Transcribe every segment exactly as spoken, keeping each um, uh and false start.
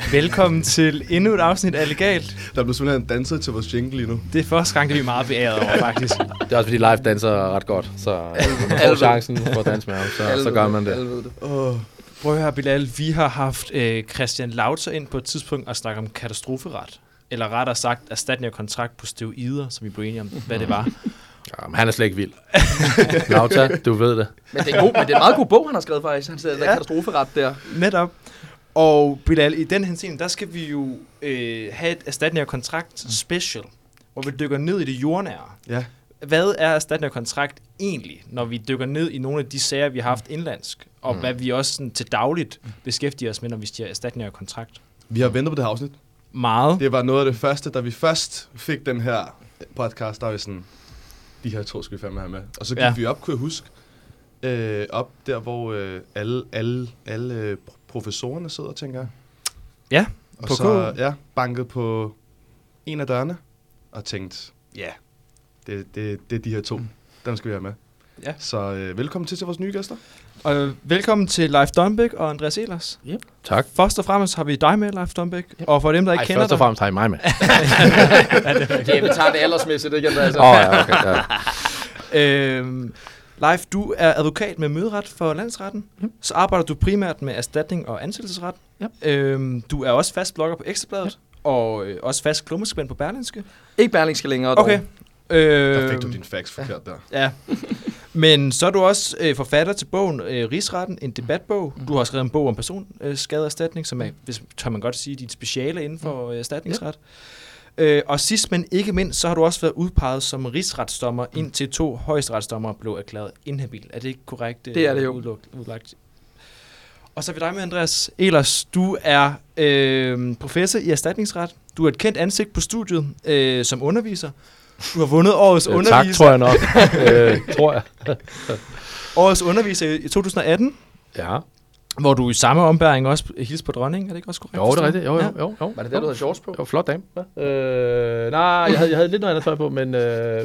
Velkommen til endnu et afsnit af Legalt. Der blev simpelthen danset til vores jingle lige nu. Det er første gang, det vi er meget beæret over, faktisk. Det er også fordi live danser ret godt, så man får chancen for at danse med ham, så, så gør man det. det. Oh. Prøv at høre, Bilal, vi har haft øh, Christian Lautzer ind på et tidspunkt og snakket om katastroferet. Eller rettere sagt, erstatning af kontrakt på steroider, som vi blev enige om, hvad det var. Ja, men han er slet ikke vild. Lautzer, du ved det. Men det er, god, men det er en meget god bog, han har skrevet faktisk. Han siger, ja. Der katastroferet der. Netop. Og Bilal, i den henseende, der skal vi jo øh, have et erstatning af kontrakt special, hvor vi dykker ned i det jordnære. Ja. Hvad er erstatning af kontrakt egentlig, når vi dykker ned i nogle af de sager, vi har haft indlandsk, og mm. hvad vi også sådan, til dagligt beskæftiger os med, når vi siger erstatning af kontrakt? Vi har ventet på det her afsnit. Meget. Det var noget af det første, da vi først fik den her podcast, der var vi sådan, de her to skal vi fandme have med. Og så gik ja. vi op, kunne jeg huske, øh, op der, hvor øh, alle, alle, alle øh, professorerne sidder, tænker jeg. Ja, og på så ja, banket på en af dørene, og tænkt, ja, yeah, det, det, det er de her to, mm. dem skal vi have med. Ja. Så øh, velkommen til til vores nye gæster. Og øh, velkommen til Leif Donbæk og Andreas Ehlers. Yep. Tak. Først og fremmest har vi dig med, Leif Donbæk. Yep. Og for dem, der ikke Ej, kender først og fremmest har I mig med. Okay, vi tager det aldersmæssigt, ikke? Altså. Åh, oh, ja, okay. Ja. øhm, Leif, du er advokat med møderet for landsretten. Yep. Så arbejder du primært med erstatning og ansættelsesret. Yep. Øhm, du er også fast blogger på Ekstrabladet, yep. og øh, også fast klummeskribent på Berlingske. Ikke Berlingske længere. Okay. Øh, der fik du din facts forkert der. Ja. Men så er du også øh, forfatter til bogen øh, Rigsretten, en debatbog. Du har skrevet en bog om personskadeerstatning, som er, hvis tør man godt sige, dit speciale inden for øh, erstatningsret. Ja. Øh, og sidst, men ikke mindst, så har du også været udpeget som rigsretsdommer, mm. indtil to højesteretsdommere blev erklæret inhabil. Er det ikke korrekt? Det er det jo. Udlagt? Og så er vi dig med, Andreas Ehlers. Du er øh, professor i erstatningsret. Du er et kendt ansigt på studiet øh, som underviser. Du har vundet årets øh, underviser. Tak, tror jeg nok. øh, tror jeg. Årets underviser i to tusind atten. Ja. Hvor du i samme ombæring også hilste på dronningen, er det ikke også korrekt? Jo, det er rigtigt. Jo, jo, jo, jo. Var det der, du havde shorts på? Jo, flot dame. Ja. Øh, nej, jeg havde, jeg havde lidt noget andet tøj på, men øh,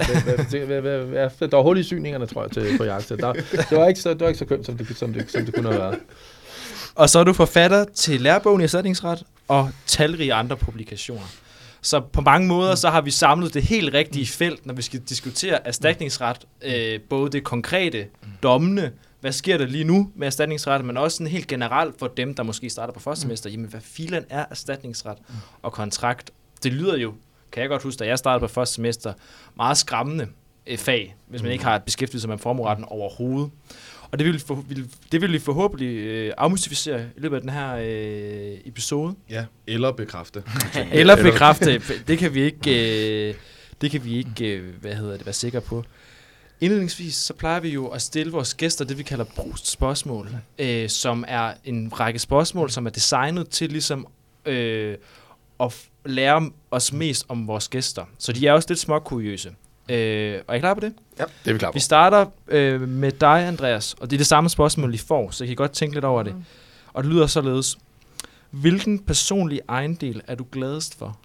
der var hul i syningerne, tror jeg, til, på jagt. Der, det, var ikke så, det var ikke så kønt, som det, som, det, som det kunne have været. Og så er du forfatter til lærebogen i erstatningsret og talrige andre publikationer. Så på mange måder, så har vi samlet det helt rigtige felt, når vi skal diskutere erstatningsret. Øh, både det konkrete, dommene, hvad sker der lige nu med erstatningsret, men også sådan helt generelt for dem, der måske starter på første semester. Jamen, hvad filen er erstatningsret og kontrakt? Det lyder jo, kan jeg godt huske, da jeg startede på første semester, meget skræmmende fag, hvis man ikke har beskæftiget sig med formueretten overhovedet. Og det vil, for, vil, det vil vi forhåbentlig øh, afmystificere i løbet af den her øh, episode. Ja, eller bekræfte. eller bekræfte. Det kan vi ikke, øh, det kan vi ikke øh, hvad hedder det, være sikre på. Indledningsvis så plejer vi jo at stille vores gæster det, vi kalder brugspørgsmål, øh, som er en række spørgsmål, som er designet til ligesom øh, at f- lære os mest om vores gæster. Så de er også lidt småkuriøse. Øh, og er I klar på det? Ja, det er vi klar på. Vi starter øh, med dig, Andreas, og det er det samme spørgsmål, I får, så I kan godt tænke lidt over det. Og det lyder således. Hvilken personlig ejendel er du gladest for?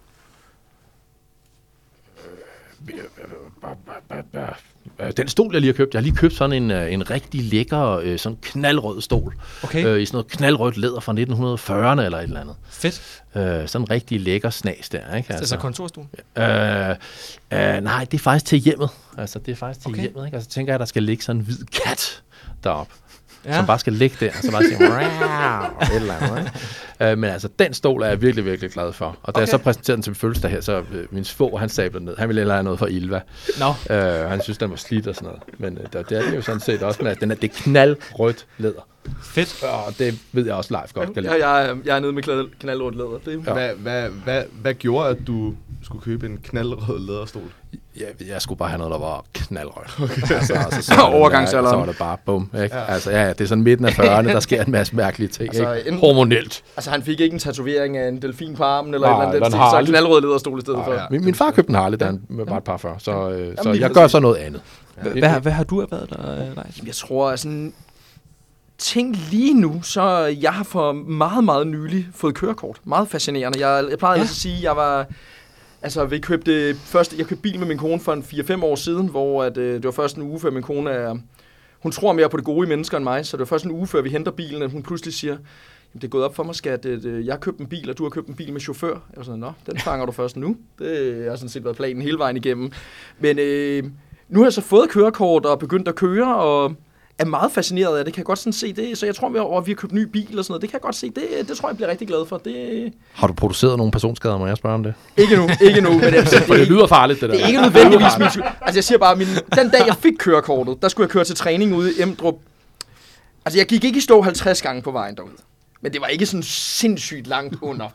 Den stol, jeg lige har købt. Jeg har lige købt sådan en, en rigtig lækker, sådan knaldrød stol. Okay. Øh, I sådan noget knaldrødt læder fra nitten fyrrerne eller et eller andet. Fedt. Øh, sådan en rigtig lækker snas der, ikke? Altså, altså kontorstol? Øh, øh, nej, det er faktisk til hjemmet. Altså, det er faktisk til okay. hjemmet, ikke? Altså, tænker jeg, der skal ligge sådan en hvid kat deroppe. Ja. Som bare skal ligge der, og så bare sige, et eller andet, ikke? uh, men altså, den stol er jeg virkelig, virkelig glad for. Og da okay. jeg så præsenterede den til min fødselsdag her, så uh, min svoger, han sabler ned. Han ville hellere have noget fra Ilva. No. Uh, han synes, den var slidt og sådan noget. Men uh, det er det jo sådan set også, men altså, den er, det er knaldrødt læder. Fedt. Og det ved jeg også live godt. Ja, jeg, jeg er nede med knaldrødt læder. Det ja. hvad, hvad, hvad, hvad gjorde, at du skulle købe en knaldrød læderstol? Ja, jeg skulle bare have noget, der var knaldrødt. Okay. Altså, altså, så, overgangsalderen. Så var det bare bum. Ikke? Ja. Altså, ja, det er sådan midten af fyrrerne, der sker en masse mærkelige ting. Altså, ikke? En, Hormonelt. Altså, han fik ikke en tatovering af en delfin på armen, eller nej, et eller andet, så en knaldrød læderstol i stedet nej, for. Ja. Min, min far købte en Harley, da han var et par før, så, øh, så jeg gør så noget andet. Ja. Hvad, hvad har du været der, Leif? Jeg tror, sådan ting lige nu, så jeg har for meget, meget nylig fået kørekort. Meget fascinerende. Jeg, jeg plejede ja. at sige, at jeg var... Altså, vi købte først, jeg købte bil med min kone for en fire fem år siden, hvor at, øh, det var først en uge før min kone er... Hun tror mere på det gode i mennesker end mig, så det var først en uge før vi henter bilen, at hun pludselig siger, det er gået op for mig, skat, at øh, jeg har købt en bil, og du har købt en bil med chauffør. Jeg var sådan, nå, den fanger du først nu. Det har sådan set været planen hele vejen igennem. Men øh, nu har jeg så fået kørekort og begyndt at køre, og er meget fascineret af det. Kan jeg godt sådan se det. Så jeg tror, vi, at vi har købt ny bil og sådan noget. Det kan jeg godt se. Det, det tror jeg, jeg bliver rigtig glad for. Det... Har du produceret nogle personskader, må jeg spørge om det? Ikke nu, ikke nu. Men det, det, det lyder farligt, det der. Det er ikke nødvendigvis min skyld. Altså jeg siger bare, min, den dag jeg fik kørekortet, der skulle jeg køre til træning ude i Emdrup. Altså jeg gik ikke i stå halvtreds gange på vejen derude. Men det var ikke sådan sindssygt langt under.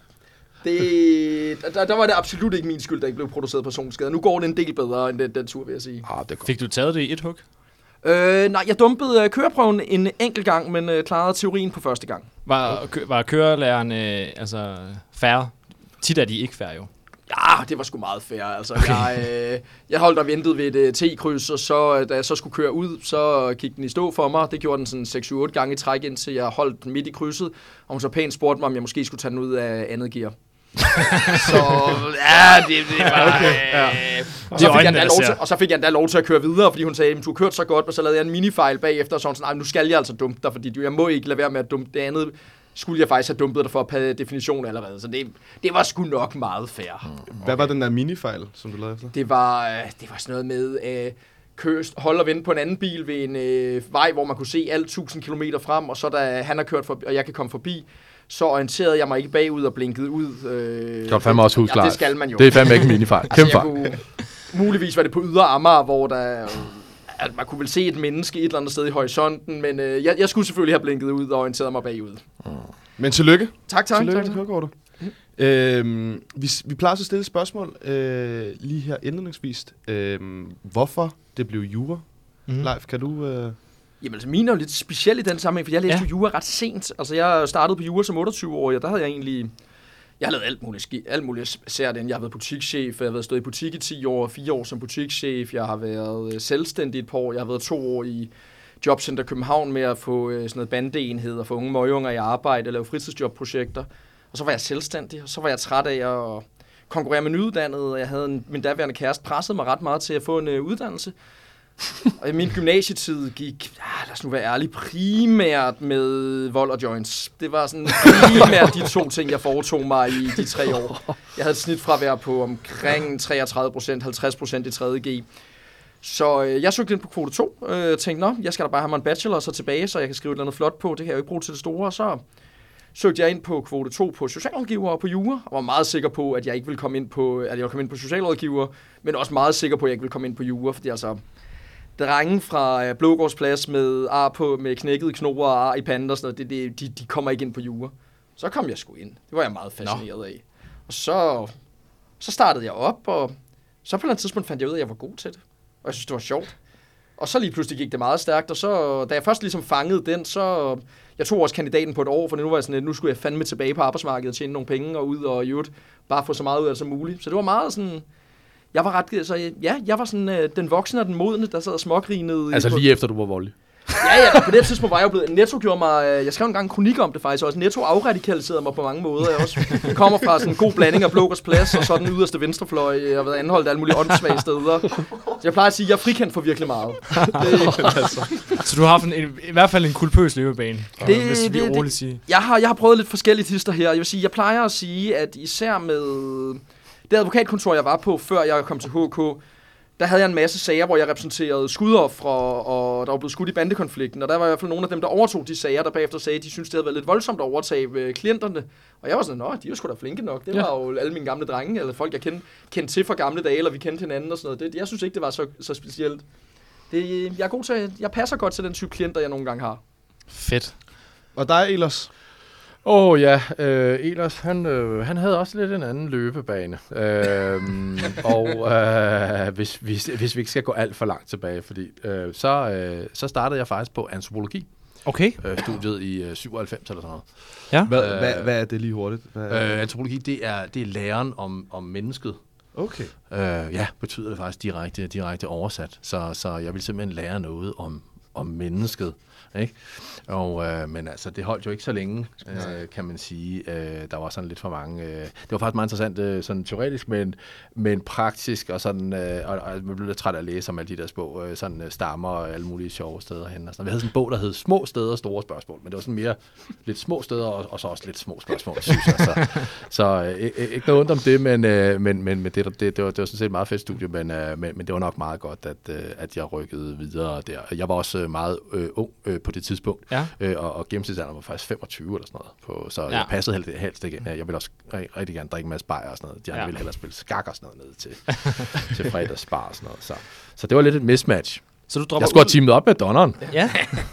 Det, der, der var det absolut ikke min skyld, der ikke blev produceret personskader. Nu går det en del bedre end den, den tur, vil jeg sige. Ah, det fik du taget det i et hug? Øh, nej, jeg dumpede øh, køreprøven en enkelt gang, men øh, klarede teorien på første gang. Var, kø, var kørelæreren øh, altså færre? Tit er de ikke færre jo. Ja, det var sgu meget fair. Altså, okay. jeg, øh, jeg holdt og ventede ved et uh, T-kryds, og så, da jeg så skulle køre ud, så gik den i stå for mig. Det gjorde den sådan seks otte gange i træk, indtil jeg holdt den midt i krydset. Og hun så pænt spurgte mig, om jeg måske skulle tage den ud af andet gear. Så ja, det, det var... Okay, ja. Og, så fik jeg lov til, og så fik jeg endda lov til at køre videre, fordi hun sagde, du har kørt så godt, og så lavede jeg en minifejl bagefter, og så sådan, nu skal jeg altså dumpe dig, fordi jeg må ikke lade være med at dumpe det andet. Skulle jeg faktisk have dumpet dig for per definition allerede. Så det, det var sgu nok meget fair. Okay. Hvad var den der minifejl, som du lavede efter? Det var, det var sådan noget med øh, køre, holde og vente på en anden bil ved en øh, vej, hvor man kunne se alt tusind kilometer frem, og så da han har kørt forbi, og jeg kan komme forbi, så orienterede jeg mig ikke bagud og blinkede ud. Øh, det var fandme også husklar. Ja, det skal man jo. Det er fandme ikke en minifejl. Altså, kunne, muligvis var det på Ydre Amager, hvor der... at man kunne vel se et menneske et eller andet sted i horisonten, men øh, jeg, jeg skulle selvfølgelig have blinket ud og orienteret mig bagud. Mm. Men tillykke. Tak, tak. Tillykke tak, med kørekortet. Mm. Øhm, vi, vi plejer at stille et spørgsmål øh, lige her indledningsvis. Øhm, hvorfor det blev jura? Mm. Leif, kan du... Øh... Jamen altså, min er jo lidt speciel i den sammenhæng, for jeg læste ja. jo jura ret sent. Altså, jeg startede på jura som otteogtyve-årig, og der havde jeg egentlig... Jeg har lavet alt muligt, alt muligt sært. Jeg har været butikschef, jeg har været stået i butik i ti år, fire år som butikschef, jeg har været selvstændig et par år, jeg har været to år i Jobcenter København med at få sådan noget bandeenhed og få unge møgunger i arbejde og lave fritidsjobprojekter. Og så var jeg selvstændig, og så var jeg træt af at konkurrere med nyuddannede, og jeg havde en, min daværende kæreste presset mig ret meget til at få en uh, uddannelse. Og min gymnasietid gik, ja, lad os nu være ærlig, primært med vold og joints. Det var sådan primært de to ting, jeg foretog mig i de tre år. Jeg havde et snit fra at være på omkring treogtredive procent, halvtreds procent i tredje G. Så øh, jeg søgte ind på kvote to. Jeg øh, tænkte, nå, jeg skal da bare have mig en bachelor og så tilbage, så jeg kan skrive et eller andet flot på. Det kan jeg jo ikke bruge til det store. Så søgte jeg ind på kvote to på socialrådgiver og på jura, og var meget sikker på, at jeg ikke ville komme ind på, at jeg ville komme ind på socialrådgiver, men også meget sikker på, at jeg ikke ville komme ind på jura, fordi altså... drenge fra øh, Blågårdsplads med ar på med knækkede knopper og ar i panden og sådan noget, det, det, de, de kommer ikke ind på jura. Så kom jeg sgu ind. Det var jeg meget fascineret Nå. af. Og så, så startede jeg op, og så på et eller andet tidspunkt fandt jeg ud af, at jeg var god til det. Og jeg synes, det var sjovt. Og så lige pludselig gik det meget stærkt, og så, da jeg først ligesom fangede den, så... Jeg tog også kandidaten på et år, for nu var jeg sådan, at nu skulle jeg fandme tilbage på arbejdsmarkedet og tjene nogle penge og ud og i øvrigt bare få så meget ud af det som muligt. Så det var meget sådan... Jeg var ret, så ja, jeg var sådan øh, den voksne og den modne, der sad og smågrinede. Altså på, lige efter du var voldelig? Ja, ja, på det tidspunkt var jeg jo blevet... Netto gjorde mig... Jeg skrev en gang en kronik om det faktisk også. Netto afradikaliserede mig på mange måder. Jeg, også, jeg kommer fra sådan en god blanding af Blågårdsplads og så den yderste venstrefløj. Jeg har været anholdt alle mulige åndssvage steder. Så jeg plejer at sige, at jeg er frikendt for virkelig meget. Det, altså. Så du har haft en, en, i hvert fald en kulpøs løbebane, det, hvis vi det, roligt sige. Jeg har, jeg har prøvet lidt forskellige hister her. Jeg vil sige, jeg plejer at sige, at især med... Det advokatkontor, jeg var på, før jeg kom til H K, der havde jeg en masse sager, hvor jeg repræsenterede skudoffere, og der var blevet skudt i bandekonflikten. Og der var i hvert fald nogle af dem, der overtog de sager, der bagefter sagde, at de syntes, det havde været lidt voldsomt at overtage klienterne. Og jeg var sådan, nå, de er sgu da flinke nok. Det var ja. jo alle mine gamle drenge, eller folk, jeg kendte, kendte til fra gamle dage, eller vi kendte hinanden og sådan noget. Det, jeg synes ikke, det var så, så specielt. Det, jeg er god til, jeg passer godt til den type klienter, jeg nogle gange har. Fedt. Og dig, Ehlers? Åh oh, ja, øh, Ehlers, han, øh, han havde også lidt en anden løbebane. Øh, og øh, hvis, hvis, hvis vi ikke skal gå alt for langt tilbage, fordi øh, så, øh, så startede jeg faktisk på antropologi. Okay. Øh, studiet i øh, syvoghalvfems eller sådan noget. Ja. Hvad, øh, hvad, hvad er det lige hurtigt? Hvad øh, antropologi, det er, det er læren om, om mennesket. Okay. Øh, ja, betyder det faktisk direkte, direkte oversat. Så, så jeg vil simpelthen lære noget om om mennesket. Ikke? Og, øh, men altså, det holdt jo ikke så længe, øh, kan man sige. Øh, der var sådan lidt for mange... Øh, det var faktisk meget interessant, øh, sådan teoretisk, men, men praktisk, og sådan... Øh, og, og jeg blev lidt træt af at læse om alle de der små øh, sådan, øh, stammer og alle mulige sjove steder hen. Og sådan. Vi havde sådan en bog, der hed Små steder, store spørgsmål, men det var sådan mere lidt små steder, og, og så også lidt små spørgsmål, synes jeg. Så, så øh, ikke noget ondt om det, men, øh, men, men, men det, det, det, var, det var sådan set et meget fedt studie, men, øh, men, men det var nok meget godt, at, øh, at jeg rykkede videre der. Jeg var også meget øh, ung øh, på det tidspunkt, ja. øh, og, og gennemsnitsalderen var faktisk femogtyve eller sådan noget. På, så ja. jeg passede helst, helst ikke. Jeg ville også rigtig gerne drikke en masse bajer og sådan noget. De andre ja. ville hellere spille skak og sådan noget ned til, til fredagsbar og sådan noget. Så, så det var lidt et mismatch. Så du jeg skulle have teamet op med donneren. Ja.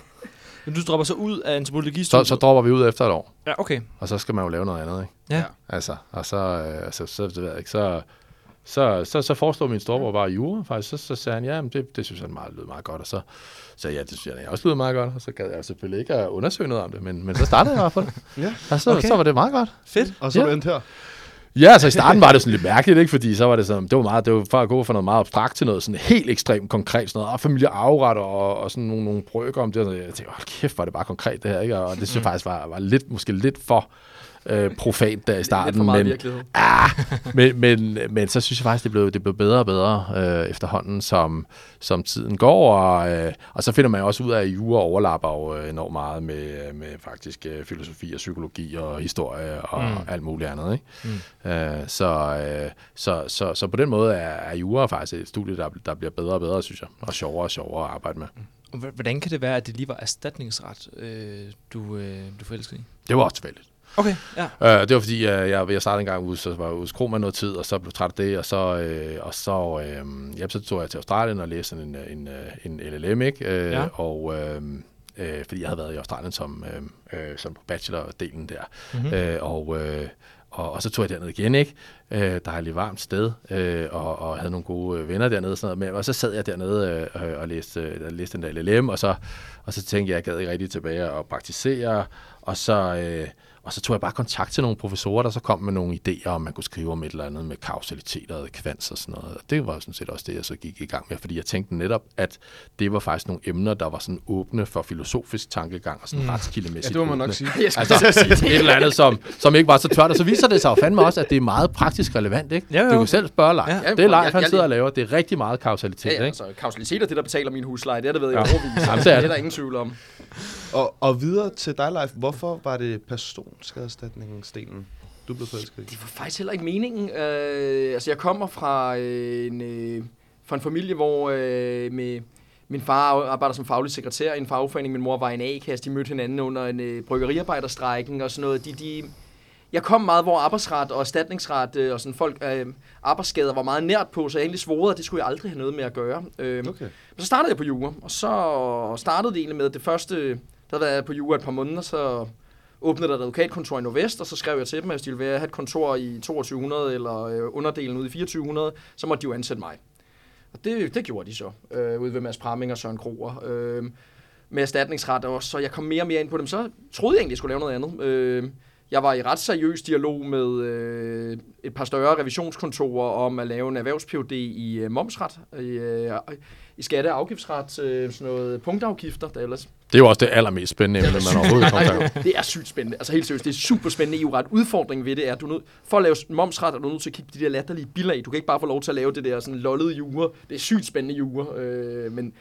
Men du dropper så ud af antropologistudiet? Så, så dropper vi ud efter et år. Ja, okay. Og så skal man jo lave noget andet, ikke? Ja. Altså, og så, øh, så, så, det ved jeg ikke, så... Så, så, så foreslog min storebror bare jura, faktisk. Så, så sagde han, ja, men det, det synes jeg meget, lød meget godt. Og så sagde jeg, ja, det synes jeg også lød meget godt. Og så gad jeg selvfølgelig ikke at undersøge noget om det, men, men så startede jeg i hvert fald. Ja. Og så, okay. så var det meget godt. Fedt. Og så ja. endte her. Ja, altså i starten var det sådan lidt mærkeligt, ikke? Fordi så var det sådan, det var meget, det var for at gå fra noget meget abstrakt til noget sådan helt ekstremt konkret, sådan noget familiearveret og, og sådan nogle, nogle brøker om det. Og jeg tænkte, hold kæft, var det bare konkret det her, ikke? Og det synes jeg faktisk var, var lidt, måske lidt for... Øh, profant der i starten, lidt for meget men, virkelighed. Ah, men, men, men så synes jeg faktisk, det blev, det blev bedre og bedre øh, efterhånden, som, som tiden går, og, øh, og så finder man jo også ud af, at jura overlapper jo enormt meget med, med faktisk øh, filosofi og psykologi og historie og mm. alt muligt andet, ikke? Mm. Øh, så, øh, så, så, så på den måde er, er jura faktisk et studie, der, der bliver bedre og bedre, synes jeg, og sjovere og sjovere at arbejde med. Hvordan kan det være, at det lige var erstatningsret, øh, du, øh, du forelskede i? Det var også tilfældigt. Okay, ja. Øh, det var fordi, uh, jeg, jeg startede en gang ude, så var jeg hos Kroman noget tid, og så blev træt af det, og så, øh, og så, øh, ja, så tog jeg til Australien og læste en, en, en L L M, ikke? Øh, ja. Og øh, øh, fordi jeg havde været i Australien som, øh, øh, som bachelor-delen der. Mm-hmm. Øh, og, øh, og, og så tog jeg derned igen, ikke? Øh, dejligt varmt sted, øh, og, og havde nogle gode venner dernede, sådan noget med, og så sad jeg dernede øh, og læste, øh, læste den der L L M, og så, og så tænkte jeg, jeg gad ikke rigtig tilbage og praktisere, og så... Øh, Og så tog jeg bare kontakt til nogle professorer, der så kom med nogle idéer, om man kunne skrive om et eller andet med kausalitet og kvans og sådan noget. Og det var sådan set også det, jeg så gik i gang med, fordi jeg tænkte netop, at det var faktisk nogle emner, der var sådan åbne for filosofisk tankegang og sådan mm. retskildemæssigt. Ja, det må man åbne. nok sige. Altså, et eller andet, som, som ikke var så tørt. Og så viser det sig jo fandme også, at det er meget praktisk relevant, ikke? Jo, jo. Du kan selv spørge Leif. Ja. Det er Leif, han sidder og laver. Det er rigtig meget kausalitet, ja, ja, ikke? altså, kausalitet er det, der betaler min husleje. Det er det, ved jeg ja. overvist. Jamen, det er der ingen tvivl om. Og, og videre til dig, Leif. Hvorfor var det personskadeerstatningsdelen, du blev forelsket i? Det var faktisk heller ikke meningen. Øh, altså, jeg kommer fra en, øh, fra en familie, hvor øh, med, min far arbejder som faglig sekretær i en fagforening. Min mor var i en A-kasse. De mødte hinanden under en øh, bryggeriarbejderstrejken og sådan noget. De, de, jeg kom meget, hvor arbejdsret og erstatningsret øh, og sådan folk, øh, arbejdsskader var meget nært på, så jeg egentlig svoret, at det skulle jeg aldrig have noget med at gøre. Øh, okay. Så startede jeg på jura, og så startede det egentlig med det første, der havde været på jura et par måneder, så åbnede der et advokatkontor i Nordvest, og så skrev jeg til dem, at hvis de ville have et kontor i toogtyve hundrede eller øh, underdelen ude i fireogtyve hundrede, så måtte de jo ansætte mig. Og det, det gjorde de så, øh, ude ved Mads Pramming og Søren Kroger, øh, med erstatningsret også, så jeg kom mere og mere ind på dem. Så troede jeg egentlig, jeg skulle lave noget andet. Øh, Jeg var i ret seriøs dialog med øh, et par større revisionskontorer om at lave en erhvervs-P H D i øh, momsret, i, øh, i skatte- og afgiftsret, øh, sådan noget punktafgifter. Der ellers. Det er jo også det allermest spændende emne, man overhovedet kommer til. Det er sygt spændende. Altså helt seriøst, det er super spændende E U-ret. Udfordringen ved det er, at du nød, for at lave momsret, er du nødt til at kigge de der latterlige bilag. Du kan ikke bare få lov til at lave det der sådan lollede jura. Det er sygt spændende jura. Øh, men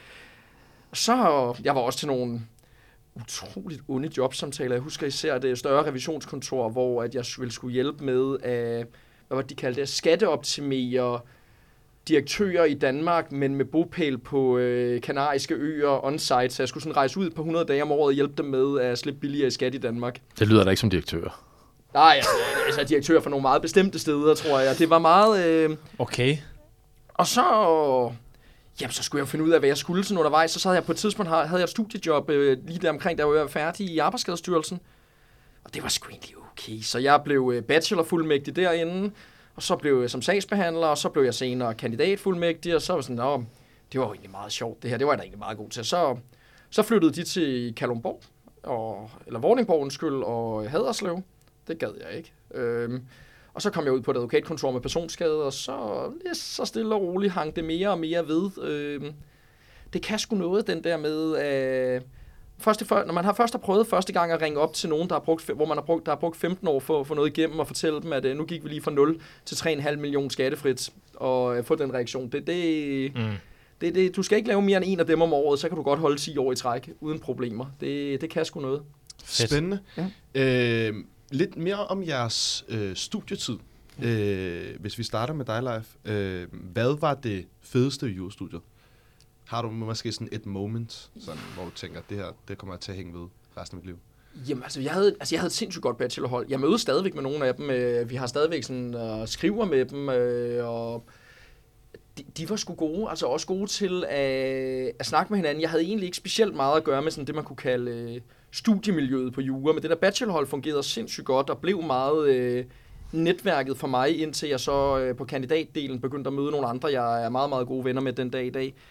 så, jeg var også til nogle utroligt onde jobsamtaler. Jeg husker især det større revisionskontor, hvor at jeg ville skulle hjælpe med at, hvad var det, de kaldte det, skatteoptimere direktører i Danmark, men med bopæl på øh, Kanariske øer on-site, så jeg skulle sådan rejse ud et par hundrede dage om året og hjælpe dem med at slippe billigere i skat i Danmark. Det lyder da ikke som direktør. Nej, altså, altså direktør for nogle meget bestemte steder, tror jeg. Det var meget... Øh... Okay. Og så... Jamen, så skulle jeg finde ud af, hvad jeg skulle sådan undervejs. Så havde jeg på et tidspunkt havde jeg et studiejob øh, lige der omkring, der var jeg færdig i Arbejdsskadestyrelsen. Og det var sgu egentlig okay. Så jeg blev øh, bachelorfuldmægtig derinde, og så blev jeg som sagsbehandler, og så blev jeg senere kandidatfuldmægtig, og så var sådan, nå, det var jo egentlig meget sjovt det her. Det var jeg da egentlig meget god til. Så, så flyttede de til Kalundborg, og, eller Vordingborg, undskyld, og Haderslev. Det gad jeg ikke. Øhm, Og så kom jeg ud på et advokatkontor med personskade, og så, ja, så stille og roligt hang det mere og mere ved. Øh, det kan sgu noget, den der med... Øh, Første, for, når man har først har prøvet første gang at ringe op til nogen, der har brugt, hvor man har brugt, der har brugt femten år for at få noget igennem og fortælle dem, at uh, nu gik vi lige fra nul til tre komma fem millioner skattefrit og uh, få den reaktion. Det, det, mm. det, det, du skal ikke lave mere end en af dem om året, så kan du godt holde ti år i træk uden problemer. Det, det kan sgu noget. Spændende. Ja. Øh, lidt mere om jeres øh, studietid. Mm. Øh, hvis vi starter med dig, Leif. Øh, hvad var det fedeste ved jurastudiet? Har du måske sådan et moment, sådan, hvor du tænker, det her det kommer jeg til at hænge ved resten af mit liv? Jamen, altså, jeg havde, altså, jeg havde et sindssygt godt bachelorhold. Jeg mødte stadigvæk med nogle af dem. Øh, vi har stadigvæk sådan, øh, skriver med dem, øh, og de, de var sgu gode. Altså også gode til at, at snakke med hinanden. Jeg havde egentlig ikke specielt meget at gøre med sådan det, man kunne kalde øh, studiemiljøet på jura. Men det der bachelorhold fungerede sindssygt godt og blev meget... Øh, netværket for mig, indtil jeg så øh, på kandidatdelen begyndte at møde nogle andre, jeg er meget, meget gode venner med den dag i dag.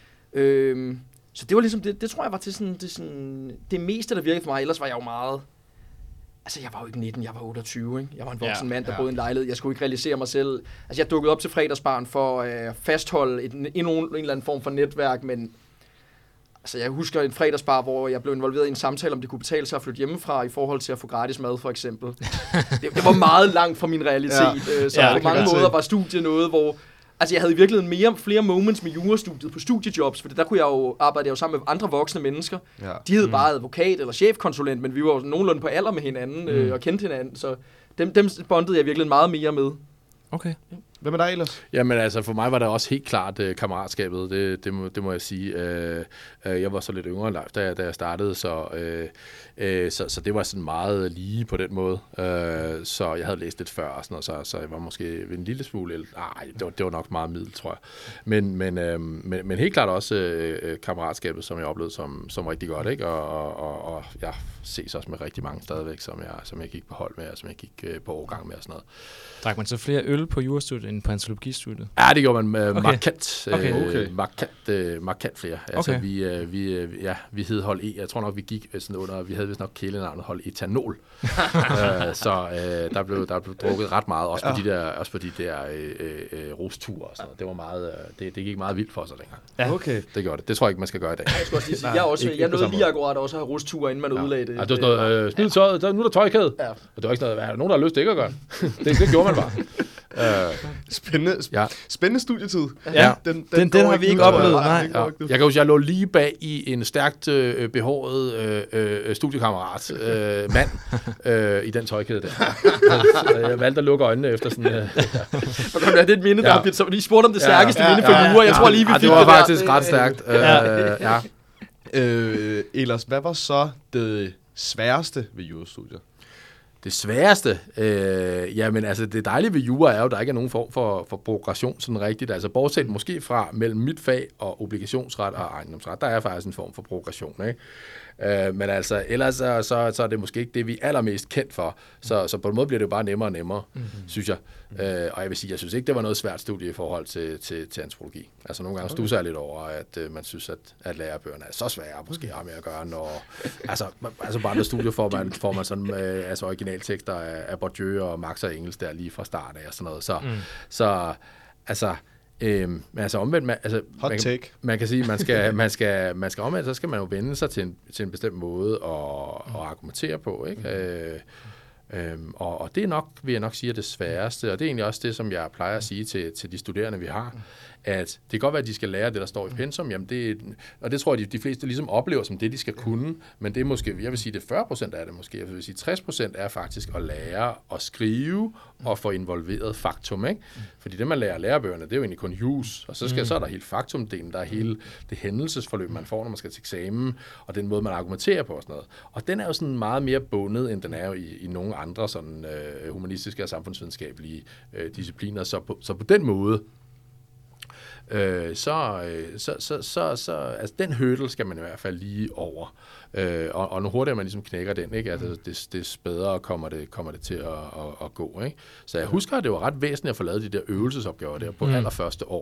Øhm, så det var ligesom, det, det tror jeg var til sådan, det, sådan, det meste, der virkede for mig. Ellers var jeg jo meget, altså jeg var jo ikke nitten, jeg var otteogtyve, ikke? Jeg var en voksen ja, mand, der ja. boede i en lejlighed. Jeg skulle ikke realisere mig selv. Altså jeg dukkede op til fredagsbaren for at øh, fastholde et, en, en, en eller anden form for netværk, men altså jeg husker en fredagsbar, hvor jeg blev involveret i en samtale, om det kunne betale sig at flytte hjemmefra i forhold til at få gratis mad, for eksempel. det, det var meget langt fra min realitet, ja. så ja, på mange måder var studiet noget, hvor altså jeg havde i virkeligheden mere, flere moments med jurastudiet på studiejobs, for der kunne jeg jo arbejde jo sammen med andre voksne mennesker. Ja. De hed mm. bare advokat eller chefkonsulent, men vi var jo nogenlunde på alder med hinanden mm. øh, og kendte hinanden, så dem, dem bondede jeg virkelig meget mere med. Okay. Ja. Hvad med dig ellers? Jamen altså, for mig var det også helt klart uh, kammeratskabet, det, det, må, det må jeg sige. Uh, uh, jeg var så lidt yngre, da jeg, da jeg startede, så, uh, uh, så, så det var sådan meget lige på den måde. Uh, så jeg havde læst lidt før, og sådan noget, så, så jeg var måske en lille smule... Nej, det var, det var nok meget middel, tror jeg. Men, men, uh, men, men helt klart også uh, kammeratskabet, som jeg oplevede som, som rigtig godt, ikke? Og, og, og, og jeg ses også med rigtig mange stadigvæk, som jeg, som jeg gik på hold med, og som jeg gik uh, på årgang med og sådan noget. Drak man så flere øl på jurastudiet end på antropologistudiet? Ja, det gjorde man uh, okay. markant, okay. Uh, okay. markant, uh, markant flere. Altså, okay. vi, uh, vi, uh, ja, vi hed hold E. Jeg tror nok, vi gik sådan under, vi havde vist nok kælenavnet hold etanol. uh, så uh, der, blev, der blev drukket ret meget, også, ja. på, de der, også på de der uh, uh, rosture og sådan noget. Det var meget, uh, det, det gik meget vildt for sig dengang. Ja, okay. Det gjorde det. Det tror jeg ikke, man skal gøre i dag. Jeg, også sige, jeg, også, ikke, jeg nåede lige akkurat også at have rosture, inden man ja. udlagde det. Ja, det var sådan noget, uh, smid tøjet, der, nu er der tøjkæde. Ja. Og det var ikke sådan noget, er der nogen, der har lyst til ikke at gøre det? det, det gjorde man bare. Uh, spændende, sp- ja. spændende studietid. Ja, den, den, den, den har vi ikke oplevet. Nej. Ja. Jeg kan huske, jeg lå lige bag i en stærkt øh, behåret øh, øh, studiekammerat øh, mand øh, i den tøjkæde der. Så jeg valgte at lukke øjnene efter sådan... Øh, ja. Det er et minde, der ja. har blivet... Så de spurgte om det stærkeste ja, ja, minde for ja, jura. Jeg ja, tror lige, vi ja, fik det var det faktisk der. ret stærkt. Øh, ja. øh, Ellers, hvad var så det sværeste ved jurastudiet? Det sværeste, øh, jamen altså det dejlige ved jura er jo, at der ikke er nogen form for, for progression sådan rigtigt. Altså bortset måske fra mellem mit fag og obligationsret og ejendomsret, der er faktisk en form for progression, ikke? Øh, men altså ellers så, så, så er det måske ikke det, vi er allermest kendt for. Så, så på en måde bliver det jo bare nemmere og nemmere, mm-hmm. synes jeg. Mm-hmm. Øh, og jeg vil sige, jeg synes ikke, det var noget svært studie i forhold til, til, til antropologi. Altså nogle gange stusser jeg lidt over, at øh, man synes, at, at lærebøgerne er så svære, måske har med at gøre, når... altså, altså bare noget studie får man, får man sådan, øh, altså originaltekster af, af Bourdieu og Marx og Engels der lige fra start af og sådan noget. Så, mm. så altså... Øhm, men altså omvendt, man, altså, Hot man, take. man kan sige, man skal, man skal, man skal omvendt, så skal man jo vende sig til en, til en bestemt måde at, at argumentere på, ikke? Øh, øhm, og, og det er nok, vil jeg nok sige, det sværeste, og det er egentlig også det, som jeg plejer at sige til, til de studerende, vi har, at det kan godt være, at de skal lære det, der står i pensum, jamen det, og det tror jeg, de, de fleste ligesom oplever som det, de skal kunne, men det er måske, jeg vil sige, det er fyrre procent af det måske, jeg vil sige, tres procent er faktisk at lære at skrive og få involveret faktum, ikke? Fordi det, man lærer af lærebøgerne, det er jo egentlig kun jus, og så, skal, så er der hele faktumdelen, der er hele det hændelsesforløb, man får, når man skal til eksamen, og den måde, man argumenterer på og sådan noget. Og den er jo sådan meget mere bundet, end den er jo i, i nogle andre sådan øh, humanistiske og samfundsvidenskabelige øh, discipliner, så på, så på den måde, Øh, så, øh, så, så, så, så altså den hurdle skal man i hvert fald lige over. Øh, og, og nu hurtigere man ligesom knækker den, ikke? Altså, det, det bedre kommer det, kommer det til at, at, at gå, ikke? Så jeg husker, at det var ret væsentligt at få lavet de der øvelsesopgaver der på mm. allerførste år.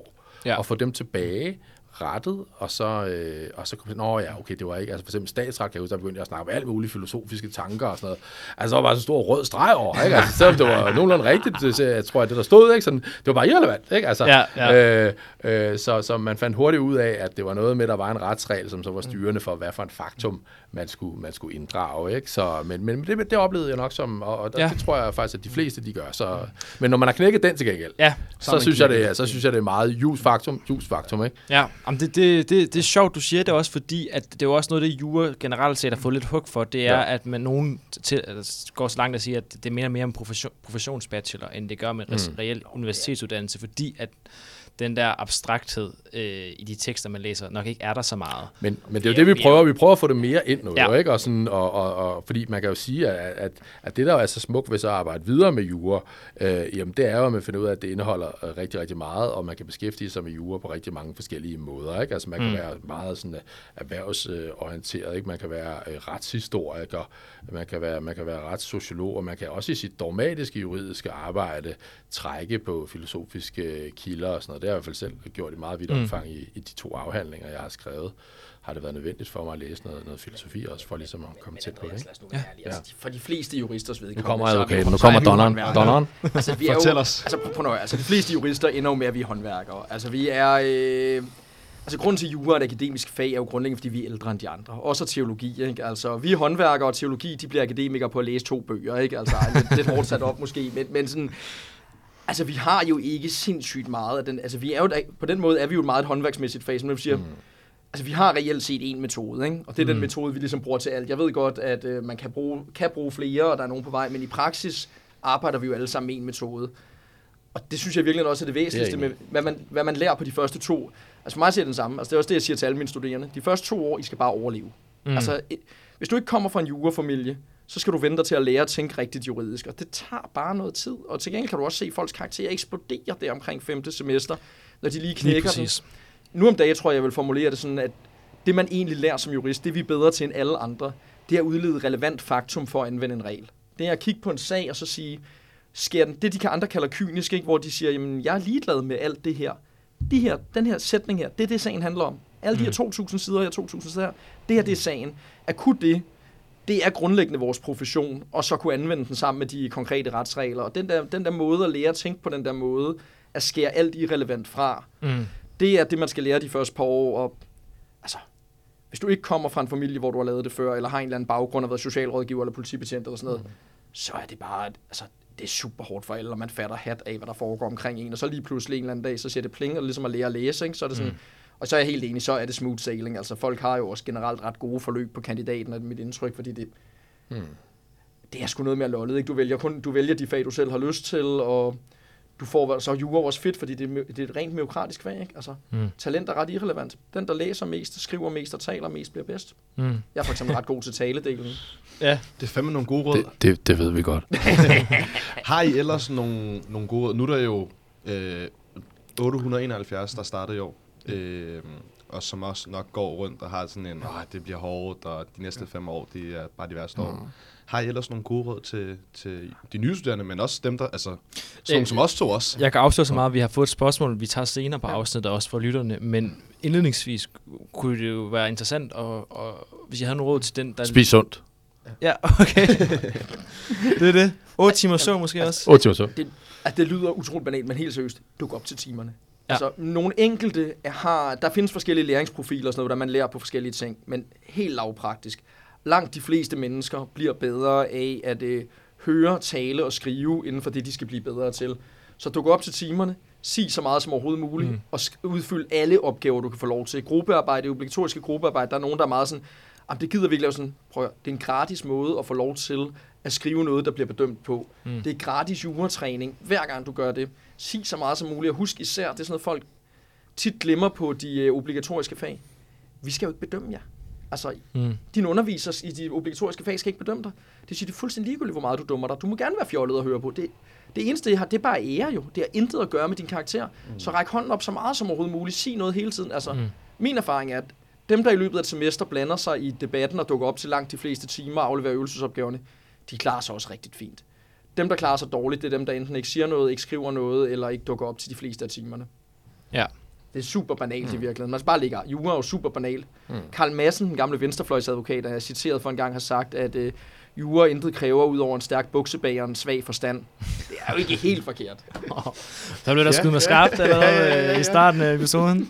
ja. og få dem tilbage rettet, og så, øh, og så kom jeg, nå ja, okay, det var ikke, altså for eksempel statsret, kan jeg huske, der begyndte jeg at snakke om alle mulige filosofiske tanker og sådan noget. Altså, der var bare så stor rød streg over, ikke? Altså, selvom det var nogenlunde rigtigt, så jeg tror jeg, det der stod, ikke? Sådan, det var bare irrelevant, ikke? Altså, ja, ja. Øh, øh, så, så man fandt hurtigt ud af, at det var noget med, der var en retsregel, som så var styrende for, hvad for en faktum man skulle, man skulle inddrage, ikke? Så, men, men det, det oplevede jeg nok som, og, og ja. det tror jeg faktisk, at de fleste, de gør. Så, men når man har knækket den til gengæld, ja, så, så, synes jeg, det, så synes jeg, det er meget jus faktum, jus faktum, ikke? Ja, jamen det, det, det, det er sjovt, du siger det også, fordi at det er jo også noget, det jura generelt set har fået lidt hug for, det er, ja. at man nogen til, altså, går så langt at sige, at det er mere og mere en profession, professionsbachelor, end det gør med en mm. reel universitetsuddannelse, fordi at den der abstrakthed øh, i de tekster, man læser, nok ikke er der så meget. Men, men det er jo det, vi prøver. Vi prøver at få det mere ind nu, ja. ikke? Og sådan, og, og, og, fordi man kan jo sige, at, at, at det, der er så smukt ved så at arbejde videre med jura, øh, jamen det er jo, at man finder ud af, at det indeholder øh, rigtig, rigtig meget, og man kan beskæftige sig med jura på rigtig mange forskellige måder, ikke? Altså man kan mm. være meget sådan erhvervsorienteret, ikke? Man kan være øh, retshistoriker, man kan være, man kan være retssociolog, og man kan også i sit dogmatiske juridiske arbejde trække på filosofiske kilder og sådan noget. Det har jeg i hvert fald selv gjort i meget vidt omfang i, i de to afhandlinger, jeg har skrevet. Har det været nødvendigt for mig at læse noget, noget filosofi også, for ligesom at komme tæt på det, ikke? Ja. Altså, for de fleste juristers vedkommende... Nu kommer advokaten, nu kommer donneren. Donneren. Altså, vi er jo, altså, på, på noget, altså, de fleste jurister ender jo med, at vi er håndværkere. Altså, vi er... Øh, altså, grunden til jura og et akademisk fag er jo grundlæggende, fordi vi er ældre end de andre. Også teologi, ikke? Altså, vi er håndværkere, og teologi, de bliver akademikere på at læse to bøger, ikke? Altså, lidt, lidt hårdt sat op måske, men, men sådan... Altså, vi har jo ikke sindssygt meget af den... Altså, vi er jo... På den måde er vi jo et meget håndværksmæssigt fag, som du siger... Mm. Altså, vi har reelt set en metode, ikke? Og det er mm. den metode, vi ligesom bruger til alt. Jeg ved godt, at øh, man kan bruge, kan bruge flere, og der er nogen på vej, men i praksis arbejder vi jo alle sammen med en metode. Og det synes jeg virkelig også er det væsentligste, med, hvad, man, hvad man lærer på de første to. Altså, for mig siger det den samme. Altså, det er også det, jeg siger til alle mine studerende. De første to år, I skal bare overleve. Mm. Altså, et, hvis du ikke kommer fra en jurafamilie, så skal du vente dig til at lære at tænke rigtigt juridisk. Og det tager bare noget tid. Og til gengæld kan du også se, at folks karakterer eksploderer der omkring femte semester, når de lige knækker den. Nu om dagen tror jeg, jeg vil formulere det sådan, at det, man egentlig lærer som jurist, det vi er bedre til end alle andre, det er at udlede relevant faktum for at anvende en regel. Det er at kigge på en sag og så sige, sker den, det de andre kalder kynisk, ikke? Hvor de siger, jamen jeg er ligeglad med alt det her. De her, den her sætning her, det er det, sagen handler om. Alle de her to tusind sider, her to tusind sider, det her, det er sagen. At kunne det, det er grundlæggende vores profession, og så kunne anvende den sammen med de konkrete retsregler. Og den der, den der måde at lære at tænke på den der måde, at skære alt irrelevant fra, mm. det er det, man skal lære de første par år. Og, altså, hvis du ikke kommer fra en familie, hvor du har lavet det før, eller har en eller anden baggrund og været socialrådgiver eller politibetjent eller sådan noget, mm. så er det bare, altså, det er super hårdt for alle, og man fatter hat af, hvad der foregår omkring en, og så lige pludselig en eller anden dag, så siger det pling, og ligesom at lære at læse, ikke? Så er det sådan, mm. og så er jeg helt enig, så er det smooth sailing. Altså, folk har jo også generelt ret gode forløb på kandidaten, er det mit indtryk, fordi det, mm. det er sgu noget mere lollet, ikke? Du vælger kun, du vælger de fag, du selv har lyst til, og du får så jura også fedt, fordi det er, det er et rent meritokratisk fag, ikke? Altså, mm. talent er ret irrelevant. Den, der læser mest, skriver mest og taler mest, bliver bedst. Mm. Jeg er for eksempel ret god til taledelen. Ja, det er fandme nogle gode råd. Det, det, det ved vi godt. Har I ellers nogle, nogle gode råd? Nu er der jo øh, otte hundrede og enoghalvfjerds, der startede i år, øh, og som også nok går rundt og har sådan en, åh, det bliver hårdt, og de næste fem år, de er bare de værste år. Mm. Har I ellers nogle gode råd til, til de nye studerende, men også dem, der, altså, som, øh, som også tog os? Jeg kan afsløre så meget, at vi har fået et spørgsmål, vi tager senere på afsnittet også for lytterne, men indledningsvis kunne det jo være interessant, og, og hvis jeg havde nogle råd til den, der... Spis sundt. Ja, okay. Det er det. otte timer søvn måske også. otte timer søvn. Det, altså, det lyder utroligt banalt, men helt seriøst, duk op til timerne. Ja. Altså, nogle enkelte har... Der findes forskellige læringsprofiler og sådan noget, der man lærer på forskellige ting, men helt lavpraktisk. Langt de fleste mennesker bliver bedre af at øh, høre, tale og skrive inden for det, de skal blive bedre til. Så duk op til timerne, sig så meget som overhovedet muligt, mm. og udfyld alle opgaver, du kan få lov til. Gruppearbejde, obligatoriske gruppearbejde, der er nogen, der er meget sådan, det gider vi ikke lave sådan, prøv at, det er en gratis måde at få lov til at skrive noget, der bliver bedømt på. Mm. Det er gratis juratræning, hver gang du gør det. Sig så meget som muligt, og husk især, det er sådan noget, folk tit glemmer på de øh, obligatoriske fag. Vi skal jo ikke bedømme jer. Altså, mm. dine undervisere i de obligatoriske fag skal ikke bedømme dig. Det siger, det er fuldstændig ligegyldigt, hvor meget du dummer dig. Du må gerne være fjollet at høre på. Det, det eneste, jeg har, det er bare ære jo. Det har intet at gøre med din karakter. Mm. Så ræk hånden op så meget som overhovedet muligt. Sig noget hele tiden. Altså, mm. min erfaring er, at dem, der i løbet af et semester blander sig i debatten og dukker op til langt de fleste timer og afleverer øvelsesopgaverne, de klarer sig også rigtig fint. Dem, der klarer sig dårligt, det er dem, der enten ikke siger noget, ikke skriver noget, eller ikke dukker op til de fleste af timerne. Ja. Det er super banalt mm. i virkeligheden. Man skal bare ligge. Jura er jo super banal. Mm. Karl Madsen, den gamle venstrefløjsadvokat, er citeret for en gang har sagt, at øh, jura intet kræver ud over en stærk buksebag og en svag forstand. Det er jo ikke helt forkert. Så blev der skudt med skarpt eller noget i starten af episoden.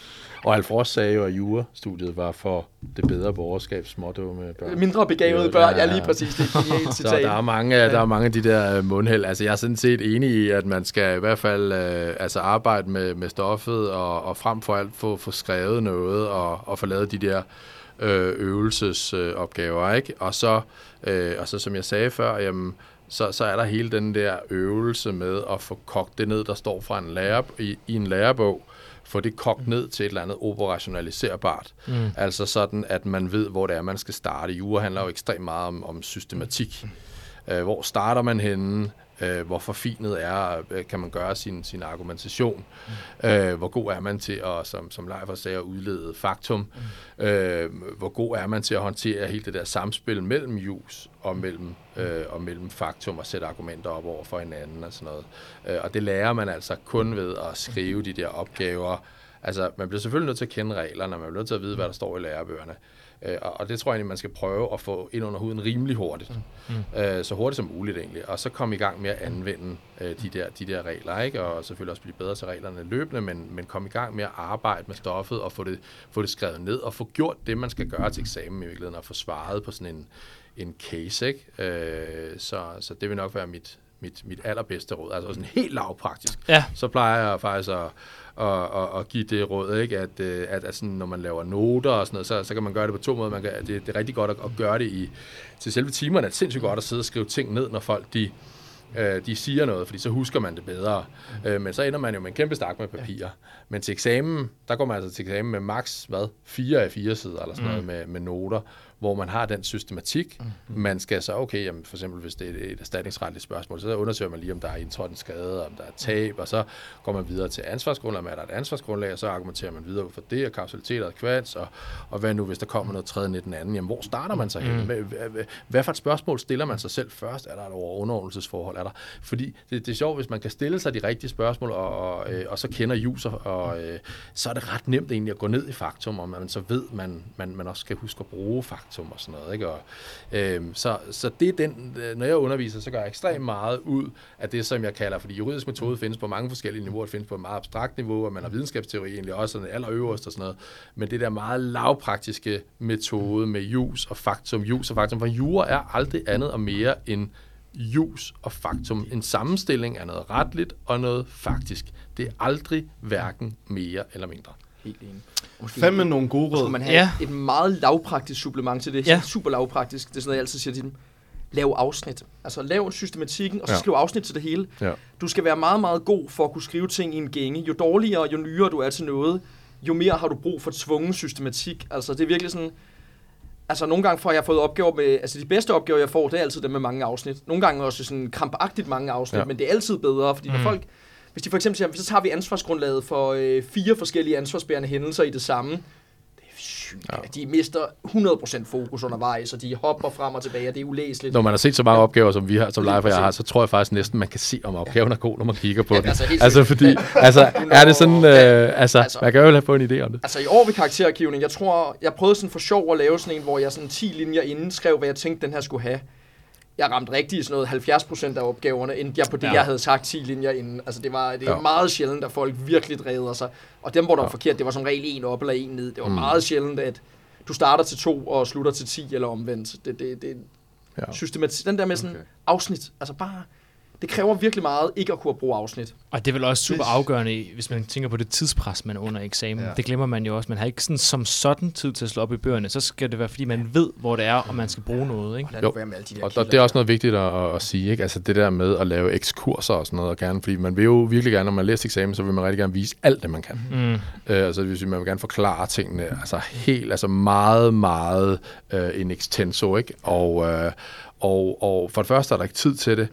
Og Alfors sagde jo, at jurastudiet var for det bedre borgerskab, smådumme børn. Mindre begavede børn, ja lige præcis, det er genialt citat. Så der er mange, der er mange af de der mundheld. Altså jeg er sådan set enig i, at man skal i hvert fald øh, altså arbejde med, med stoffet, og, og frem for alt få, få skrevet noget, og, og få lavet de der øh, øvelsesopgaver, ikke? Og så, øh, og så som jeg sagde før, jamen, så, så er der hele den der øvelse med at få kogt det ned, der står fra en lærer, i, i en lærebog, få det kogt ned til et eller andet operationaliserbart. Mm. Altså sådan, at man ved, hvor det er, man skal starte. Jura handler jo ekstremt meget om, om systematik. Uh, hvor starter man henne? Uh, hvor forfinet er, kan man gøre sin, sin argumentation? Mm. Uh, hvor god er man til at, som, som Leif også sagde, at udlede faktum? Mm. Uh, hvor god er man til at håndtere hele det der samspil mellem jus og mellem, uh, og mellem faktum og sætte argumenter op over for hinanden og sådan noget. Uh, og det lærer man altså kun ved at skrive de der opgaver. Altså, man bliver selvfølgelig nødt til at kende reglerne, man bliver nødt til at vide, hvad der står i lærebøgerne. Uh, og det tror jeg egentlig, man skal prøve at få ind under huden rimelig hurtigt. Mm. Uh, så hurtigt som muligt egentlig. Og så komme i gang med at anvende uh, de, der, de der regler, ikke? Og selvfølgelig også blive bedre til reglerne løbende, men, men komme i gang med at arbejde med stoffet og få det, få det skrevet ned og få gjort det, man skal gøre til eksamen i virkeligheden, og få svaret på sådan en, en case, ikke? Uh, så, så det vil nok være mit, mit, mit allerbedste råd. Altså sådan helt lavpraktisk. Ja. Så plejer jeg faktisk at Og, og, og give det råd, ikke? At, at, at sådan, når man laver noter og sådan noget, så, så kan man gøre det på to måder. Man kan, det, det er rigtig godt at, at gøre det i, til selve timerne. Det er sindssygt godt at sidde og skrive ting ned, når folk de, øh, de siger noget, fordi så husker man det bedre. Mm. Øh, men så ender man jo med en kæmpe stak med papirer. Ja. Men til eksamen, der går man altså til eksamen med maks, hvad, fire af fire sider eller sådan mm. noget med, med noter, hvor man har den systematik. Mm. Man skal så, okay, jamen for eksempel hvis det er et erstatningsretligt spørgsmål, så undersøger man lige, om der er indtrådt en skade, om der er tab, og så går man videre til ansvarsgrundlag, om der er et ansvarsgrundlag, og så argumenterer man videre for det, og kausalitet og kvans, og, og hvad nu, hvis der kommer noget tredje nitten anden, jamen hvor starter man så hen? Mm. Hvad, hvad for et spørgsmål stiller man sig selv først? Er der et over-underordnelsesforhold? Er der? Fordi det, det er sjovt, hvis man kan stille sig de rigtige spørgsmål, og, og, øh, og så kender user, og øh, så er det ret nemt egentlig at gå ned i faktum, og man så ved, man, man, man også skal huske at bruge faktum og sådan noget, ikke? Og, øh, så, så det er den, når jeg underviser, så gør jeg ekstremt meget ud af det, som jeg kalder, fordi juridisk metode findes på mange forskellige niveauer, det findes på et meget abstrakt niveau, og man har videnskabsteori egentlig også sådan allerøverst og sådan noget, men det der meget lavpraktiske metode med jus og faktum, jus og faktum, for jura er aldrig andet og mere end jus og faktum. En sammenstilling af noget retligt og noget faktisk. Det er aldrig hverken mere eller mindre. Helt enig. Fandme nogle gode råd. Man har ja. et meget lavpraktisk supplement til det. Ja. Super lavpraktisk. Det er sådan noget, jeg altid siger til dem. Lav afsnit. Altså lav systematikken, og så ja. skriv afsnit til det hele. Ja. Du skal være meget, meget god for at kunne skrive ting i en gænge. Jo dårligere, jo nyere du er til noget, jo mere har du brug for tvungen systematik. Altså det er virkelig sådan... Altså nogle gange får jeg fået opgaver med... Altså de bedste opgaver, jeg får, det er altid dem med mange afsnit. Nogle gange også sådan krampagtigt mange afsnit, ja. men det er altid bedre, fordi mm. når folk... Hvis de for eksempel siger, så tager vi ansvarsgrundlaget for øh, fire forskellige ansvarsbærende hændelser i det samme. Det er sygt. Ja. De mister hundrede procent fokus undervejs, og de hopper frem og tilbage, og det er ulæseligt. Når man har set så mange opgaver, som vi har, som Leif og jeg har, så tror jeg faktisk næsten, man kan se, om opgaven er god, når man kigger på ja, den. Altså, altså fordi, altså, er det sådan, øh, altså, altså, man kan jo have få en idé om det. Altså i år ved karaktergivning, jeg tror, jeg prøvede sådan for sjov at lave sådan en, hvor jeg sådan ti linjer inden skrev, hvad jeg tænkte, den her skulle have. Jeg ramte rigtig sådan noget halvfjerds procent af opgaverne, endte jeg på det, ja. jeg havde sagt ti linjer inden. Altså det var det er ja. meget sjældent, at folk virkelig dreder sig. Og dem, hvor der ja. var forkert, det var som regel en op eller en ned. Det var mm. meget sjældent, at du starter til to og slutter til ti eller omvendt. Det, det, det ja. systematisk. Den der med sådan okay. afsnit, altså bare... Det kræver virkelig meget ikke at kunne bruge afsnit. Og det er vel også super afgørende, hvis man tænker på det tidspres, man er under eksamen. Ja. Det glemmer man jo også. Man har ikke sådan som sådan tid til at slå op i bøgerne. Så skal det være, fordi man ved, hvor det er, og man skal bruge noget. Ikke? Jo, og der, det er også noget vigtigt at, at sige. Ikke? Altså det der med at lave ekskurser og sådan noget, og gerne, fordi man vil jo virkelig gerne, når man læser eksamen, så vil man rigtig gerne vise alt det, man kan. Mm. Øh, altså det vil sige, man vil gerne forklare tingene altså helt, altså meget, meget øh, in extenso. Ikke? Og, øh, og, og for det første er der ikke tid til det.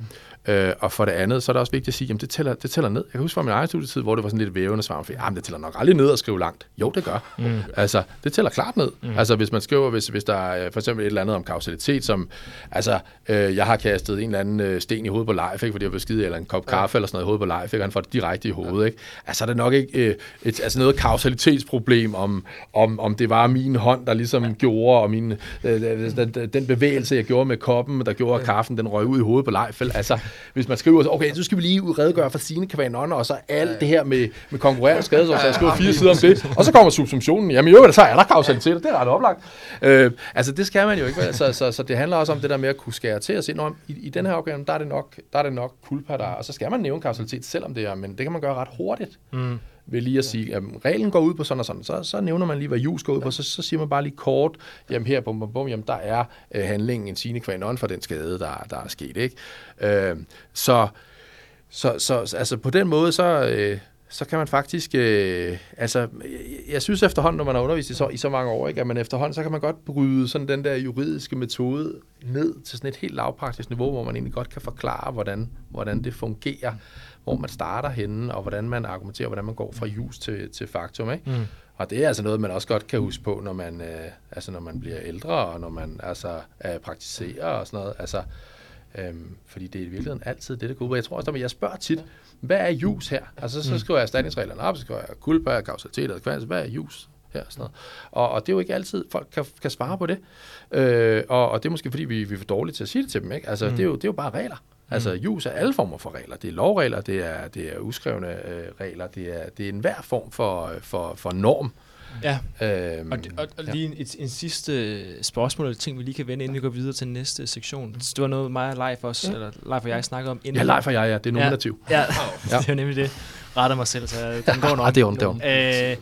Øh, og for det andet, så er det også vigtigt at sige, jamen det tæller, det tæller ned. Jeg kan huske fra min egen studietid, hvor det var sådan lidt vævende svar, for jamen det tæller nok aldrig ned at skrive langt. Jo, det gør. Mm. Altså, det tæller klart ned. Mm. Altså, hvis man skriver, hvis, hvis der er for eksempel et eller andet om kausalitet, som, altså, øh, jeg har kastet en eller anden øh, sten i hovedet på Leif, ikke, fordi jeg blev skidt, eller en kop kaffe ja. eller sådan noget i hovedet på Leif, ikke, og han får det direkte i hovedet, ja. ikke? Altså, er det nok ikke øh, et, altså noget kausalitetsproblem, om, om, om det var min hånd, der ligesom ja. gjorde, og min, øh, den, den bevægelse, jeg gjorde med koppen, der gjorde, at kaffen, den røg ud i hovedet på Leif. Altså, hvis man skriver, okay, så skal vi lige redegøre for sine kavaner, og så alt ja. det her med, med konkurrerende skadesår, så jeg skriver fire sider om det, og så kommer subsumptionen. Jamen jo, så er der kausalitet, det er ret oplagt. Øh, altså, det skal man jo ikke, så, så, så det handler også om det der med at kunne skære til og se, når i, i den her opgave, der er det nok, der er det nok culpa, der, og så skal man nævne kausalitet, selvom det er, men det kan man gøre ret hurtigt. Mm. Ved lige at sige, at reglen går ud på sådan og sådan, så, så nævner man lige, hvad jus går ud på, så, så siger man bare lige kort, jamen her, bum, bum, bum, jamen der er øh, handlingen en sine qua non for den skade, der, der er sket, ikke? Øh, så, så, så altså på den måde, så, øh, så kan man faktisk, øh, altså jeg, jeg synes efterhånden, når man har undervist i så, i så mange år, ikke, at man efterhånden, så kan man godt bryde sådan den der juridiske metode ned til sådan et helt lavpraktisk niveau, hvor man egentlig godt kan forklare, hvordan, hvordan det fungerer, hvor man starter henne, og hvordan man argumenterer, hvordan man går fra jus til, til faktum, ikke? Mm. Og det er altså noget, man også godt kan huske på, når man, øh, altså når man bliver ældre, og når man altså øh, praktiserer og sådan noget. Altså, øh, fordi det er i virkeligheden altid det, der går ud. Jeg tror også, at jeg spørger tit, hvad er jus her? Altså, så skriver jeg erstatningsreglerne op, så skriver jeg culpa, kausalitet og kvans. Hvad er jus her? Sådan noget. Og, og det er jo ikke altid, folk kan, kan svare på det. Øh, og, og det er måske, fordi vi, vi er for dårlige til at sige det til dem, ikke? Altså, mm. det, er jo, det er jo bare regler. Altså, jus er alle former for regler. Det er lovregler, det er, det er uskrevne øh, regler, det er, det er enhver form for, for, for norm. Ja, øhm, og, og, og lige en, en sidste spørgsmål, eller ting, vi lige kan vende, inden vi går videre til næste sektion. Det var noget, mig og Leif også, ja. eller Leif og jeg snakkede om inden. Ja, Leif og jeg, ja. Det er nominativ. Ja, ja. ja. Det er jo nemlig det. Retter mig selv, så den går nok. Ah, det er ondt, det er ondt.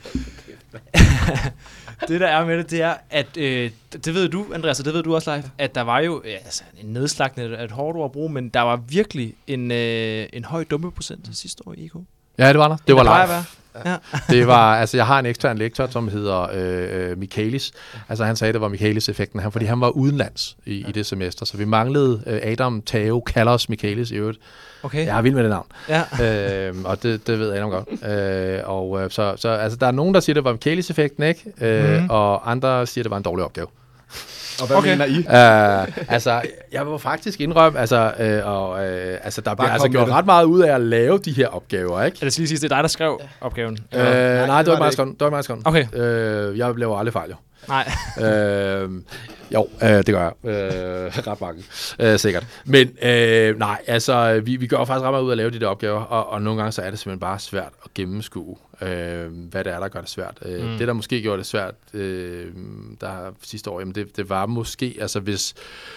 Det der er med det, det er, at øh, det ved du, Andreas, og det ved du også, Leif, at der var jo ja, altså, en nedslagning af et hårdt ord at bruge, men der var virkelig en, øh, en høj dumpeprocent sidste år i I K. Ja, det var der. Det, det var Leif. Ja. Det var, altså jeg har en ekstern lektor, som hedder øh, Michaelis. Altså han sagde, det var Michaelis-effekten, han, fordi han var udenlands i, ja. i det semester, så vi manglede øh, Adam Tao Kallos Michaelis i øvrigt. Okay. Jeg er vild med det navn. Ja. Øh, og det, det ved Adam godt. Øh, og øh, så, så altså der er nogen, der siger, det var Michaelis-effekten, ikke? Øh, mm. Og andre siger, det var en dårlig opgave. Og hvad okay. mener I? Uh, altså, jeg vil faktisk indrømme, altså, øh, og, øh, altså der bliver altså gjort ret meget ud af at lave de her opgaver, ikke? Er det sige, det er dig, der skrev opgaven? Uh, nej, nej, det var mig, der skrev. Det var Okay. Uh, jeg laver aldrig fejl, jo. Nej. øh, jo, øh, det gør jeg. Øh, ret mange. Øh, sikkert. Men øh, nej, altså, vi, vi gør faktisk ret meget ud at lave de der opgaver, og, og nogle gange så er det simpelthen bare svært at gennemskue, øh, hvad det er, der gør det svært. Øh, mm. Det, der måske gjorde det svært øh, der sidste år, jamen det, det var måske, altså hvis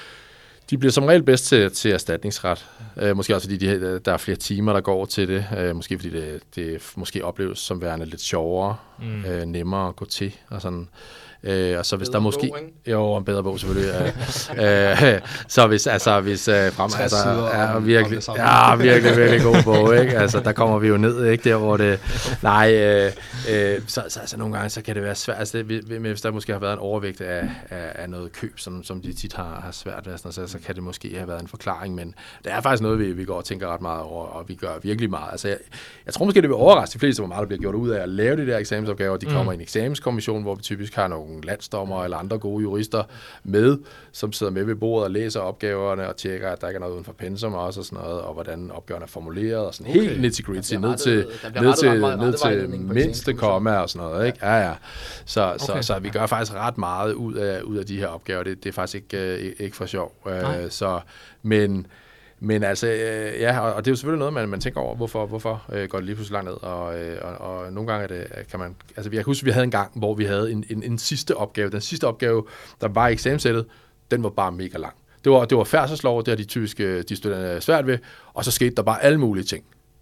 de bliver som regel bedst til, til erstatningsret. Øh, måske også fordi de, der er flere timer, der går til det. Øh, måske fordi det, det måske opleves som værende lidt sjovere, mm. øh, nemmere at gå til og sådan. Øh, og så hvis bedre der måske bog, jo en bedre bog selvfølgelig. øh, øh, så hvis altså hvis øh, frem altså er virkelig ja virkelig virkelig god bog, ikke? Altså der kommer vi jo ned, ikke, der hvor det nej øh, øh, så, så altså nogle gange så kan det være svært, altså det, hvis der måske har været en overvægt af, af, af noget køb, som som de tit har, har svært ved, sådan, så, så kan det måske have været en forklaring, men det er faktisk noget vi vi går og tænker ret meget over, og vi gør virkelig meget. Altså jeg, jeg tror måske det vil overraske de fleste, hvor meget der bliver gjort ud af at lave de der eksamensopgaver. De kommer mm. i en eksamenskommission, hvor vi typisk har nogle landsdommer eller andre gode jurister med, som sidder med ved bordet og læser opgaverne og tjekker, at der ikke er noget uden for pensum også og sådan noget, og hvordan opgaverne er formuleret og sådan okay. helt nitty-gritty ned til, ned til, ned til mindste komma og sådan noget, ikke? Ja, ja. Så, okay. så, så vi gør faktisk ret meget ud af, ud af de her opgaver. Det, det er faktisk ikke, ikke for sjov. Uh, så, men Men altså, øh, ja, og, og det er jo selvfølgelig noget, man, man tænker over, hvorfor, hvorfor øh, går det lige pludselig langt ned, og, øh, og, og nogle gange er det, kan man, altså jeg kan huske, vi havde en gang, hvor vi havde en, en, en sidste opgave, den sidste opgave, der var i eksamenssættet, den var bare mega lang. Det var, det var færdselslov, det har de typiske de studerende svært ved, og så skete der bare alle mulige ting.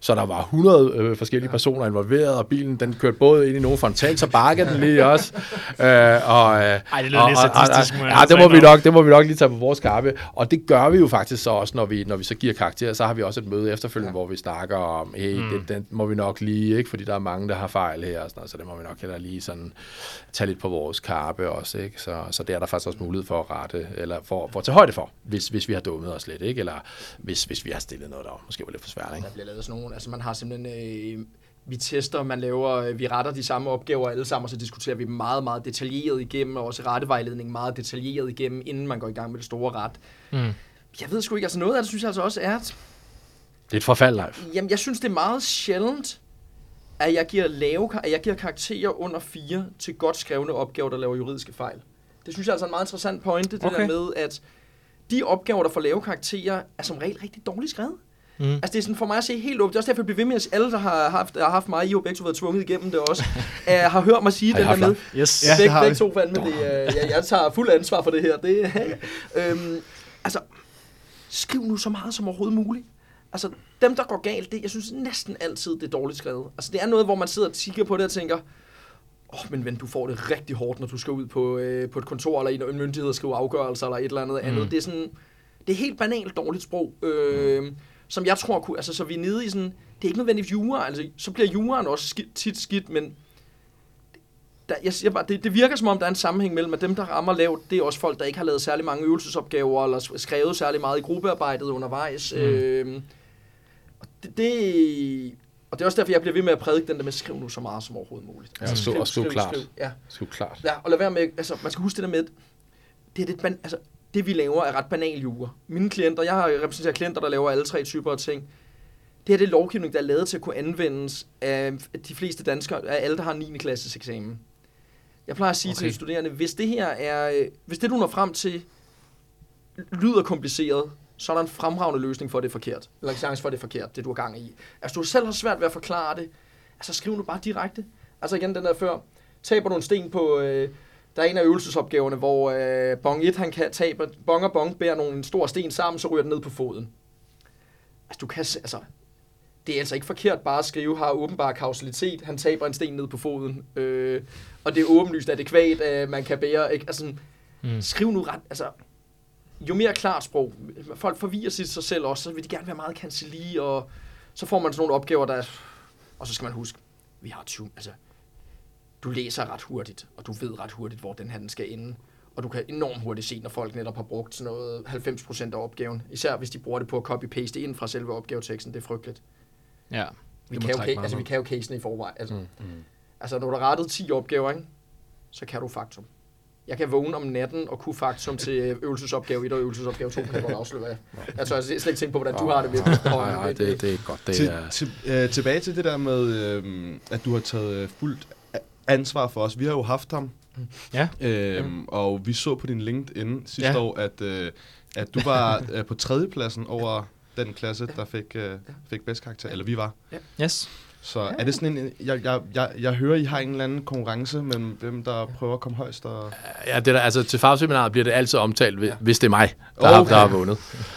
så der var hundrede øh, forskellige personer involveret, og bilen, den kørte både ind i nogen frontal, så bakkede den lige også. Øh, og, Ej, det lyder lidt statistisk. Ja, det må, vi nok, det må vi nok lige tage på vores kappe. Og det gør vi jo faktisk så også, når vi, når vi så giver karakterer, så har vi også et møde efterfølgende, ja. hvor vi snakker om, hey, mm. det, den må vi nok lige, ikke, fordi der er mange, der har fejl her, og sådan noget, så det må vi nok heller lige sådan tage lidt på vores kappe også, ikke? Så, så det er der faktisk også mulighed for at rette, eller for, for at tage højde for, hvis, hvis vi har dummet os lidt, ikke? Eller hvis, hvis vi har stillet noget, der måske var lidt for svært, ikke? Der bliver lavet sådan nogle, altså man har simpelthen, øh, vi tester, man laver, vi retter de samme opgaver alle sammen, og så diskuterer vi meget, meget detaljeret igennem, og også rettevejledning meget detaljeret igennem, inden man går i gang med det store ret. Mm. Jeg ved sgu ikke, altså noget af det, synes jeg altså også er, at det er et forfald, Leif. Jamen, jeg synes, det er meget sjældent, at jeg giver, lave, at jeg giver karakterer under fire til godt skrevne opgaver, der laver juridiske fejl. Det synes jeg altså er en meget interessant pointe, det okay. der med, at de opgaver, der får lave karakterer, er som regel rigtig dårligt skrevet. Mm. Altså det er sådan for mig at se helt åbent. Det er også derfor, jeg bliver ved med, at alle, der har haft, har haft mig, I har begge to været tvunget igennem det også, uh, har hørt mig sige det her med. Yes. Ja, begge, begge to fandme det. Uh, jeg, jeg tager fuld ansvar for det her. Det, øhm, altså, skriv nu så meget som overhovedet muligt. Altså, dem, der går galt, det, jeg synes næsten altid, det er dårligt skrevet. Altså, det er noget, hvor man sidder og kigger på det og tænker, åh, oh, men ven, du får det rigtig hårdt, når du skal ud på, øh, på et kontor, eller i en myndighed og skrive afgørelser, eller et eller andet mm. andet. Det er sådan, det er helt banalt dårligt sprog, øh, mm. som jeg tror kunne, altså, så vi er nede i sådan, det er ikke nødvendigt jura, altså, så bliver juraen også skidt, tit skidt, men der, jeg siger bare, det, det virker som om, der er en sammenhæng mellem, at dem, der rammer lavt, det er også folk, der ikke har lavet særlig mange øvelsesopgaver, eller skrevet særlig meget i gruppearbejdet undervejs. Mm. Øh, Det, det, og det er også derfor, jeg bliver ved med at prædike den der med, skriv nu så meget som overhovedet muligt. Ja, altså, skriv, og skriv, skriv klart. Skriv, ja. Skriv klart. Ja, og lad være med, altså man skal huske det der med, det, er det, ban, altså, det vi laver er ret banal jura. Mine klienter, jeg har repræsenteret klienter, der laver alle tre typer af ting. Det er det lovgivning, der er lavet til at kunne anvendes af de fleste danskere, af alle, der har niende klasses eksamen. Jeg plejer at sige okay. til de studerende, hvis det her er, hvis det du når frem til, lyder kompliceret, så er der en fremragende løsning for, at det er forkert. Eller en chance for, at det er forkert, det du har gang i. Altså, du selv har svært ved at forklare det, altså skriv nu bare direkte. Altså igen, den der før, taber du en sten på, øh, der er en af øvelsesopgaverne, hvor øh, Bong et, han kan tabe, Bong og Bong bærer nogle store sten sammen, så ryger den ned på foden. Altså, du kan, altså, det er altså ikke forkert bare at skrive, har åbenbar kausalitet, han taber en sten ned på foden, øh, og det er åbenlyst adekvat, at man kan bære, ikke? Altså, mm. skriv nu ret, altså, jo mere klart sprog, folk forvirrer sig selv også, så vil de gerne være meget kancelli, og så får man sådan nogle opgaver, der er, og så skal man huske, vi har tyve, altså, du læser ret hurtigt, og du ved ret hurtigt, hvor den her den skal ende, og du kan enormt hurtigt se, når folk netop har brugt sådan noget halvfems procent af opgaven, især hvis de bruger det på at copy-paste ind fra selve opgaveteksten, det er frygteligt. Ja. Vi kan, jo, altså, vi kan jo casen i forvejen, altså, mm. Mm. altså når du har rettet ti opgaver, ikke, så kan du faktum. Jeg kan vågne om natten og kunne faktum til øvelsesopgave et og øvelsesopgave to, kan jeg godt afsløre. Jeg tør slet ikke tænke på, hvordan du har det med det. Nej, nej, det, det er godt. Det til, er... til, øh, tilbage til det der med, øh, at du har taget fuldt ansvar for os. Vi har jo haft ham, ja. øh, mm. og vi så på din LinkedIn sidste ja. år, at, øh, at du var øh, på tredjepladsen over den klasse, der fik, øh, fik bedst karakter, eller vi var. Ja. Yes. Så ja. Er det sådan en, jeg, jeg, jeg, jeg hører, I har en eller anden konkurrence mellem dem, der prøver at komme højst? Og... Ja, det der, altså til fagseminaret bliver det altid omtalt, ja. hvis det er mig, der, okay. har, der har vundet.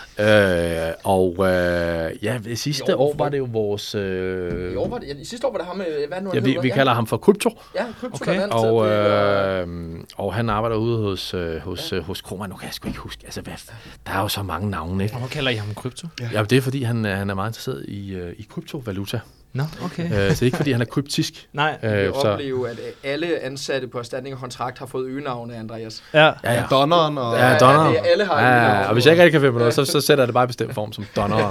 Øh, og øh, ja, sidste jo, år var det jo vores... Øh, I år var det, ja, sidste år var det ham, hvad nu ja, vi, vi kalder ham for Krypto. Ja, Krypto. Okay. Og, øh, og han arbejder ude hos, øh, hos, ja. hos Kroman. Nu kan jeg sgu ikke huske, altså hvad, der er jo så mange navne, ikke? Hvorfor kalder I ham Krypto? Ja, ja, det er fordi, han, han er meget interesseret i, uh, i kryptovaluta. Nå, okay. Øh, så det er ikke, fordi han er kryptisk. Nej, øh, vi oplever, at alle ansatte på erstatning og kontrakt har fået øgenavne af Andreas. Ja, ja, ja. Donneren og... Ja, Donneren. Ja, alle har ja, ja, og hvis jeg ikke rigtig kan finde på noget, så, så sætter jeg det bare i bestemt form som Donneren.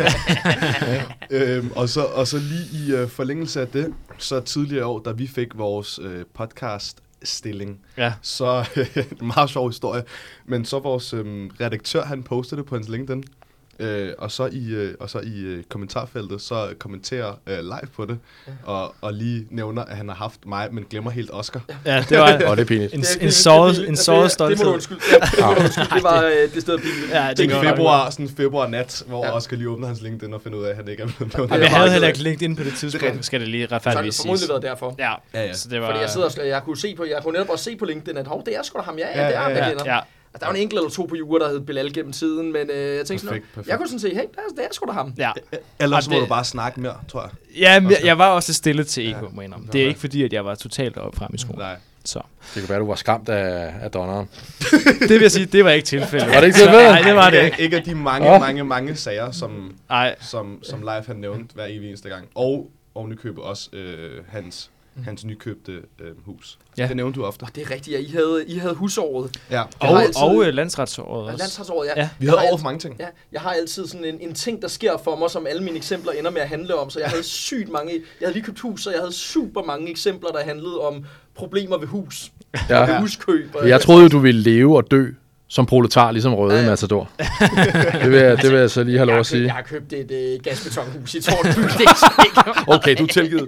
øhm, og, så, og så lige i uh, forlængelse af det, så tidligere år, da vi fik vores uh, podcast stilling. Ja. Så en meget sjov historie. Men så vores øhm, redaktør, han postede det på hans LinkedIn. Øh, og så i øh, og så i øh, kommentarfeltet så kommenterer øh, live på det, ja. og og lige nævner at han har haft mig, men glemmer helt Oscar. Ja, det var oh, det er pinligt. En en såret en såret stolthed. Det må du undskylde. Ja, det, undskylde. Det var øh, det sted pinligt. Ja, det var februar, sådan februar nat, hvor ja. Oscar lige åbner hans LinkedIn og finder ud af at han ikke er blevet nævnt. Ja, jeg havde heller ikke LinkedIn på det tidspunkt, det skal det lige retfærdigvis siges. Så det formodentlig været derfor. Ja. Ja, ja. Så det var fordi jeg sidder og jeg kunne se på jeg kunne netop også se på LinkedIn at hov, det er sgu da ham, ja, ja, det er ham, jeg kender. Der var en enkelt eller to på jure, der hed Bilal gennem tiden, men øh, jeg tænkte sådan, perfekt. Jeg kunne sådan se, hey, der er, der er sgu da ham. Ja. Ellers må du bare snakke mere, tror jeg. Ja, jeg, jeg var også stille til ego, ja. Mener. Det er ja. ikke fordi, at jeg var totalt oppe frem i skolen. Nej. Så. Det kan være, du var skræmt af, af donneren. Det vil jeg sige, det var ikke tilfældet. Var det ikke tilfældet? Nej, det var det ikke. Ikke af de mange, oh. mange, mange sager, som, Ej. som, som Leif han nævnt hver evig eneste gang. Og ovenikøbet også øh, hans, hans nykøbte øh, hus. Ja. Det nævnte du ofte. Oh, det er rigtigt, ja. I havde, I havde husåret. Ja. Og, altid, og øh, landsretsåret også. Landsretsåret, ja. ja. Vi havde over for mange ting. Ja, jeg har altid sådan en, en ting, der sker for mig, som alle mine eksempler ender med at handle om. Så jeg havde sygt mange... Jeg havde lige købt hus, så jeg havde super mange eksempler, der handlede om problemer ved hus. Ja. Ved huskøb. Jeg troede jo, du ville leve og dø som proletar, ligesom Røde ja, ja. Matador. det, vil jeg, det vil jeg så lige have lov at sige. Jeg har købt et uh, gasbetonhus i Tårnby. Det er okay, du er tilgivet.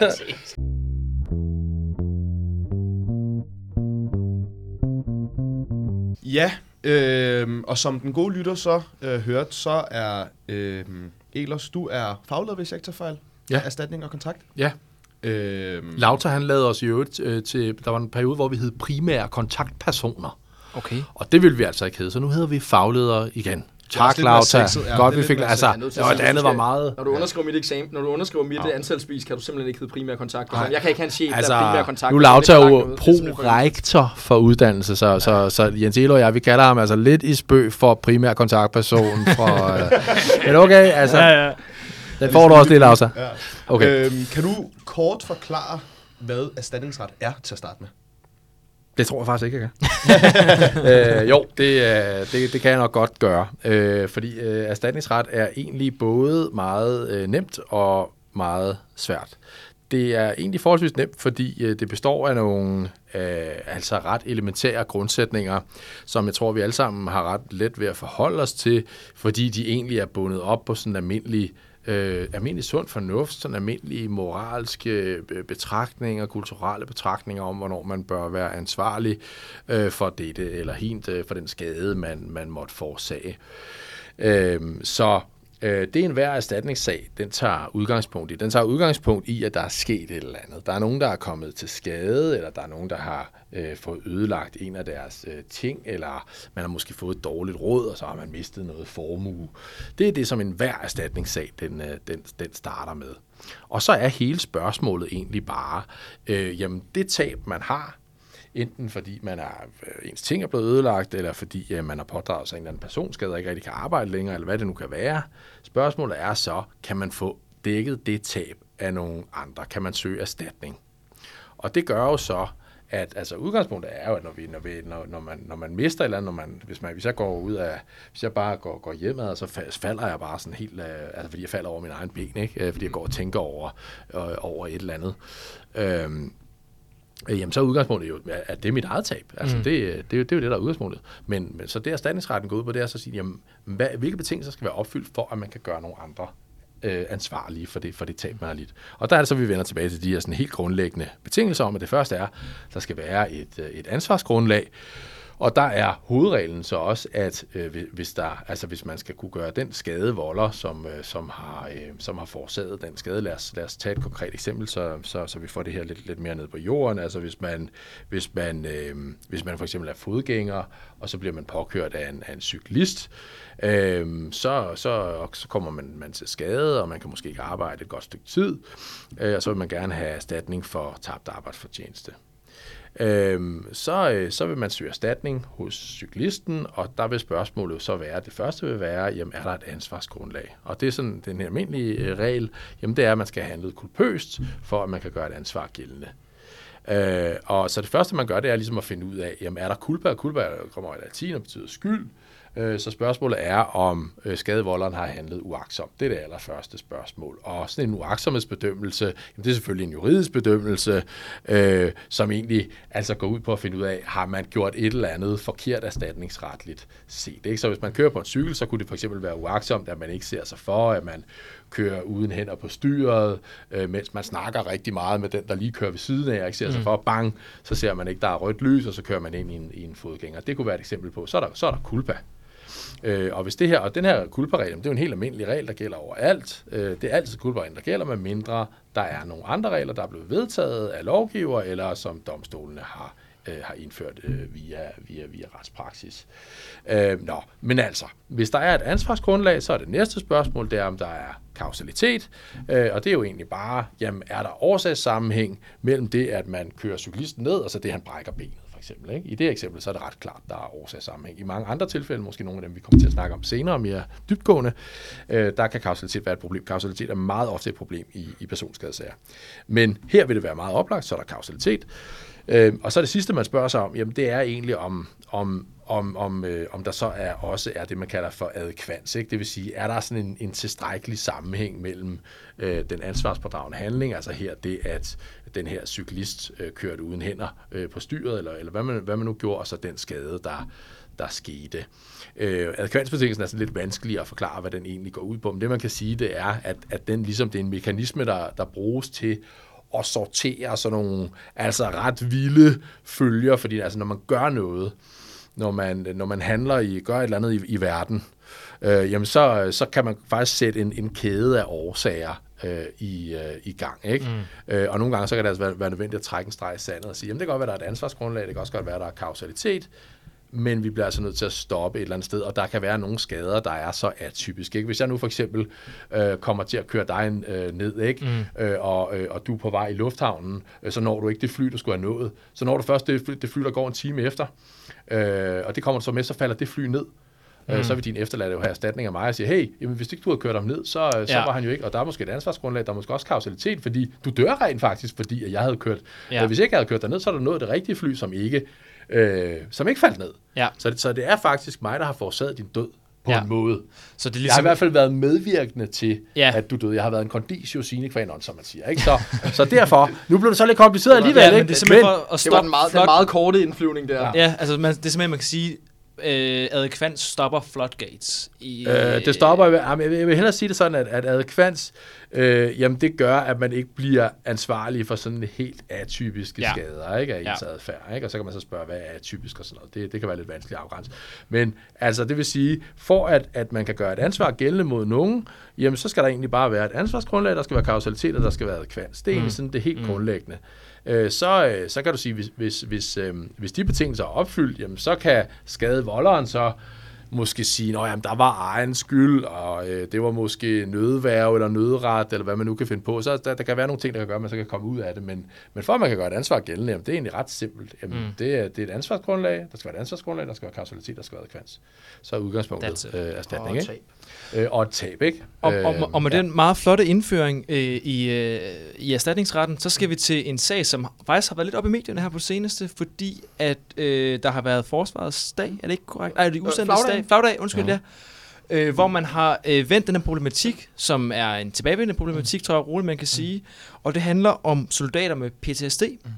Ja, øh, og som den gode lytter så øh, hørt, så er øh, Ehlers, du er faglært ved sektorfejl, ja. Erstatning og kontrakt. Ja. Øh, Lauter, han lavede os i øvrigt øh, til, der var en periode, hvor vi hed primære kontaktpersoner. Okay. Og det ville vi altså ikke hedde, så nu hedder vi fagledere igen. Tak, Lauter. Ja, godt, vi fik... Altså, og det andet var meget... Når du underskriver mit eksamen, når du underskriver mit ja. antalsvis, kan du simpelthen ikke hedde primære kontakt. Nej. Jeg kan ikke have en chef, altså, der er primære kontakt. Nu er Lauter jo pro-rektor for uddannelse, så, ja. så, så Jens Elo og jeg, vi kalder ham altså lidt i spøg for primær kontaktperson. For, øh, men okay, altså... Ja, ja. Den får du også lidt, Lauter. Ja. Okay. Øhm, kan du kort forklare, hvad erstatningsret er til at starte med? Det tror jeg faktisk ikke, jeg kan. øh, jo, det, det, det kan jeg nok godt gøre. Øh, fordi øh, erstatningsret er egentlig både meget øh, nemt og meget svært. Det er egentlig forholdsvis nemt, fordi øh, det består af nogle øh, altså ret elementære grundsætninger, som jeg tror, vi alle sammen har ret let ved at forholde os til, fordi de egentlig er bundet op på sådan en almindelig Øh, almindelig sund fornuft, sådan almindelige moralske øh, betragtninger, kulturelle betragtninger om, hvornår man bør være ansvarlig øh, for dette eller hint øh, for den skade, man, man måtte forårsage. Øh, så øh, det er en hver erstatningssag, den tager udgangspunkt i. Den tager udgangspunkt i, at der er sket et eller andet. Der er nogen, der er kommet til skade, eller der er nogen, der har øh, fået ødelagt en af deres øh, ting, eller man har måske fået et dårligt råd, og så har man mistet noget formue. Det er det, som en hver erstatningssag, den, øh, den, den starter med. Og så er hele spørgsmålet egentlig bare, øh, jamen det tab, man har, enten fordi man er, ens ting er blevet ødelagt, eller fordi ja, man har pådraget sig en eller anden personskade, og ikke rigtig kan arbejde længere, eller hvad det nu kan være. Spørgsmålet er så, kan man få dækket det tab af nogle andre? Kan man søge erstatning? Og det gør jo så, at altså udgangspunktet er jo, at når, vi, når, vi, når, når, man, når man mister et eller andet, når man, hvis, man, hvis jeg går ud af, hvis jeg bare går, går hjemad, så falder jeg bare sådan helt, altså fordi jeg falder over min egen ben, ikke? Fordi jeg går og tænker over, øh, over et eller andet. Øhm, Jamen, så er udgangspunktet jo, at det er mit eget tab. Altså, mm. det, det, det, er jo, det er jo det, der er udgangspunktet. Men, men så det, erstatningsretten går ud på, det er så at sige, jamen, hvad, hvilke betingelser skal være opfyldt, for at man kan gøre nogle andre øh, ansvarlige for det, for det tab, man har lidt. Og der er det så, vi vender tilbage til de her sådan helt grundlæggende betingelser om, at det første er, der skal være et, et ansvarsgrundlag. Og der er hovedreglen så også, at øh, hvis, der, altså, hvis man skal kunne gøre den skadevolder, som, øh, som, har, øh, som har forårsaget den skade, lad os, lad os tage et konkret eksempel, så, så, så vi får det her lidt, lidt mere ned på jorden. Altså hvis man, hvis, man, øh, hvis man for eksempel er fodgænger, og så bliver man påkørt af en, af en cyklist, øh, så, så, så kommer man, man til skade, og man kan måske ikke arbejde et godt stykke tid, øh, og så vil man gerne have erstatning for tabt arbejdsfortjeneste. Øhm, så, øh, så vil man søge erstatning hos cyklisten, og der vil spørgsmålet så være, det første vil være, jamen er der et ansvarsgrundlag? Og det er sådan den almindelige øh, regel, jamen det er, at man skal have handlet kulpøst, for at man kan gøre et ansvar gældende. Øh, og så det første, man gør, det er ligesom at finde ud af, jamen er der culpa? Culpa kommer af latin og betyder skyld. Så spørgsmålet er, om skadevolderen har handlet uagtsomt. Det er det allerførste spørgsmål. Og sådan en uagtsomhedsbedømmelse, jamen det er selvfølgelig en juridisk bedømmelse, øh, som egentlig altså går ud på at finde ud af, har man gjort et eller andet forkert erstatningsretligt set. Ikke? Så hvis man kører på en cykel, så kunne det for eksempel være uagtsomt, at man ikke ser sig for, at man kører uden hænder på styret, øh, mens man snakker rigtig meget med den, der lige kører ved siden af, og ikke ser mm. sig for, bang, så ser man ikke, der er rødt lys, og så kører man ind i en, i en fodgænger. Det kunne være et eksempel på. Så er der, så er der culpa. Øh, og hvis det her, og den her culpa-regel, det er jo en helt almindelig regel, der gælder overalt. Øh, det er altid culpa-reglen, der gælder, med mindre der er nogle andre regler, der er blevet vedtaget af lovgiver, eller som domstolene har øh, har indført øh, via, via, via retspraksis. Øh, nå, men altså, hvis der er et ansvarsgrundlag, så er det næste spørgsmål, det er, om der er kausalitet, øh, og det er jo egentlig bare, jamen, er der årsagssammenhæng mellem det, at man kører cyklisten ned, og så det, han brækker benet, for eksempel. Ikke? I det eksempel, så er det ret klart, der er årsagssammenhæng. I mange andre tilfælde, måske nogle af dem, vi kommer til at snakke om senere, mere dybtgående, øh, der kan kausalitet være et problem. Kausalitet er meget ofte et problem i, i personskadesager. Men her vil det være meget oplagt, så er der kausalitet. Øh, og så det sidste, man spørger sig om, jamen, det er egentlig om, om Om, om, øh, om der så er også er det, man kalder for adekvans. Ikke? Det vil sige, er der sådan en, en tilstrækkelig sammenhæng mellem øh, den ansvarspådragende handling, altså her det, at den her cyklist øh, kørte uden hænder øh, på styret, eller, eller hvad, man, hvad man nu gjorde, og så den skade, der, der skete. Øh, adekvansbetingelsen er sådan lidt vanskelig at forklare, hvad den egentlig går ud på, men det man kan sige, det er, at, at den ligesom, det er en mekanisme, der, der bruges til at sortere sådan nogle altså ret vilde følger, fordi altså, når man gør noget, Når man, når man handler i, gør et eller andet i, i verden, øh, jamen så, så kan man faktisk sætte en, en kæde af årsager øh, i, øh, i gang. Ikke? Mm. Øh, og nogle gange så kan det altså være, være nødvendigt at trække en streg i sandet og sige, jamen det kan godt være, der er et ansvarsgrundlag, det kan også godt være, der er kausalitet, men vi bliver altså nødt til at stoppe et eller andet sted, og der kan være nogle skader, der er så atypiske. Ikke? Hvis jeg nu for eksempel øh, kommer til at køre dig øh, ned, ikke? Mm. Øh, og, øh, og du er på vej i lufthavnen, øh, så når du ikke det fly, du skulle have nået. Så når du først det fly, det fly der går en time efter, øh, og det kommer du så med, så falder det fly ned. Mm. Øh, så vil din efterladte jo have erstatning af mig og sige, hey, jamen, hvis ikke du havde kørt ham ned, så, så ja. var han jo ikke, og der er måske et ansvarsgrundlag, der er måske også kausalitet, fordi du dør rent faktisk, fordi at jeg havde kørt. Ja. Øh, hvis jeg ikke havde kørt dig ned, så er der nået det rigtige fly, som ikke Øh, som ikke faldt ned. Ja. Så, det, så det er faktisk mig, der har forårsaget din død på ja. en måde. Så det ligesom... Jeg har i hvert fald været medvirkende til, ja. at du døde. Jeg har været en conditio sine qua non, som man siger. Ikke? Så, så derfor, nu blev det så lidt kompliceret alligevel. Ja, ikke? Men det er simpelthen men, for at stoppe det var den meget, den meget korte indflyvning der. Ja, ja altså man, det er simpelthen, man kan sige, øh, adekvans stopper floodgates. I, øh, det stopper, jeg vil, jeg vil hellere sige det sådan, at, at adekvans, øh, jamen det gør, at man ikke bliver ansvarlig for sådan helt atypiske ja. skader, ikke, af ens ja. adfærd, ikke? Og så kan man så spørge, hvad er atypisk og sådan noget. Det, det kan være lidt vanskeligt at afgrænse. Men altså, det vil sige, for at, at man kan gøre et ansvar gældende mod nogen, jamen så skal der egentlig bare være et ansvarsgrundlag, der skal være kausalitet, og der skal være adekvans. Det er mm. egentlig sådan det helt mm. grundlæggende. Så, så kan du sige, hvis, hvis, hvis, øh, hvis de betingelser er opfyldt, jamen, så kan skadevolderen så måske sige, at der var egen skyld, og øh, det var måske nødværge eller nødret, eller hvad man nu kan finde på. Så der, der kan være nogle ting, der kan gøre, at man så kan komme ud af det. Men, men for at man kan gøre et ansvar gældende, jamen, det er egentlig ret simpelt. Jamen, mm. det, er, det er et ansvarsgrundlag, der skal være et ansvarsgrundlag, der skal være kausalitet, der skal være adekvans. Så er udgangspunktet øh, erstatning. Og ikke? Øh, og et tab, ikke? Og, og, og med ja. den meget flotte indføring øh, i, øh, i erstatningsretten, så skal vi til en sag, som faktisk har været lidt op i medierne her på seneste, fordi at øh, der har været forsvarets dag, er det ikke korrekt? Nej, det er udsendtes dag. Flagdag, undskyld, ja. ja. Øh, hvor man har øh, vendt den her problematik, som er en tilbagevendende problematik, tror jeg roligt, man kan sige. Og det handler om soldater med P T S D. Mm.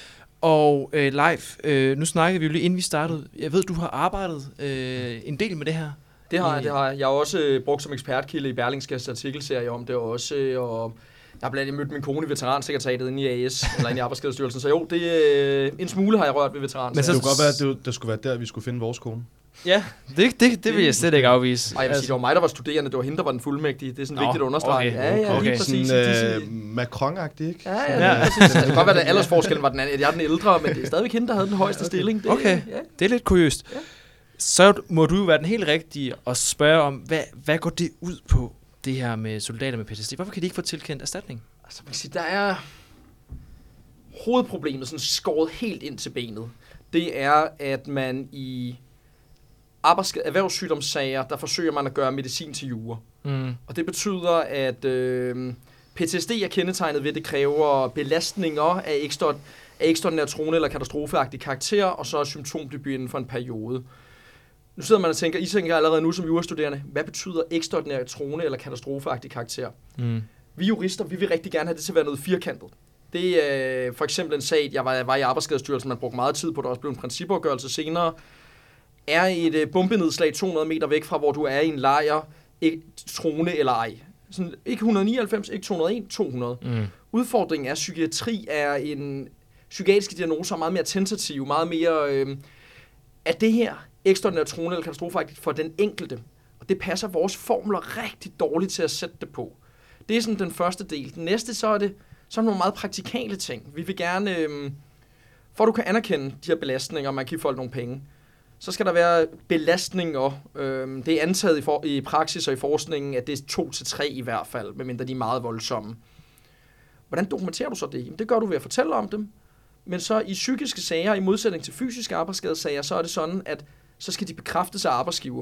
Og øh, Leif, øh, nu snakkede vi jo lige inden vi startede. Jeg ved, du har arbejdet øh, en del med det her. Det har jeg, det har jeg. Jeg har også øh, brugt som ekspertkilde i Berlingskes artikelserie om det også, og jeg har blandt andet mødt min kone i veteransekretariatet inde i A S, eller inde i Arbejdsskadestyrelsen, så jo, det, øh, en smule har jeg rørt ved veteran. Men så det kunne godt være, at det, det skulle være der, vi skulle finde vores kone. Ja, det, det, det vil jeg slet ikke afvise. Ej, jeg vil sige, det var mig, der var studerende, det var hende, der var den fuldmægtige. Det er sådan Nå, vigtigt at understrege. Okay, ja, ja, okay. lige præcis. Sådan øh, Macron-agtig, ikke? Ja, ja, ja. Præcis. Det kan godt være, at aldersforskellen var den anden. Jeg er den ældre, men det er stadigvæk hende, der havde den højeste okay. stilling. Det, okay, ja. Det er lidt kuriøst. Ja. Så må du jo være den helt rigtige og spørge om, hvad, hvad går det ud på, det her med soldater med P T S D? Hvorfor kan de ikke få tilkendt erstatning? Altså, man kan sige, der er hovedproblemet, sådan skåret helt ind til benet. Det er, at man i erhvervssygdomssager, der forsøger man at gøre medicin til jura. Mm. Og det betyder, at øh, P T S D er kendetegnet ved, at det kræver belastninger af ekstra, af ekstraordinær trone eller katastrofeagtig karakter, og så er symptomdebut inden for en periode. Nu sidder man og tænker, I tænker allerede nu som jurastuderende, hvad betyder ekstraordinær trone eller katastrofeagtig karakter? Mm. Vi jurister, vi vil rigtig gerne have det til at være noget firkantet. Det er øh, for eksempel en sag, jeg var, var i Arbejdsskadestyrelsen, man brugte meget tid på, der også blev en principafgørelse senere, er et øh, bombenedslag to hundrede meter væk fra, hvor du er i en lejr, ikke trone eller ej. Sådan, ikke et hundrede nioghalvfems, ikke to hundrede og en, to hundrede. Mm. Udfordringen er, at psykiatri er en... Psykiatriske diagnoser er meget mere tentative, meget mere... Øh, er det her ekstraordinær trone eller katastrofeagtigt for den enkelte? Og det passer vores formler rigtig dårligt til at sætte det på. Det er sådan den første del. Den næste, så er det så er nogle meget praktikale ting. Vi vil gerne... Øh, For at du kan anerkende de her belastninger, og man kan give folk nogle penge, så skal der være belastninger. Øh, det er antaget i, for, i praksis og i forskningen, at det er to til tre i hvert fald, medmindre de er meget voldsomme. Hvordan dokumenterer du så det? Jamen, det gør du ved at fortælle om dem. Men så i psykiske sager, i modsætning til fysiske arbejdsskadesager, så er det sådan, at så skal de bekræftes af arbejdsgiver.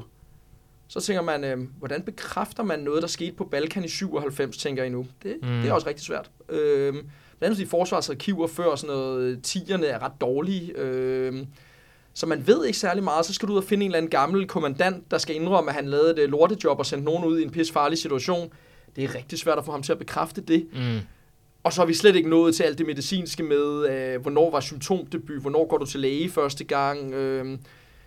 Så tænker man, øh, hvordan bekræfter man noget, der skete på Balkan i syvoghalvfems, tænker I nu? Det, mm. det er også rigtig svært. Øh, blandt andet de forsvarsarkiver før sådan noget, tierne er ret dårlige. Øh, så man ved ikke særlig meget. Så skal du ud og finde en eller anden gammel kommandant, der skal indrømme, at han lavede et lortejob og sendte nogen ud i en pis farlig situation. Det er rigtig svært at få ham til at bekræfte det. Mm. Og så har vi slet ikke nået til alt det medicinske med, øh, hvornår var symptomdebut, hvornår går du til læge første gang. Øh,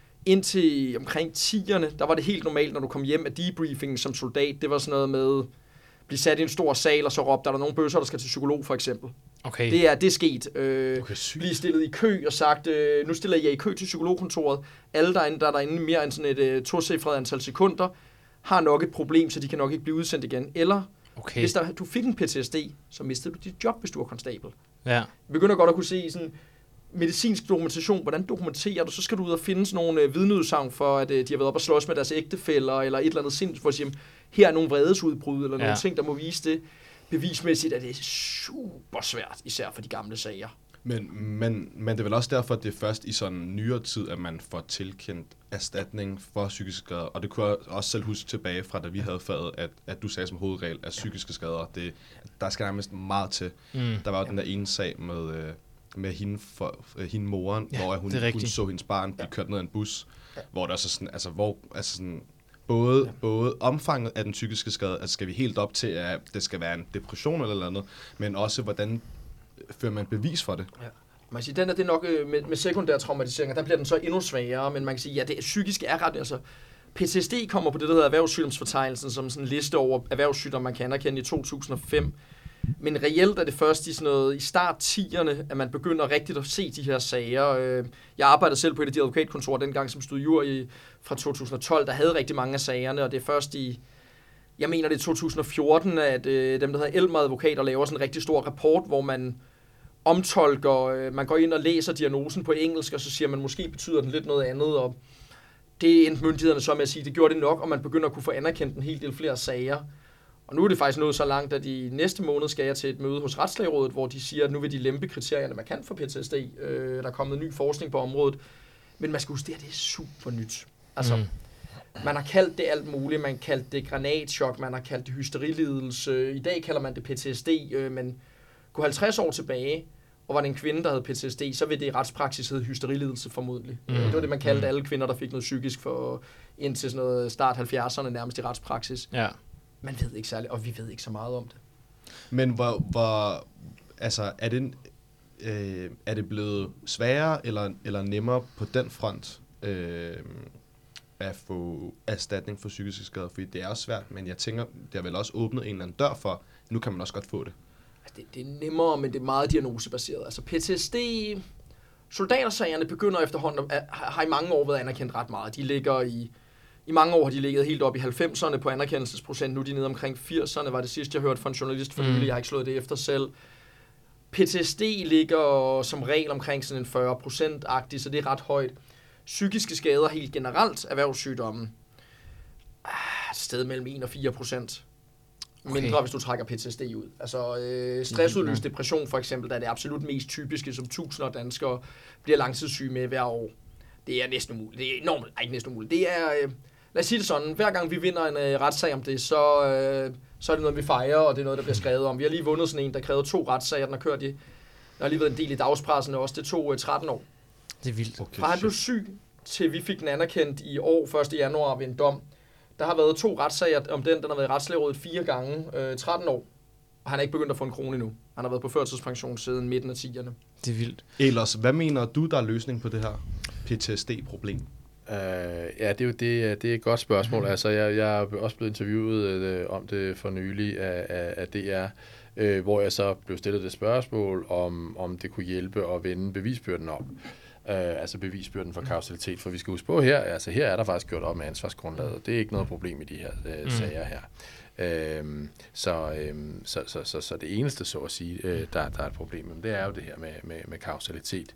indtil omkring tierne, der var det helt normalt, når du kom hjem af debriefingen som soldat. Det var sådan noget med, blive sat i en stor sal, og så råbte, der er der nogle bøsser, der skal til psykolog, for eksempel. Okay. Det er, det er sket. Øh, okay, blive stillet i kø og sagt, øh, nu stiller jeg i kø til psykologkontoret. Alle derinde, der er derinde mere end sådan et øh, tocifret antal sekunder, har nok et problem, så de kan nok ikke blive udsendt igen. Eller okay. hvis der, du fik en P T S D, så mistede du dit job, hvis du var konstabel. Ja. Vi begynder godt at kunne se sådan medicinsk dokumentation. Hvordan dokumenterer du? Så skal du ud og finde sådan nogle øh, vidneudsagn for, at øh, de har været op og slås med deres ægtefæller, eller et eller andet sind, for at sige, her er nogle vredesudbrud, eller ja. nogle ting, der må vise det. Bevismæssigt er det super svært, især for de gamle sager. Men, men, men det er vel også derfor, at det er først i sådan nyere tid, at man får tilkendt erstatning for psykiske skader. Og det kunne jeg også selv huske tilbage fra, da vi havde faget, at, at du sagde som hovedregel, at psykiske skader, det, der skal nærmest meget til. Mm. Der var jo ja. den der ene sag med, med hende, for, hende moren, ja, hvor hun, hun så hendes barn blive ja. kørt ned af en bus, ja. hvor der så sådan, altså hvor, altså sådan, Både, ja. både omfanget af den psykiske skade, altså skal vi helt op til, at det skal være en depression eller noget, men også hvordan fører man bevis for det. Ja. Man kan sige, den er det nok med, med sekundære traumatiseringer, der bliver den så endnu sværere, men man kan sige, ja, det psykiske er ret, altså P T S D kommer på det, der hedder erhvervssygdomsfortegnelsen, som sådan en liste over erhvervssygdomme, man kan anerkende i to tusind og fem. Men reelt er det først i, sådan noget, i start tierne, at man begynder rigtigt at se de her sager. Jeg arbejdede selv på et af de advokatkontorer dengang, som stod jury fra to tusind og tolv, der havde rigtig mange af sagerne, og det er først i, jeg mener det er to tusind og fjorten, at øh, dem, der hedder Elmer Advokater, laver sådan en rigtig stor rapport, hvor man omtolker, øh, man går ind og læser diagnosen på engelsk, og så siger man, måske betyder den lidt noget andet, og det endte myndighederne så med at sige, det gjorde det nok, og man begynder at kunne få anerkendt en hel del flere sager. Og nu er det faktisk nået så langt, at i næste måned skal jeg til et møde hos Retslægerådet, hvor de siger, at nu vil de lempe kriterierne, man kan for P T S D. Øh, der er kommet ny forskning på området. Men man skal huske, det, det er super nyt. Altså, mm. man har kaldt det alt muligt. Man har kaldt det granatchok, man har kaldt det hysterilidelse. I dag kalder man det P T S D, øh, men gå halvtreds år tilbage, og var det en kvinde, der havde P T S D, så vil det i retspraksis hedde hysterilidelse formodentlig. Mm. Det var det, man kaldte mm. alle kvinder, der fik noget psykisk for indtil sådan noget start halvfjerdserne nærmest i retspraksis. Ja. Man ved ikke særligt, og vi ved ikke så meget om det. Men hvor, hvor altså, er det, øh, er det blevet sværere eller, eller nemmere på den front øh, at få erstatning for psykiske skader? Fordi det er også svært, men jeg tænker, det har vel også åbnet en eller anden dør for, nu kan man også godt få det. Altså, det, det er nemmere, men det er meget diagnosebaseret. Altså P T S D, soldatersagerne begynder efterhånden, at, har i mange år været anerkendt ret meget. De ligger i I mange år har de ligget helt op i halvfemserne på anerkendelsesprocent. Nu er de nede omkring firserne, var det sidste, jeg hørte fra en journalist for nylig. Mm. Jeg har ikke slået det efter selv. P T S D ligger som regel omkring sådan en fyrre procent-agtig, så det er ret højt. Psykiske skader helt generelt, erhvervssygdommen, ah, et sted mellem en og fire procent. Mindre, okay. hvis du trækker P T S D ud. Altså øh, stressudløst depression for eksempel, der er det absolut mest typiske, som tusinder af danskere bliver langtidssyge med hver år. Det er næsten umuligt. Det er enormt, ej, ikke næsten umuligt. Det er, øh, lad os sige det sådan, hver gang vi vinder en øh, retssag om det, så, øh, så er det noget, vi fejrer, og det er noget, der bliver skrevet om. Vi har lige vundet sådan en, der krævede to retssager, den har kørt i. Der har lige været en del i dagspressen også. Det tog øh, tretten år. Det er vildt. Okay, Fra han blev syg, til vi fik den anerkendt i år, første januar ved en dom. Der har været to retssager om den, den har været i Retslægerådet fire gange, øh, tretten år. Og han er ikke begyndt at få en krone endnu. Han har været på førtidspension siden midten af tierne. Det er vildt. Ellers, hvad mener du, der er løsning på det her P T S D-problem? Uh, ja, det er jo det, det er et godt spørgsmål. Mm. Altså, jeg, jeg er også blevet interviewet uh, om det for nylig af, af, af D R, uh, hvor jeg så blev stillet det spørgsmål, om, om det kunne hjælpe at vende bevisbyrden op. øh, altså bevisbyrden for kausalitet, for vi skal huske på her, altså her er der faktisk gjort op med ansvarsgrundlaget. Det er ikke noget problem i de her øh, mm. sager her. Øhm, så, øhm, så, så, så, så det eneste, så at sige, øh, der, der er et problem, det er jo det her med, med, med kausalitet.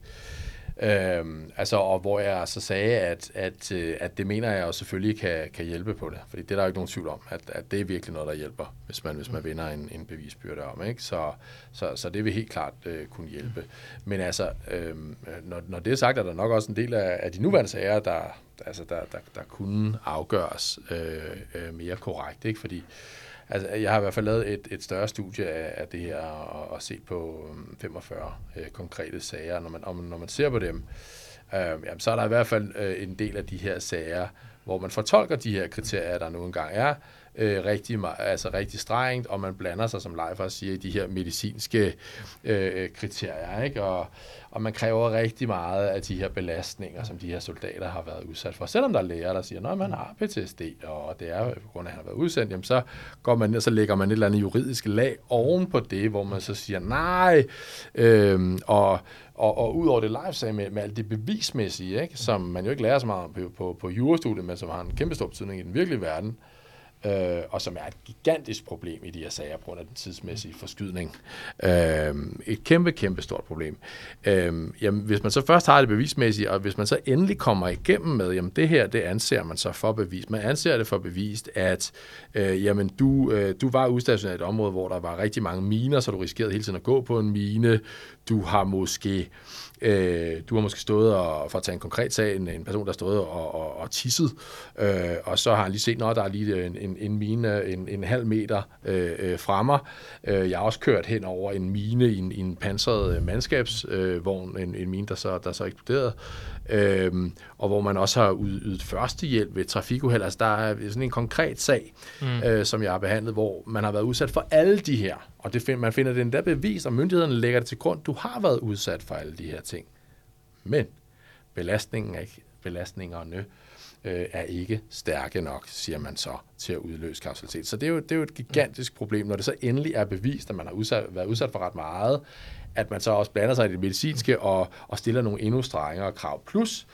Øhm, altså, og hvor jeg så sagde, at, at, at det mener jeg jo selvfølgelig kan, kan hjælpe på det, fordi det er der jo ikke nogen tvivl om, at, at det er virkelig noget, der hjælper, hvis man, hvis man vinder en, en bevisbyrde om, ikke? Så, så, så det vil helt klart øh, kunne hjælpe. Men altså, øh, når, når det er sagt, er der nok også en del af, af de nuværende sager, der, altså, der, der, der kunne afgøres øh, øh, mere korrekt, ikke? Fordi altså, jeg har i hvert fald lavet et, et større studie af, af det her og, og set på um, femogfyrre øh, konkrete sager. Når man, om, når man ser på dem, øh, jamen, så er der i hvert fald øh, en del af de her sager, hvor man fortolker de her kriterier, der nu engang er, øh, rigtig, altså rigtig strengt, og man blander sig, som Leif også siger, i de her medicinske øh, kriterier, ikke? Og, og man kræver rigtig meget af de her belastninger, som de her soldater har været udsat for. Selvom der er læger, der siger, at man har P T S D, og det er på grund af, at han har været udsendt, jamen så går man ned, så lægger man et eller andet juridisk lag oven på det, hvor man så siger, nej, øhm, og Og, og ud over det live-sag med, med alt det bevismæssige, ikke, som man jo ikke lærer så meget på, på, på jurastudiet, men som har en kæmpe stor betydning i den virkelige verden, øh, og som er et gigantisk problem i de her sager på grund af den tidsmæssige forskydning. Øh, et kæmpe, kæmpe stort problem. Øh, jamen, hvis man så først har det bevismæssige, og hvis man så endelig kommer igennem med, jamen det her, det anser man så for bevist. Man anser det for bevist, at øh, jamen, du, øh, du var udstationeret i et område, hvor der var rigtig mange miner, så du riskerede hele tiden at gå på en mine. Du har måske Øh, du har måske stået og, for at tage en konkret sag, en, en person, der stod og, og, og tisset, øh, og så har han lige set, at der er lige en, en, en mine en, en halv meter øh, fra mig. Øh, jeg har også kørt hen over en mine i en, i en pansret mandskabsvogn, øh, en, en mine, der så, der så eksploderede, øh, og hvor man også har ydet førstehjælp ved trafikuheld. Altså, der er sådan en konkret sag, mm. øh, som jeg har behandlet, hvor man har været udsat for alle de her, og det find, man finder det endda bevist, og myndighederne lægger det til grund, du har været udsat for alle de her ting. Men belastningen er ikke, belastningerne øh, er ikke stærke nok, siger man så, til at udløse kausalitet. Så det er, jo, det er jo et gigantisk problem, når det så endelig er bevist, at man har udsat, været udsat for ret meget, at man så også blander sig i det medicinske og, og stiller nogle endnu strengere krav. Plus,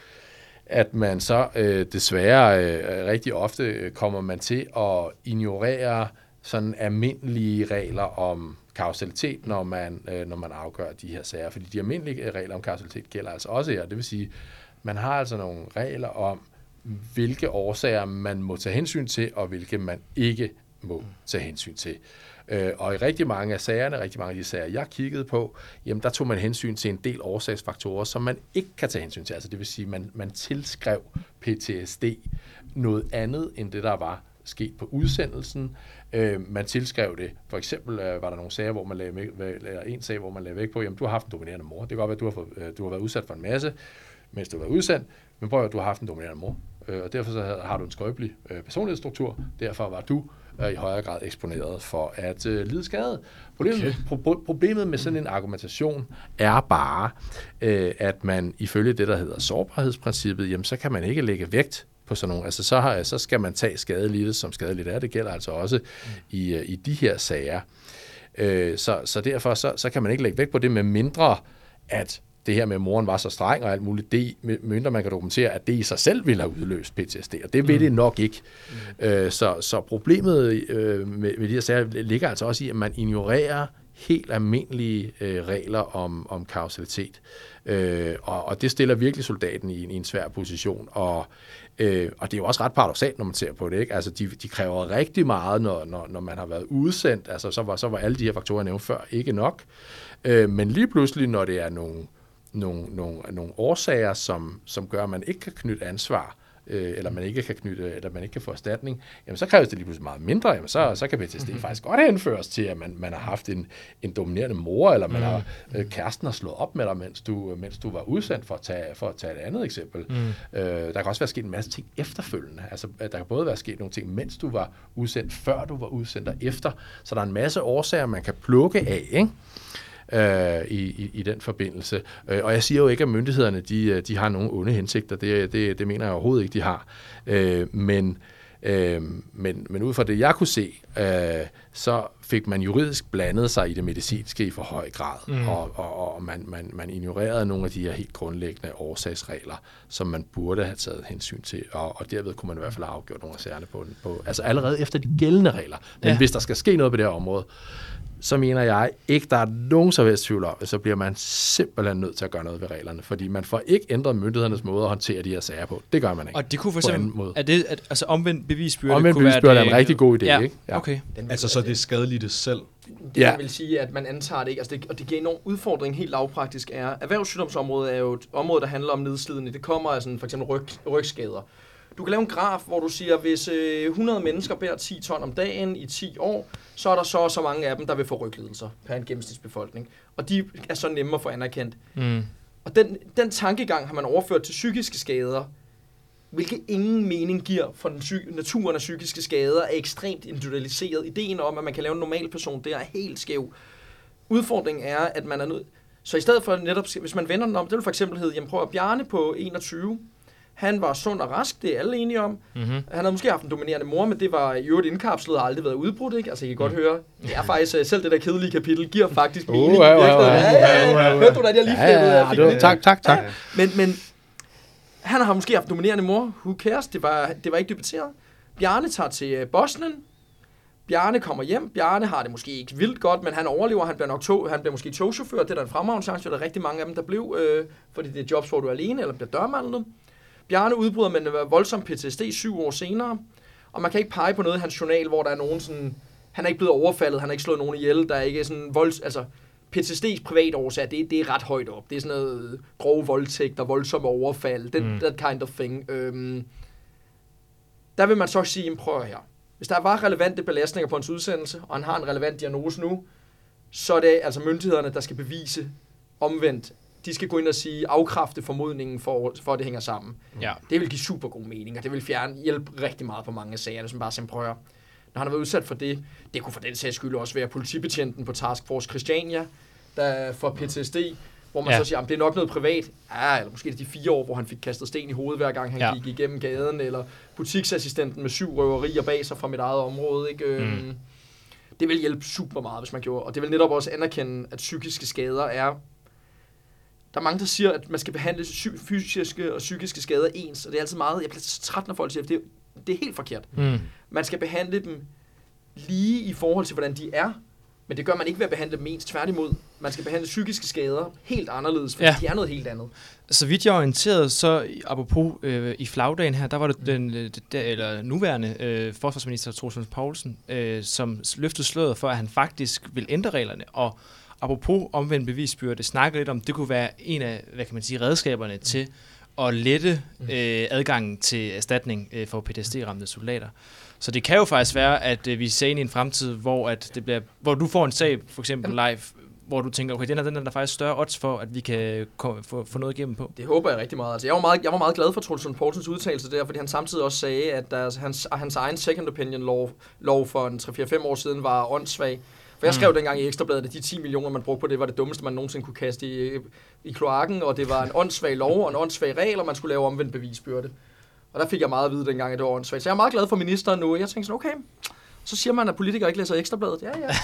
at man så øh, desværre øh, rigtig ofte kommer man til at ignorere sådan almindelige regler om kausalitet, når man, øh, når man afgør de her sager. Fordi de almindelige regler om kausalitet gælder altså også her. Det vil sige, man har altså nogle regler om, hvilke årsager man må tage hensyn til, og hvilke man ikke må tage hensyn til. Øh, og i rigtig mange af sagerne, rigtig mange af de sager, jeg kiggede på, jamen der tog man hensyn til en del årsagsfaktorer, som man ikke kan tage hensyn til. Altså det vil sige, man, man tilskrev P T S D noget andet, end det der var sket på udsendelsen. Øh, man tilskrev det. For eksempel øh, var der nogle sager, hvor man lagde væk, eller en sag, hvor man lagde væk på, jamen du har haft en dominerende mor. Det kan godt være, at du har, fået, øh, du har været udsat for en masse, mens du har været udsendt, men prøv at du har haft en dominerende mor. Øh, og derfor så har du en skrøbelig øh, personlighedsstruktur. Derfor var du øh, i højere grad eksponeret for at øh, lide skade. Problemet, okay. pro- problemet med sådan en argumentation er bare, øh, at man ifølge det, der hedder sårbarhedsprincippet, jamen så kan man ikke lægge vægt på sådan nogle. Altså så, har, så skal man tage skadelidte, som skadeligt er. Det gælder altså også mm. i, i de her sager. Øh, så, så derfor så, så kan man ikke lægge vægt på det, med mindre at det her med, at moren var så streng og alt muligt, det mindre man kan dokumentere, at det i sig selv ville have udløst P T S D, og det vil mm. det nok ikke. Mm. Øh, så, så problemet øh, med, med de her sager ligger altså også i, at man ignorerer helt almindelige øh, regler om, om kausalitet. Øh, og, og det stiller virkelig soldaten i en, i en svær position. Og, øh, og det er jo også ret paradoksalt, når man ser på det, ikke? Altså, de, de kræver rigtig meget, når, når, når man har været udsendt. Altså, så var, så var alle de her faktorer, jeg nævnte før, ikke nok. Øh, men lige pludselig, når det er nogle, nogle, nogle, nogle årsager, som, som gør, at man ikke kan knytte ansvar, øh, eller man ikke kan knytte, eller man ikke kan få erstatning, jamen så kræves det lige pludselig meget mindre, jamen så, så kan P T S D mm-hmm. faktisk godt henføres til, at man, man har haft en, en dominerende mor, eller man mm. har, øh, kæresten har slået op med dig, mens du, mens du var udsendt, for at tage, for at tage et andet eksempel. Mm. Øh, der kan også være sket en masse ting efterfølgende. Altså, der kan både være sket nogle ting, mens du var udsendt, før du var udsendt og efter. Så der er en masse årsager, man kan plukke af, ikke? Øh, i, i, i den forbindelse. Øh, og jeg siger jo ikke, at myndighederne de, de har nogle onde hensigter. Det, det, det mener jeg overhovedet ikke, de har. Øh, men, Øh, men, men ud fra det, jeg kunne se, øh, så fik man juridisk blandet sig i det medicinske i for høj grad, mm. og, og, og man, man, man ignorerede nogle af de her helt grundlæggende årsagsregler, som man burde have taget hensyn til, og, og derved kunne man i hvert fald have afgjort nogle af sagerne på, på, altså allerede efter de gældende regler. Men ja. hvis der skal ske noget på det her område, så mener jeg ikke, der er nogen så helst tvivl om, så bliver man simpelthen nødt til at gøre noget ved reglerne, fordi man får ikke ændret myndighedernes måde at håndtere de her sager på. Det gør man ikke. Og det kunne for eksempel, er det, at, altså omvendt bevisbyrde omvendt kunne bevisbyrde være er en rigtig god idé, ja. ikke? Ja, okay. Altså, så det er skadeligt det selv? Det, ja. jeg vil sige, at man antager det ikke, altså det, og det giver enorm udfordring helt lavpraktisk er, erhvervssygdomsområdet er jo et område, der handler om nedslidende. Det kommer af sådan for eksempel ryg, rygskader. Du kan lave en graf, hvor du siger, hvis øh, hundrede mennesker bærer ti ton om dagen i ti år, så er der så så mange af dem, der vil få ryglidelser per en gennemsnitsbefolkning. Og de er så nemme at få anerkendt. Mm. Og den, den tankegang har man overført til psykiske skader, hvilket ingen mening giver for den psy- naturen af psykiske skader, er ekstremt individualiseret. Ideen om, at man kan lave en normal person, det er helt skæv. Udfordringen er, at man er nødt... Så i stedet for netop, hvis man vender den om, det vil for eksempel hedde, jamen prøv at Bjarne på enogtyve, han var sund og rask, det er alle enige om. Mm-hmm. Han havde måske haft en dominerende mor, men det var i øvrigt indkapslet og aldrig været udbrudt, ikke? Altså, I kan godt mm. høre, det er faktisk, selv det der kedelige kapitel giver faktisk mening. Uh, uh, uh, uh, uh, uh, uh, uh. Hørte du, hvordan jeg lige flippede? Ja, ja, ja, tak, tak, tak. Ja. Men, men han har måske haft en dominerende mor, who cares, det var, det var ikke debatteret. Bjarne tager til Bosnien. Bjarne kommer hjem. Bjarne har det måske ikke vildt godt, men han overlever. Han bliver nok tog, han bliver måske togchauffør. Det er der en fremragende chance, for der er rigtig mange af dem, der blev, øh, fordi det er jobs, hvor du er alene, eller bliver dørmandlet. Bjarne udbryder med en voldsom P T S D syv år senere, og man kan ikke pege på noget i hans journal, hvor der er nogen sådan... Han er ikke blevet overfaldet, han har ikke slået nogen ihjel, der er ikke sådan volds... Altså, P T S D's privat årsag, det, det er ret højt op. Det er sådan noget grove voldtægt og voldsomme overfald, den, mm. that kind of thing. Øhm, der vil man så sige, prøv her. Hvis der var relevante belastninger på hans udsendelse, og han har en relevant diagnose nu, så er det altså myndighederne, der skal bevise omvendt. De skal gå ind og sige, afkræfte formodningen for, for at det hænger sammen. Ja. Det vil give super god mening, og det vil fjerne, hjælpe rigtig meget på mange af sagerne, som bare simpelthen prøver. Når han har været udsat for det, det kunne for den sags skyld også være politibetjenten på Task Force Christiania, der får P T S D, hvor man ja. så siger, at det er nok noget privat. Ja, eller måske det er de fire år, hvor han fik kastet sten i hovedet, hver gang han ja. gik igennem gaden, eller butiksassistenten med syv røverier bag sig fra mit eget område. Ikke? Mm. Det vil hjælpe super meget, hvis man gjorde. Og det vil netop også anerkende, at psykiske skader er... Der er mange, der siger, at man skal behandle fysiske og psykiske skader ens, og det er altid meget... Jeg bliver så træt, når folk siger, at det, det er helt forkert. Mm. Man skal behandle dem lige i forhold til, hvordan de er, men det gør man ikke ved at behandle dem ens. Tværtimod, man skal behandle psykiske skader helt anderledes, fordi ja. de er noget helt andet. Så vidt jeg er orienteret, så apropos øh, i flagdagen her, der var det den der, eller nuværende øh, forsvarsminister Troels Lund Poulsen, øh, som løftede sløret for, at han faktisk vil ændre reglerne, og apropos omvendt bevisbyrde, snakker lidt om, det kunne være en af, hvad kan man sige, redskaberne mm. til at lette øh, adgangen til erstatning øh, for P T S D-ramte soldater. Så det kan jo faktisk være, at øh, vi ser ind i en fremtid, hvor, at det bliver, hvor du får en sag, for eksempel live, hvor du tænker, okay, den er, den er der faktisk større odds for, at vi kan komme, få, få noget igennem på. Det håber jeg rigtig meget. Altså, jeg, var meget jeg var meget glad for Troels Lund Poulsens udtalelse der, fordi han samtidig også sagde, at der, hans, hans egen second opinion lov, lov for en tre fire fem år siden var åndssvag. For jeg skrev mm. dengang i Ekstrabladet, at de ti millioner, man brugte på det, var det dummeste, man nogensinde kunne kaste i, i kloakken, og det var en åndssvag lov og en åndssvag regel, og man skulle lave omvendt bevisbyrde. Og der fik jeg meget at vide dengang, at det var åndssvagt. Så jeg er meget glad for ministeren nu. Jeg tænkte sådan, okay, så siger man, at politikere ikke læser Ekstrabladet. Ja, ja.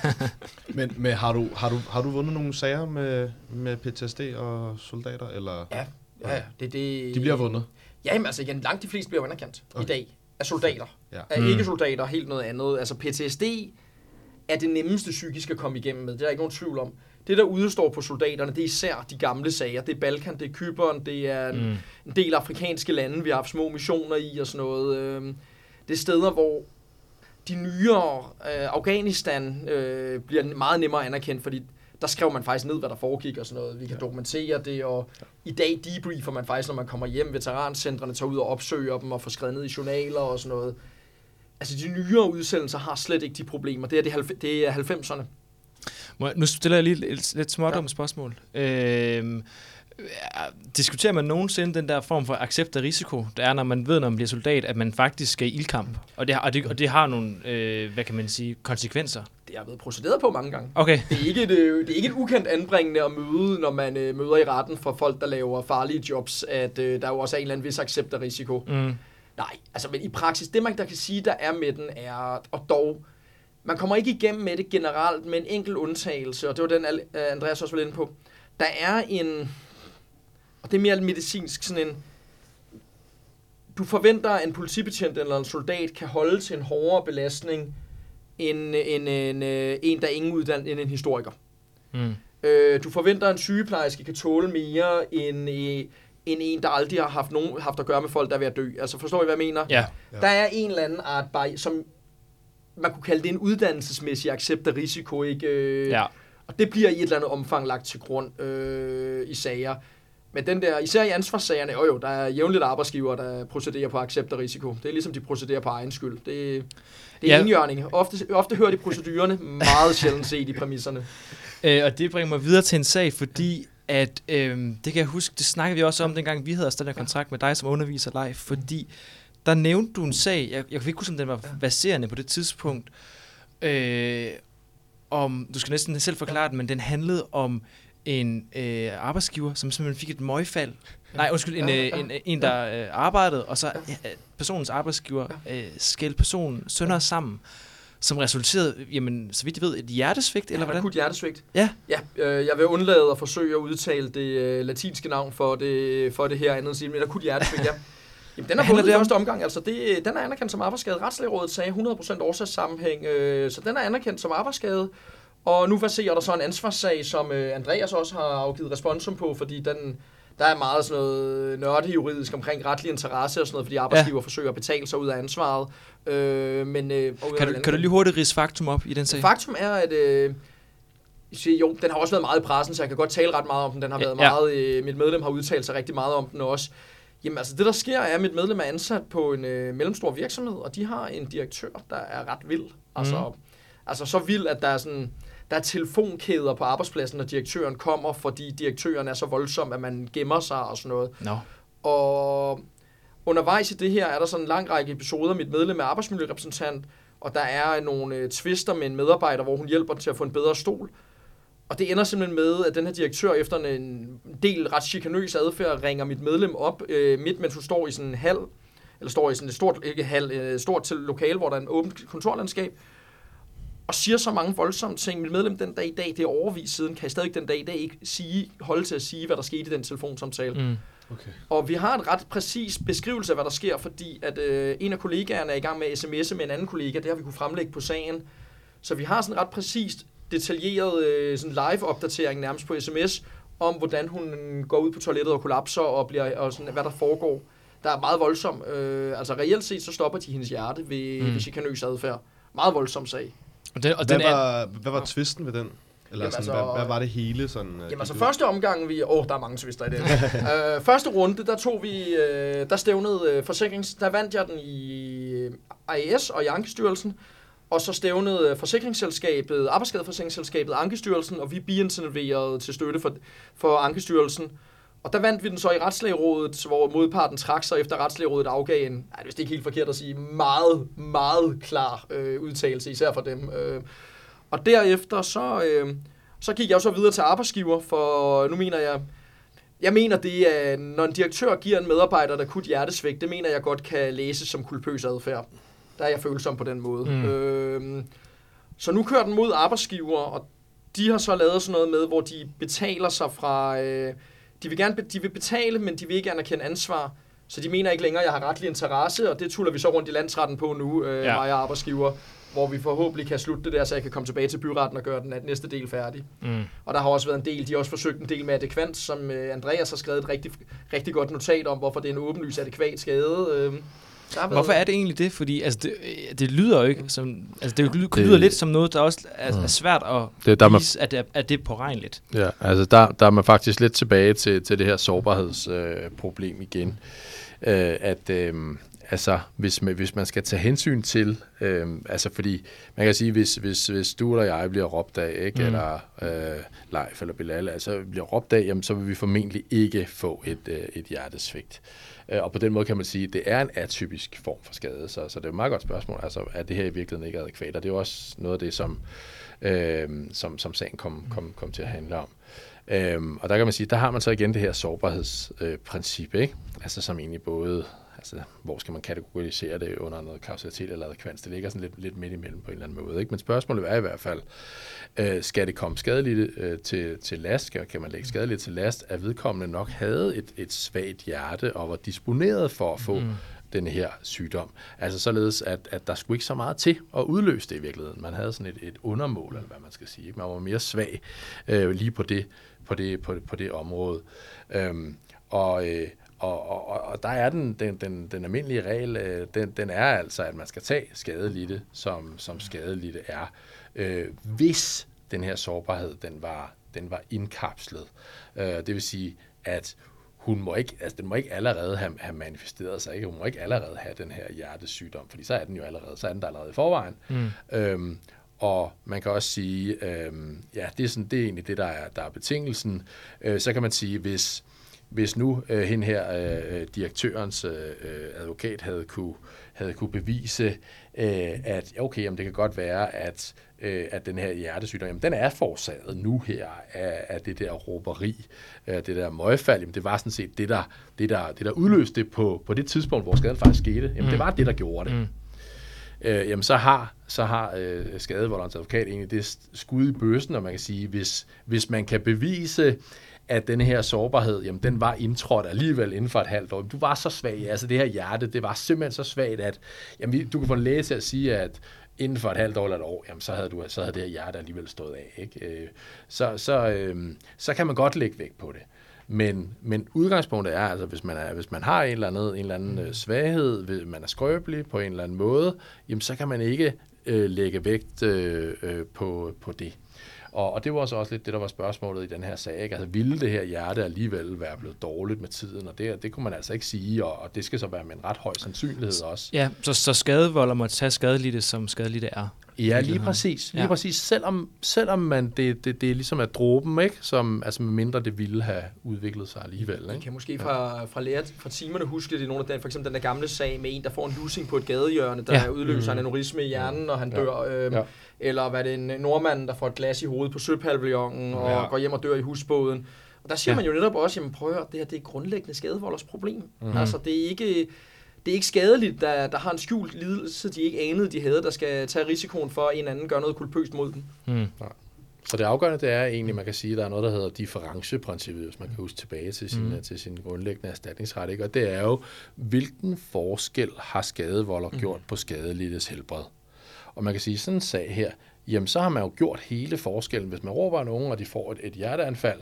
men men har, du, har, du, har du vundet nogle sager med, med P T S D og soldater? Eller? Ja, ja, det, det... De bliver vundet? Ja, men altså igen, langt de fleste bliver anerkendt okay. i dag af soldater. Ja. Af mm. ikke-soldater, helt noget andet. Altså P T S D er det nemmeste psykisk at komme igennem med. Det er der ikke nogen tvivl om. Det, der udstår på soldaterne, det er især de gamle sager. Det er Balkan, det er Cypern, det er en, mm. en del afrikanske lande, vi har haft små missioner i og sådan noget. Det er steder, hvor de nyere øh, Afghanistan øh, bliver meget nemmere anerkendt, fordi der skrev man faktisk ned, hvad der foregik og sådan noget. Vi kan ja. dokumentere det, og i dag debriefer man faktisk, når man kommer hjem. Veterancentrene tager ud og opsøger dem og får skrevet ned i journaler og sådan noget. Altså, de nyere udsendelser har slet ikke de problemer. Det er, det, det er halvfemserne. Nu stiller jeg lige et lidt småt om ja. spørgsmål. Øh, diskuterer man nogensinde den der form for accept af risiko, der er, når man ved, når man bliver soldat, at man faktisk skal i ildkamp? Og det har, og det, og det har nogle, øh, hvad kan man sige, konsekvenser? Det er blevet procederet på mange gange. Okay. Det er ikke et, det er ikke et ukendt anbringende at møde, når man øh, møder i retten for folk, der laver farlige jobs, at øh, der jo også er en eller anden vis accept af risiko. Mm. Nej, altså men i praksis, det man der kan sige, der er med den, er, og dog, man kommer ikke igennem med det generelt, med en enkelt undtagelse, og det var den, Andreas også var inde på. Der er en, og det er mere medicinsk, sådan en, du forventer, at en politibetjent eller en soldat kan holde til en hårdere belastning, end en, en, en der er ingen uddannet, end en historiker. Mm. Øh, du forventer, at en sygeplejerske kan tåle mere, end, end en, der aldrig har haft, nogen, haft at gøre med folk, der er ved at dø. Altså forstår I, hvad jeg mener? Ja. Der er en eller anden art, bare, som man kunne kalde det en uddannelsesmæssig accept af risiko, ikke? Øh, ja. Og det bliver i et eller andet omfang lagt til grund øh, i sager. Men den der, især i ansvarssagerne, jo jo, der er jævnligt arbejdsgiver, der procederer på accept af risiko. Det er ligesom, de procederer på egen skyld. Det, det er ja. enhjørning. Ofte, ofte hører de procedurerne, meget sjældent set i præmisserne. Øh, og det bringer mig videre til en sag, fordi at, øh, det kan jeg huske, det snakkede vi også om, dengang vi havde den her kontrakt med dig som underviser live, fordi der nævnte du en sag, jeg, jeg kan ikke huske, om den var baserende på det tidspunkt, øh, om, du skal næsten selv forklare den, men den handlede om en øh, arbejdsgiver, som simpelthen fik et møgfald. Nej, undskyld, en, øh, en, en der øh, arbejdede, og så øh, personens arbejdsgiver øh, skældte personen sønder sammen, som resulterede, jamen, så vidt jeg ved, et hjertesvigt, eller hvordan? Akut hjertesvigt. Ja. Ja, øh, jeg vil undlade at forsøge at udtale det øh, latinske navn for det, for det her andet side, men akut hjertesvigt, ja. Jamen, den er fundet i første omgang, altså det, den er anerkendt som arbejdsskade. Retslægerådet sagde hundrede procent årsagssammenhæng, øh, så den er anerkendt som arbejdsskade. Og nu verserer der så en ansvarssag, som øh, Andreas også har afgivet responsum på, fordi den, der er meget sådan noget nørdejuridisk omkring retlig interesse og sådan noget, fordi arbejdsgiver ja. forsøger at betale sig ud af ansvaret. Øh, men, øh, kan, du, kan du lige hurtigt ridse faktum op i den sag? Faktum er, at øh, jo, den har også været meget i pressen, så jeg kan godt tale ret meget om den. Den har været ja. meget, øh, mit medlem har udtalt sig rigtig meget om den også. Jamen altså det der sker er, at mit medlem er ansat på en øh, mellemstor virksomhed, og de har en direktør, der er ret vild. Altså, mm. altså så vild, at der er sådan... Der er telefonkæder på arbejdspladsen, når direktøren kommer, fordi direktøren er så voldsom, at man gemmer sig og sådan noget. No. Og undervejs i det her er der sådan en lang række episoder. Mit medlem er arbejdsmiljørepræsentant, og der er nogle øh, tvister med en medarbejder, hvor hun hjælper til at få en bedre stol. Og det ender simpelthen med, at den her direktør efter en del ret chikanøs adfærd ringer mit medlem op øh, midt, mens hun står i sådan en hal, eller står i sådan et stort, ikke hal, øh, stort til lokale, hvor der er en åbent kontorlandskab, og siger så mange voldsomme ting. Mit medlem den dag i dag, det er overvist siden, kan jeg stadig den dag i dag ikke sige, holde til at sige, hvad der skete i den telefonsamtale. Mm. Okay. Og vi har en ret præcis beskrivelse af, hvad der sker, fordi at øh, en af kollegaerne er i gang med at sms'e med en anden kollega, det har vi kunne fremlægge på sagen. Så vi har sådan ret præcist detaljeret øh, sådan live-opdatering nærmest på sms, om hvordan hun går ud på toilettet og kollapser, og, bliver, og sådan, hvad der foregår. Der er meget voldsom. Øh, altså reelt set, så stopper de hendes hjerte ved, mm. ved chikanøs adfærd. Meget voldsom sag. Og den, og hvad, den var, er... hvad var twisten ved den? Eller jamen sådan, altså, hvad, hvad var det hele? Sådan, jamen altså første omgang, vi... Åh, oh, der er mange twister i det. uh, første runde, der tog vi... Uh, der stævnede uh, forsikrings... Der vandt jeg den i I A S og i Ankestyrelsen. Og så stævnede forsikringsselskabet, arbejdsskadeforsikringsselskabet, Ankestyrelsen, og vi biintervenerede til støtte for, for Ankestyrelsen. Og der vandt vi den så i Retslægerådet, hvor modparten trak sig efter Retslægerådet afgav en, nej, det er ikke helt forkert at sige, meget, meget klar øh, udtalelse, især for dem. Øh. Og derefter så, øh, så gik jeg så videre til arbejdsgiver, for nu mener jeg, jeg mener det er, når en direktør giver en medarbejder, der akut hjertesvigt, det mener jeg godt kan læses som kulpøs adfærd. Der er jeg følsom på den måde. Mm. Øh, så nu kører den mod arbejdsgiver, og de har så lavet sådan noget med, hvor de betaler sig fra... Øh, De vil gerne de vil betale, men de vil ikke anerkende ansvar. Så de mener ikke længere, at jeg har retlig interesse, og det tuller vi så rundt i landsretten på nu, øh, ja. mig og arbejdsgiver, hvor vi forhåbentlig kan slutte det der, så jeg kan komme tilbage til byretten og gøre den næste del færdig. Mm. Og der har også været en del, de har også forsøgt en del med adekvant, som øh, Andreas har skrevet et rigtig, rigtig godt notat om, hvorfor det er en åbenlys adekvat skade. Øh, Hvorfor er det egentlig det? Fordi altså, det, det lyder jo ikke som... Altså, det lyder, det lyder lidt som noget, der også er, er svært at det, der vise, man, at, det, at det er påregneligt. Ja, altså der, der er man faktisk lidt tilbage til, til det her sårbarhedsproblem øh, igen. Øh, at øh, altså, hvis man, hvis man skal tage hensyn til... Øh, altså, fordi man kan sige, hvis, hvis, hvis du eller jeg bliver råbt af, ikke? Mm. Eller øh, Leif eller Bilal, altså bliver råbt af, jamen, så vil vi formentlig ikke få et, øh, et hjertesvigt. Og på den måde kan man sige, at det er en atypisk form for skade, så, så det er et meget godt spørgsmål. Altså, er det her i virkeligheden ikke adekvat? Og det er jo også noget af det, som, øh, som, som sagen kom, kom, kom til at handle om. Øhm, og der kan man sige, der har man så igen det her sårbarhedsprincip, øh, ikke? Altså som egentlig både altså, hvor skal man kategorisere det under noget kausalitet eller kvans? Det ligger sådan lidt, lidt midt imellem på en eller anden måde. Ikke? Men spørgsmålet er i hvert fald, øh, skal det komme skadeligt øh, til, til last? Skal, kan man lægge skadeligt til last, at vedkommende nok havde et, et svagt hjerte og var disponeret for at få mm. den her sygdom. Altså således, at, at der skulle ikke så meget til at udløse det i virkeligheden. Man havde sådan et, et undermål, eller hvad man skal sige. Ikke? Man var mere svag øh, lige på det, på det, på, på det område. Øhm, og, øh, og, og, og der er den, den, den, den almindelige regel, øh, den, den er altså, at man skal tage skadelidte, som, som skadelidte er, øh, hvis den her sårbarhed, den var, den var indkapslet. Øh, det vil sige, at hun må ikke, altså den må ikke allerede have, have manifesteret sig, ikke? Hun må ikke allerede have den her hjertesygdom, fordi så er den jo allerede, så er den der allerede i forvejen. Mm. Øhm, og man kan også sige, øhm, ja, det er, sådan, det er egentlig det, der er, der er betingelsen. Øh, så kan man sige, hvis, hvis nu øh, hende her, øh, direktørens øh, advokat, havde kunne, havde kunne bevise, øh, at okay, jamen, det kan godt være, at at den her hjertesygdom, jamen, den er forårsaget nu her af, af det der råberi, af det der møgfald. Jamen, det var sådan set det, der, det, der, det, der udløste det på, på det tidspunkt, hvor skaden faktisk skete. Jamen, mm. det var det, der gjorde det. Mm. Øh, jamen, så har, så har øh, skadevolderens advokat egentlig det skud i bøssen, og man kan sige, hvis, hvis man kan bevise, at denne her sårbarhed, jamen, den var indtrådt alligevel inden for et halvt år. Du var så svag, altså det her hjerte, det var simpelthen så svagt, at jamen, du kan få en læge til at sige, at inden for et halvt år eller et år, jamen, så, havde du, så havde det her hjerte alligevel stået af. Ikke? Så, så, øh, så kan man godt lægge vægt på det. Men, men udgangspunktet er, altså, hvis man, er, hvis man har en eller anden, en eller anden svaghed, hvis man er skrøbelig på en eller anden måde, jamen, så kan man ikke øh, lægge vægt øh, øh, på, på det. Og, og det var også lidt det, der var spørgsmålet i den her sag. Ikke? Altså, ville det her hjerte alligevel være blevet dårligt med tiden? Og det, det kunne man altså ikke sige, og, og det skal så være med en ret høj sandsynlighed også. Ja, så, så skadevolder må tage skadelidte, som skadelidte er. Ja, lige præcis. Lige ja. præcis. Selvom, selvom man det, det, det ligesom er dråben, ikke? Som, altså med mindre det ville have udviklet sig alligevel. Ikke? Jeg kan måske fra, fra, lære, fra timerne huske, det er nogle af den, for eksempel den der gamle sag med en, der får en lussing på et gadehjørne, der ja. udløser mm. en aneurisme i hjernen, og han ja. dør. Øh, ja. Eller hvad det en nordmand, der får et glas i hovedet på søpavillonen og ja. går hjem og dør i husbåden. Og der siger ja. man jo netop også, jamen prøv at høre, det her det er grundlæggende skadevolders problem. Mm-hmm. Altså det er ikke... Det er ikke skadeligt, der, der har en skjult lidelse, de ikke anede, de havde, der skal tage risikoen for, at en anden gør noget kulpøst mod dem. Mm. Så det afgørende, det er egentlig, man kan sige, at der er noget, der hedder differenceprincippet, hvis man kan huske tilbage til sin, mm. til sin grundlæggende erstatningsret. Ikke? Og det er jo, hvilken forskel har skadevolder mm. gjort på skadelidtes helbred? Og man kan sige, sådan en sag her, jamen så har man jo gjort hele forskellen. Hvis man råber af nogen, og de får et, et hjerteanfald,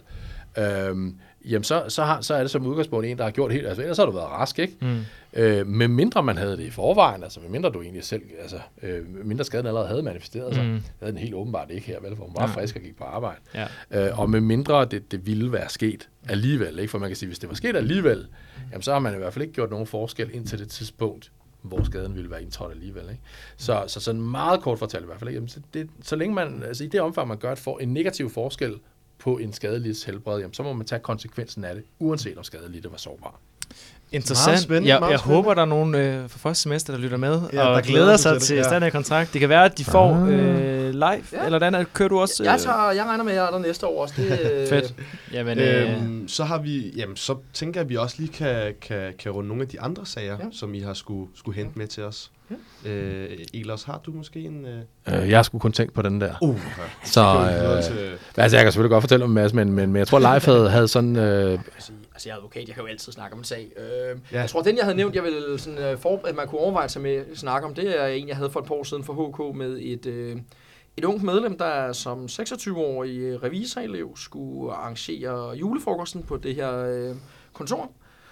øhm, jamen så, så, har, så er det som udgangspunkt en, der har gjort helt, altså ellers har du været rask, ikke? Mm. Øh, med mindre man havde det i forvejen, altså med mindre du egentlig selv, altså øh, mindre skaden allerede havde manifesteret sig, mm. havde den helt åbenbart ikke her, vel, for hun var ja. frisk og gik på arbejde. Ja. Øh, og med mindre det, det ville være sket alligevel, ikke? For man kan sige, hvis det var sket alligevel, jamen så har man i hvert fald ikke gjort nogen forskel indtil det tidspunkt, hvor skaden ville være indtrådt alligevel. Ikke? Så, så sådan meget kort fortalt i hvert fald. Ikke? Jamen, så, det, så længe man, altså i det omfang, man gør et for, en negativ forskel på en skadelids helbred, jamen, så må man tage konsekvensen af det, uanset om skadelidte var sårbar. Interessant. Jeg, jeg spændende. håber, der er nogen øh, fra første semester, der lytter med ja, og glæder sig til ja. standard kontrakt. Det kan være, at de får øh, live, ja. eller hvordan kører du også? Øh? Jeg, tager, jeg regner med, at jeg er der næste år også. Det, øh, Fedt. Jamen, øhm, så har vi, jamen, så tænker jeg, at vi også lige kan, kan, kan runde nogle af de andre sager, ja. som I har skulle, skulle hente med til os. Ja. Øh, Ehlers, har du måske en... Øh... Øh, jeg skulle kun tænke på den der. Uh, så, øh, til... altså, jeg kan selvfølgelig godt fortælle om en masse, men, men, men jeg tror, Leif havde, havde sådan... Øh... Altså, jeg er advokat, jeg kan jo altid snakke om en sag. Øh, ja. Jeg tror, den jeg havde nævnt, jeg ville sådan, for, at man kunne overveje sig med at snakke om, det er en, jeg havde for et par år siden for H K med et, øh, et ungt medlem, der som seksogtyve-årig revisorelev skulle arrangere julefrokosten på det her øh, kontor.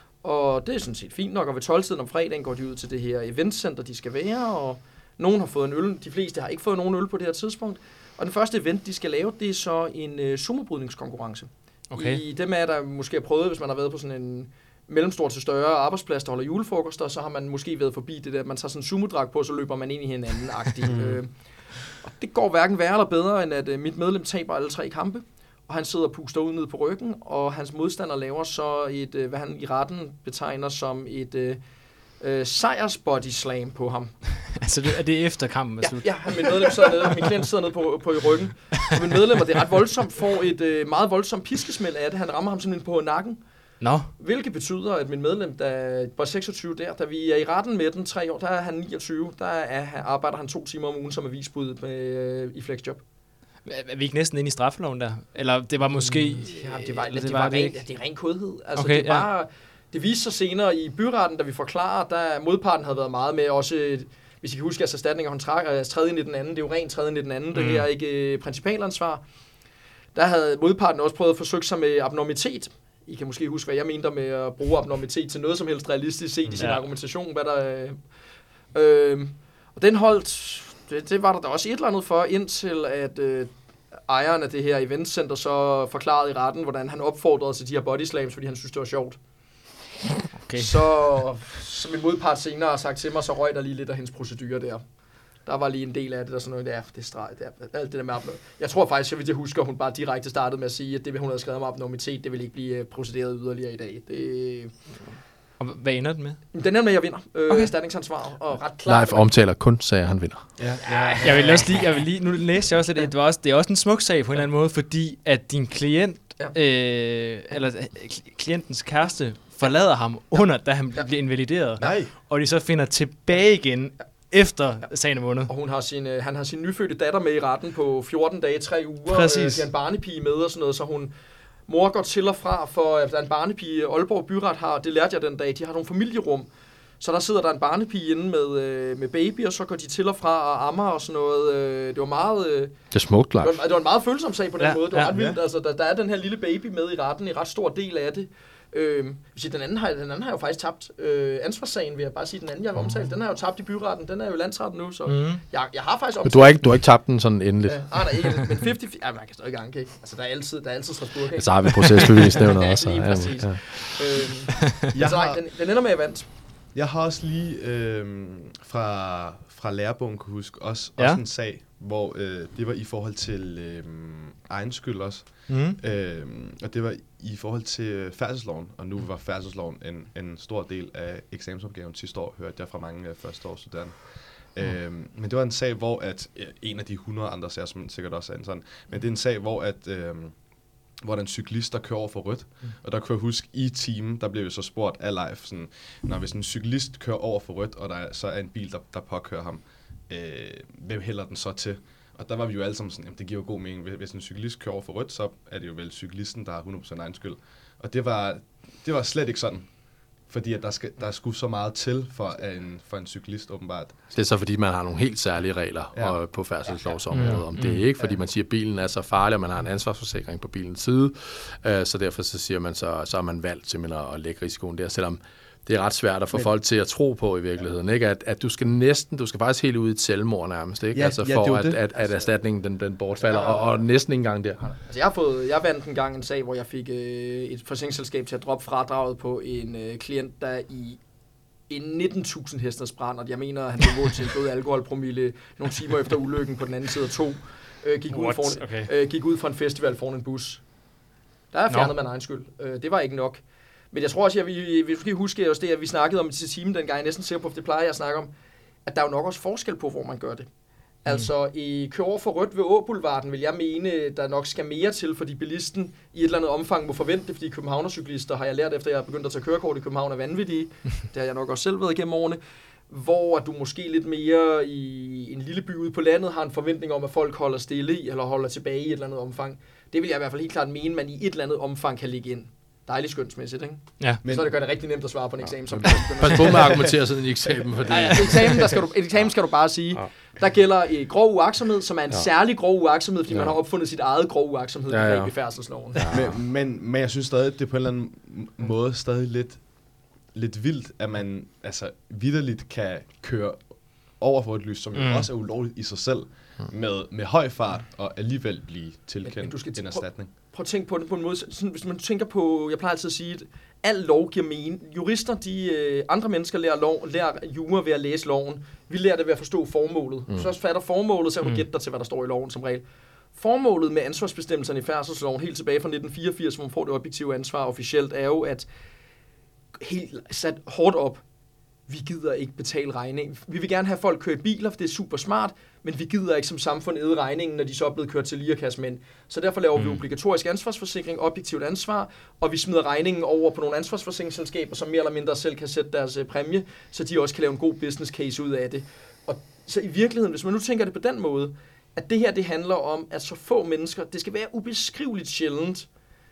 Og det er sådan set fint nok, og ved tolv-tiden om fredagen går de ud til det her eventcenter, de skal være, og nogen har fået en øl, de fleste har ikke fået nogen øl på det her tidspunkt. Og den første event, de skal lave, det er så en øh, sumobrydningskonkurrence. Okay. I dem er der måske har prøvet, hvis man har været på sådan en mellemstor til større arbejdsplads, der holder julefrokoster, så har man måske været forbi det der, man tager sådan en sumodragt på, så løber man ind i hinanden-agtigt. øh, og det går hverken værre eller bedre, end at øh, mit medlem taber alle tre kampe. Og han sidder og puster ud ned på ryggen, og hans modstander laver så et, hvad han i retten betegner som et øh, øh, sejrsbody slam på ham. Altså er det efter kampen er slut? Ja, ja, min medlem sidder nede, min klient sidder nede på, på i ryggen. Og min medlem, og det er ret voldsomt, får et øh, meget voldsomt piskesmæld af det. Han rammer ham simpelthen på nakken, Nå. Hvilket betyder, at min medlem, der var seksogtyve der, da vi er i retten med den tre år, der er han niogtyve, der er, arbejder han to timer om ugen som avisbud med, øh, i flexjob. Er vi ikke næsten inde i straffeloven der? Eller det var måske... Ja, det var, det, det det var var det ren, ikke. det er ren kodhed. Altså, Okay, det var... Ja. Det viste sig senere i byretten, da vi forklarer, der modparten havde været meget med, også, hvis I kan huske, at erstatninger, hun træder ind i den anden, det er jo rent træder ind i den anden, mm. det her er ikke uh, principalansvar. Der havde modparten også prøvet at forsøge sig med abnormitet. I kan måske huske, hvad jeg mente med at bruge abnormitet til noget som helst realistisk set i sin ja. argumentation. Hvad der, øh, øh, og den holdt, det, det var der da også et eller andet for, indtil at øh, ejeren af det her eventcenter så forklarede i retten, hvordan han opfordrede til de her body slams, fordi han synes, det var sjovt. Okay. Så, som min modpart senere har sagt til mig, så røg der lige lidt af hendes procedure der. Der var lige en del af det, der sådan noget, der, det streg, der, alt det der med abnorm. Jeg tror faktisk, jeg vil huske, at hun bare direkte startede med at sige, at det, hun havde skrevet om abnormitet, det vil ikke blive procederet yderligere i dag. Det... Og hvad ender den med? Den ender med, at jeg vinder øh, okay. erstatningsansvaret, og ret klart. Live omtaler kun sager, han vinder. Ja, ja. Jeg vil også lige, jeg vil lige, nu læste jeg også, at det, det, var også, det er også en smuk sag på en eller anden måde, fordi at din klient, ja. øh, eller klientens kæreste, forlader ham under, da han ja. bliver invalideret. Nej. Og de så finder tilbage igen ja. efter ja. sagen er vundet. Og hun har sin, øh, han har sin nyfødte datter med i retten på fjorten dage, tre uger. Præcis. Øh, de har en barnepige med og sådan noget, så hun... Mor går til og fra, for at der er en barnepige, Aalborg Byret har, det lærte jeg den dag, de har nogle familierum. Så der sidder der en barnepige inde med, øh, med baby, og så går de til og fra og ammer og sådan noget. Øh, det var meget... Øh, det er smukt langt. Det var, det var en meget følsom sag på den ja, måde. Det var ja, ret vildt. Ja. Altså, der, der er den her lille baby med i retten, en ret stor del af det. Øh, den, anden har, den anden har jo faktisk tabt. Øh, ansvarssagen vil jeg bare sige, den anden jeg har omtalt, den har jo tabt i byretten, den er jo landsretten nu, så mm. jeg, jeg har faktisk omtalt. Men du har ikke, du har ikke tabt den sådan endeligt? Ja, ah, der er ikke, men halvtreds, ja, man kan stadig gange, ikke? Altså, der er altid, der er altid Strasbourg, ikke? Så har vi procesbevisnævnet også. Ja, lige præcis. Ja. Øhm, jeg altså, har, nej, den, den ender med at vandt. Jeg har også lige øh, fra, fra lærebogen, kan huske, også, ja. også en sag, hvor øh, det var i forhold til øh, egen skyld også. Mm. Øh, og det var i forhold til færdselsloven, og nu var færdselsloven en, en stor del af eksamensopgaven sidste år, hørte jeg fra mange øh, førsteårsstuderende. Mm. Øh, men det var en sag, hvor at øh, en af de hundrede andre sager, som sikkert også er en sådan, men det er en sag, hvor at... Øh, hvor der er en cyklist, der kører over for rødt. Mm. Og der kunne jeg huske, i timen, der blev vi så spurgt af live, sådan, når hvis en cyklist kører over for rødt, og der er, så er en bil, der, der påkører ham, øh, hvem hælder den så til? Og der var vi jo alle sammen sådan, jamen det giver jo god mening. Hvis en cyklist kører over for rødt, så er det jo vel cyklisten, der har hundrede procent egen skyld. Og det var, det var slet ikke sådan. Fordi at der, skal, der er sgu så meget til for en, for en cyklist, åbenbart. Det er så, fordi man har nogle helt særlige regler ja. på færdselslovsområdet. Ja. Om det er ikke, fordi man siger, at bilen er så farlig, og man har en ansvarsforsikring på bilens side. Uh, så derfor så siger man, så, så har man valgt simpelthen at lægge risikoen der, selvom det er ret svært at få Men, folk til at tro på i virkeligheden. Ikke? At, at du skal næsten, du skal faktisk helt ud i et selvmord nærmest, ikke? Ja, altså ja, for at, at, at, at erstatningen den, den bortfalder, ja, og, og næsten ikke engang der. Altså jeg har fået, jeg vandt en gang en sag, hvor jeg fik øh, et forsikringsselskab til at droppe fradraget på en øh, klient, der i en nitten tusind hesters brand, og jeg mener, at han blev målt til en blød alkoholpromille nogle timer efter ulykken på den anden side af to, øh, gik, ud foran, okay. øh, gik ud fra en festival foran en bus. Der er fjernet man egen skyld. Øh, det var ikke nok. Men jeg tror også, at vi, vi skal huske også det, at vi snakkede om til timen dengang, jeg næsten ser på, det plejer jeg at snakke om, at der er jo nok også forskel på, hvor man gør det. Mm. Altså, i køre over for rødt ved Åboulevarden, vil jeg mene, der nok skal mere til, fordi bilisten i et eller andet omfang må forvente det, fordi københavnercyklister, har jeg lært efter, jeg har begyndt at tage kørekort i København, er vanvittige. Det har jeg nok også selv været igennem årene. Hvor du måske lidt mere i en lille by ude på landet har en forventning om, at folk holder stille i, eller holder tilbage i et eller andet omfang. Det vil jeg i hvert fald helt klart mene, man i et eller andet omfang kan ligge ind. Dejligt skønsmæssigt, ikke? Ja. Men så det gør det rigtig nemt at svare på en eksamen. Som Pas på med at argumentere sådan en eksamen for det. Ja, ja. Eksamen, der skal du, eksamen skal du bare sige. Ja. Der gælder et grov uagtsomhed, som er en ja. særlig grov uagtsomhed, fordi ja. man har opfundet sit eget grov uagtsomhed ja, ja. i færdselsloven. Ja. Men, men, men jeg synes stadig, det er på en eller anden måde stadig lidt, lidt vildt, at man altså vitterligt kan køre over for et lys, som jo mm. også er ulovligt i sig selv, med, med høj fart, og alligevel blive tilkendt du skal en erstatning. Prøv at tænke på det på en måde, sådan, hvis man tænker på, jeg plejer altid at sige, at al lov giver mening. Jurister, de øh, andre mennesker lærer, lov, lærer jura ved at læse loven. Vi lærer det ved at forstå formålet. Mm. Så fatter formålet, så kan du gætte dig til, hvad der står i loven som regel. Formålet med ansvarsbestemmelserne i færdselsloven, helt tilbage fra nitten fireogfirs, hvor man får det objektive ansvar officielt, er jo at helt sat hårdt op. vi gider ikke betale regningen. Vi vil gerne have folk køre i biler, for det er super smart, men vi gider ikke som samfund æde regningen, når de så er blevet kørt til lirakassemænd. Så derfor laver mm. vi obligatorisk ansvarsforsikring, objektivt ansvar, og vi smider regningen over på nogle ansvarsforsikringsselskaber, som mere eller mindre selv kan sætte deres uh, præmie, så de også kan lave en god business case ud af det. Og så i virkeligheden, hvis man nu tænker det på den måde, at det her det handler om, at så få mennesker, det skal være ubeskriveligt sjældent,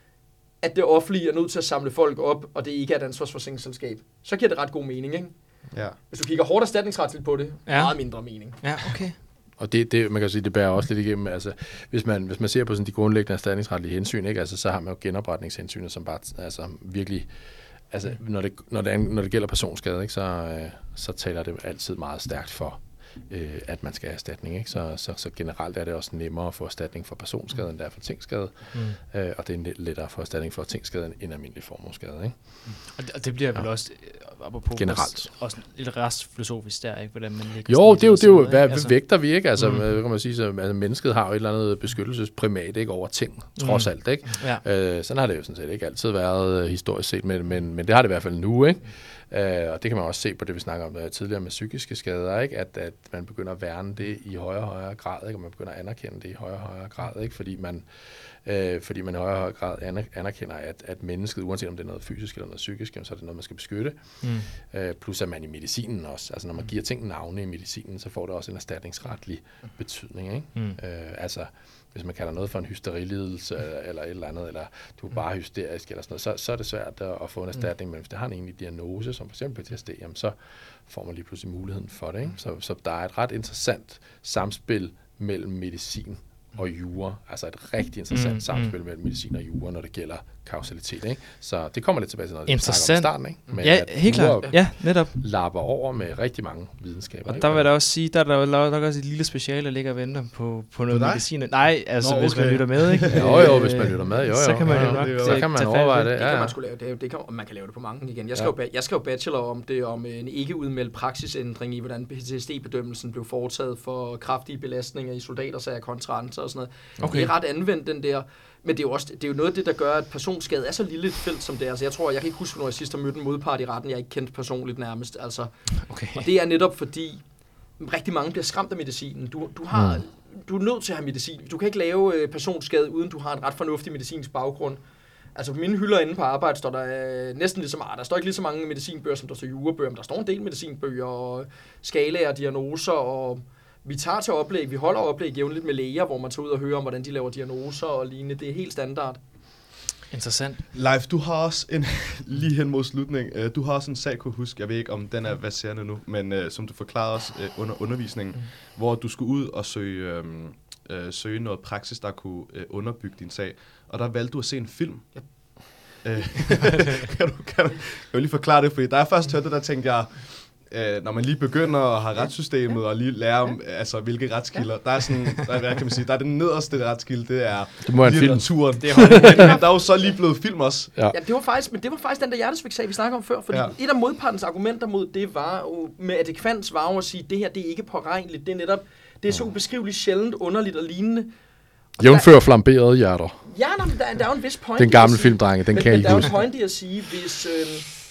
at det offentlige er nødt til at samle folk op, og det ikke er et ansvarsforsikringsselskab. Så giver det ret god mening, ikke? Ja. Hvis du kigger hårdt erstatningsretligt på det, ja. meget mindre mening. Ja, okay. Og det, det, man kan sige, det bærer også lidt igennem, altså, hvis man, hvis man ser på sådan de grundlæggende erstatningsretlige hensyn, ikke, altså, så har man jo genopretningshensynet, som bare, altså, virkelig, altså, når det, når det, når det gælder personskade, ikke, så, øh, så taler det altid meget stærkt for, øh, at man skal have erstatning, ikke? Så, så, så generelt er det også nemmere at få erstatning for personskade, mm. end det er for tingskade, mm. øh, og det er lettere at få erstatning for tingskade end almindelig formueskade, ikke? Mm. Og, det, og det bliver vel ja. også apropos generelt også lidt restfilosofisk der, ikke? Hvordan man jo, det er jo, det er jo hvad altså, vægter vi, ikke? Altså, mm. kan man sige, så, altså, mennesket har jo et eller andet beskyttelsesprimat, ikke, over ting, trods mm. alt, ikke? Ja. Øh, sådan har det jo sådan set ikke altid været uh, historisk set, men, men, men det har det i hvert fald nu, ikke? Uh, og det kan man også se på det, vi snakker om uh, tidligere med psykiske skader, ikke? At, at man begynder at værne det i højere og højere grad, ikke? Og man begynder at anerkende det i højere og højere grad, ikke? Fordi man, uh, fordi man i højere og højere grad anerkender, at, at mennesket, uanset om det er noget fysisk eller noget psykisk, så er det noget, man skal beskytte. Mm. Uh, plus at man i medicinen også, altså når man giver ting navne i medicinen, så får det også en erstatningsretlig betydning, ikke? Mm. Uh, altså, hvis man kalder noget for en hysterilidelse eller et eller andet, eller du er bare hysterisk eller sådan noget, så, så er det svært at, at få en erstatning, men hvis det har en egentlig diagnose, som for eksempel P T S D, jamen, så får man lige pludselig muligheden for det, ikke? Så, så der er et ret interessant samspil mellem medicin og jura, altså et rigtig interessant mm, samspil mm. mellem medicin og jura, når det gælder kausalitet, ikke? Så det kommer lidt tilbage til noget, vi snakker om i starten, ikke? Men ja, helt klart. Ja, netop. Lapper over med rigtig mange videnskaber. Og der vil jeg da også sige, der er der nok også et lille speciale, der ligger og venter på, på noget medicin. Nej, altså Nå, hvis okay. man lytter med, ikke? jo, jo, hvis man lytter med, jo, jo. Så kan man jo ja, nok det, så kan man overveje det. Det ja. kan man sgu lave. Det, det kan, man kan lave det på mange igen. Jeg skrev, ja. jeg skrev bachelor om det, om en ikke udmeldt praksisændring i, hvordan P T S D-bedømmelsen blev foretaget for kraftige belastninger i soldatersager kontra andre og sådan noget. Okay. Det er ret anvendt, den der. Men det er jo også det er jo noget af det, der gør, at personskade er så lille et felt som det er. Altså, jeg tror, jeg kan ikke huske, når jeg sidst har mødt en modpart i retten, jeg ikke kendt personligt nærmest. Altså, okay. Og det er netop fordi, rigtig mange bliver skræmt af medicinen. Du, du, har, mm. du er nødt til at have medicin. Du kan ikke lave øh, personskade, uden du har en ret fornuftig medicinsk baggrund. Altså på mine hylder inde på arbejde står der øh, næsten lige så meget. Der står ikke lige så mange medicinbøger, som der står jurabøger, men der står en del medicinbøger og skalaer, diagnoser og... Vi tager til oplæg, vi holder oplæg jævnligt med læger, hvor man tager ud og hører om, hvordan de laver diagnoser og lignende. Det er helt standard. Interessant. Leif, du har også en, lige hen mod slutning, uh, du har også en sag, kunne huske, jeg ved ikke, om den er verserende nu, men uh, som du forklarede os uh, under undervisningen, mm. hvor du skulle ud og søge, um, uh, søge noget praksis, der kunne uh, underbygge din sag. Og der valgte du at se en film. Yep. Uh, kan, du, kan, du, kan du lige forklare det? Fordi da jeg først hørte det, der tænkte jeg... Øh, når man lige begynder at have retssystemet og lige lære om, altså hvilke retskilder, der er sådan, der, hvad kan man sige, der er den nederste retskilde, det er det må litteraturen. Det er der er jo så lige blevet film også. Ja, ja det var faktisk, men det var faktisk den der hjertesvigt-sag, vi snakkede om før, fordi ja. et af modpartens argumenter mod det var jo, med adekvans var jo at sige, det her, det er ikke påregneligt, det er netop, det er så ubeskriveligt sjældent, underligt og lignende. Jævnfør flamberede hjerter. Ja, der, der, der er jo en vis point. Den gamle filmdrenge, den men, kan men, I der huske. er jo en point i at sige, hvis... Øh,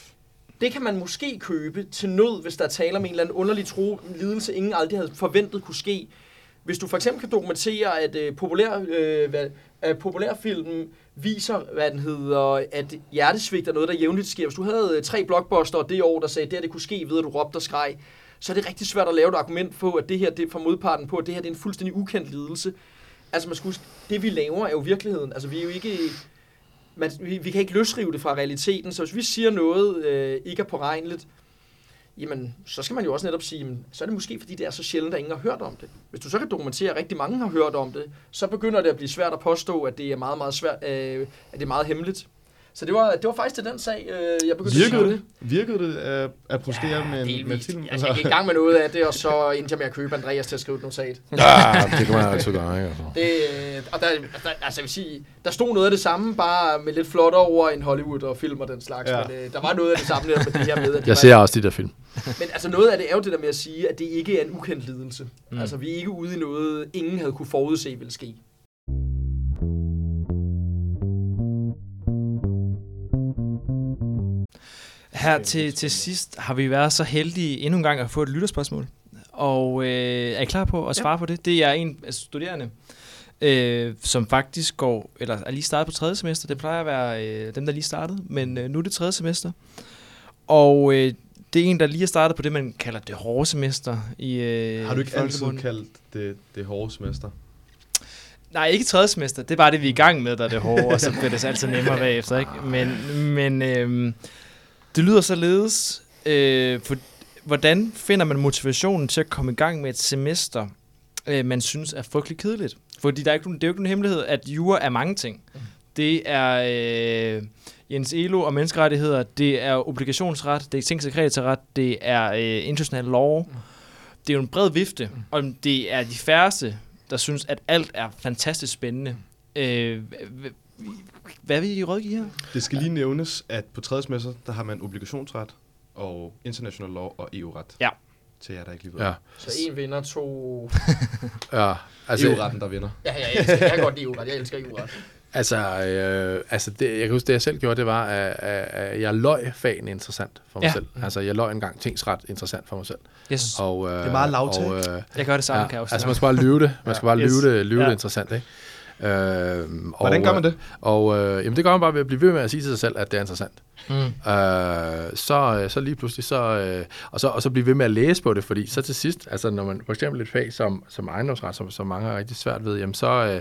det kan man måske købe til nød, hvis der er tale om en eller anden underlig tro, lidelse, ingen aldrig havde forventet kunne ske. Hvis du for eksempel kan dokumentere, at øh, populær, øh, hvad, at populærfilmen viser, hvad den hedder, at hjertesvigt er noget, der jævnligt sker. Hvis du havde øh, tre blockbuster det år, der sagde, at det her det kunne ske ved, at du råbte og skreg, så er det rigtig svært at lave et argument på, at det her det er for modparten på, at det her det er en fuldstændig ukendt lidelse. Altså man skal huske, det vi laver er jo virkeligheden. Altså vi er jo ikke... Man, vi, vi kan ikke løsrive det fra realiteten, så hvis vi siger noget øh, ikke er påregneligt, jamen, så skal man jo også netop sige, jamen, så er det måske, fordi det er så sjældent, at ingen har hørt om det. Hvis du så kan dokumentere, at rigtig mange har hørt om det, så begynder det at blive svært at påstå, at det er meget, meget svært, øh, at det er meget hemmeligt. Så det var, det var faktisk til den sag, øh, jeg begyndte virkede at sige det. Virkede det at, at præstere ja, med, en, med film? Altså, jeg gik i gang med noget af det, og så endte jeg med at købe Andreas til at skrive et notat. Ja, det kan man altid gøre, ikke? Det, og der, der, altså jeg vil sige, der stod noget af det samme, bare med lidt flottere over en Hollywood og film og den slags. Ja. Men øh, der var noget af det samme der med det her med. At jeg ser også de der film. Men altså noget af det er jo det der med at sige, at det ikke er en ukendt lidelse. Mm. Altså vi er ikke ude i noget, ingen havde kunne forudse ville ske. Her til, til sidst har vi været så heldige endnu en gang at få et lytterspørgsmål. Og øh, er I klar på at svare ja. på det? Det er en af studerende, øh, som faktisk går, eller er lige startet på tredje semester. Det plejer at være øh, dem, der lige startede, men øh, nu er det tredje semester. Og øh, det er en, der lige har startet på det, man kalder det hårde semester. I, øh, har du ikke altid kaldt det det hårde semester? Nej, ikke tredje semester. Det er bare det, vi er i gang med, der er det hårde, og så bliver det altid nemmere bagefter. Ikke? Men, men øh, det lyder således, øh, for, hvordan finder man motivationen til at komme i gang med et semester, øh, man synes er frygtelig kedeligt? Fordi der er ikke, det er jo ikke nogen hemmelighed, at jura er mange ting. Det er øh, Jens Elo og menneskerettigheder, det er obligationsret, det er tingsekretariat, det er øh, international law. Det er jo en bred vifte, og det er de færreste, der synes, at alt er fantastisk spændende. Øh, hvad vil I rådgive her? Det skal lige nævnes, at på tredje semester, der har man obligationsret og international law og E U-ret. Ja. Til jer, der ikke lige ved. Ja. Så en vinder, to... ja, altså... E U-retten, der vinder. Ja, ja, jeg, elsker, jeg kan godt lide E U-ret. Jeg elsker E U-ret. Altså, øh, altså det, jeg kan huske, det jeg selv gjorde, det var, at, at jeg løg fagene interessant for mig ja. selv. Altså, jeg løg engang tingsret interessant for mig selv. Yes. Og, øh, det er meget lavt. Øh, jeg gør det samme, ja, kan jeg også. Altså, man skal bare lyve det. Man skal bare yes. lyve det, lyve ja. det interessant, ikke? Øh, Hvordan gør man det? Og, øh, jamen, det gør man bare ved at blive ved med at sige til sig selv, at det er interessant. Mm. Øh, så, så lige pludselig, så, øh, og, så, og så blive ved med at læse på det, fordi så til sidst, altså når man for eksempel et fag som, som ejendomsret, som, som mange er rigtig svært ved, jamen så... Øh,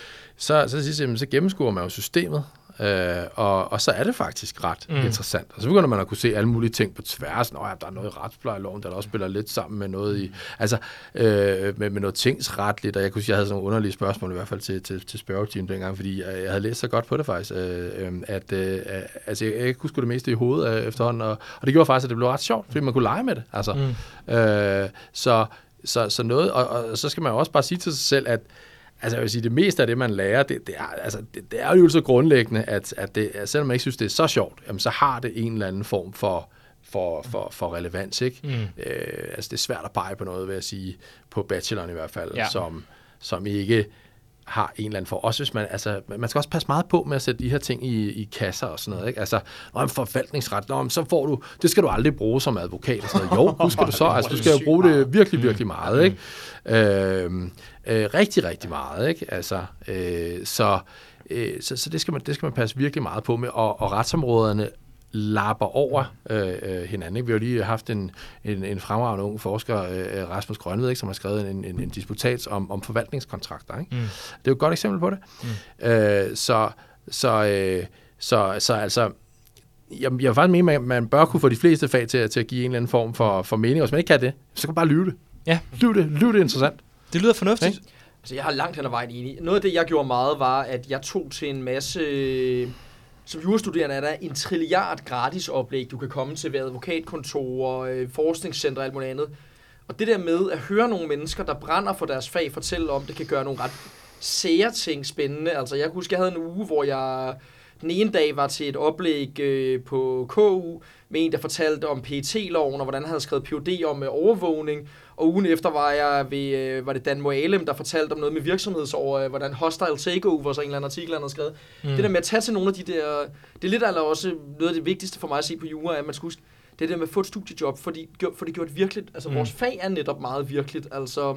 Så, så, så, så, så gennemskuer man jo systemet, øh, og, og så er det faktisk ret mm. interessant. Og så begynder man at kunne se alle mulige ting på tværs. Nå ja, der er noget i retsplejeloven, der også spiller lidt sammen med noget i, altså øh, med, med noget tingsretligt, og jeg kunne sige, jeg havde sådan nogle underlige spørgsmål i hvert fald til, til, til spørgeteam dengang, fordi jeg, jeg havde læst så godt på det faktisk, øh, at øh, altså, jeg, jeg ikke kunne huske det meste i hovedet øh, efterhånden, og, og det gjorde faktisk, at det blev ret sjovt, fordi man kunne lege med det. Altså. Mm. Øh, så, så, så noget, og, og så skal man jo også bare sige til sig selv, at altså, jeg vil sige, det meste af det, man lærer, det, det, er, altså, det, det er jo så grundlæggende, at, at, det, at selvom man ikke synes, det er så sjovt, jamen, så har det en eller anden form for, for, for, for relevans, ikke? Mm. Øh, altså, det er svært at pege på noget, vil jeg sige, på bacheloren i hvert fald, ja. som, som ikke har en eller anden for. Også hvis man, altså, man skal også passe meget på med at sætte de her ting i, i kasser og sådan noget, ikke? Altså, om forvaltningsret, nå, så får du, det skal du aldrig bruge som advokat og sådan noget. Jo, nu skal du så, altså, du skal jo bruge det virkelig, virkelig meget, ikke? Øh, øh, rigtig, rigtig meget, ikke? Altså, øh, så, øh, så, så det skal man, det skal man passe virkelig meget på med, og, og retsområderne lapper over øh, hinanden. Ikke? Vi har lige haft en, en, en fremragende ung forsker, øh, Rasmus Grønved, ikke, som har skrevet en, en, en disputat om, om forvaltningskontrakter. Ikke? Mm. Det er jo et godt eksempel på det. Mm. Øh, så, så, øh, så, så altså, jeg, jeg vil faktisk mene, at man bør kunne få de fleste fag til, til at give en eller anden form for, for mening. Hvis man ikke kan det, så kan man bare lyve det. Ja. Lyve det, lyve det interessant. Det lyder fornuftigt. Okay. Altså, jeg har langt hen ad vejen enig. Noget af det, jeg gjorde meget, var, at jeg tog til en masse... Som jurastuderende er der en trilliard gratis oplæg, du kan komme til ved advokatkontorer, forskningscenter og alt muligt andet. Og det der med at høre nogle mennesker, der brænder for deres fag, fortælle om, det kan gøre nogle ret sære ting spændende. Altså, jeg kan huske, jeg havde en uge, hvor jeg den ene dag var til et oplæg øh, på K U med en, der fortalte om P E T-loven, og hvordan han havde skrevet P H D om øh, overvågning. Og ugen efter var jeg ved, øh, var det Dan Moalem, der fortalte om noget med virksomhedsover, øh, hvordan hostile takeover, så en eller anden artikel, han havde skrevet. Mm. Det der med at tage til nogle af de der... Det er lidt eller også noget af det vigtigste for mig at se på jura, at man skal huske, det der med at få et studiejob, fordi, for det gjort virkeligt. Altså, mm. vores fag er netop meget virkeligt. Altså,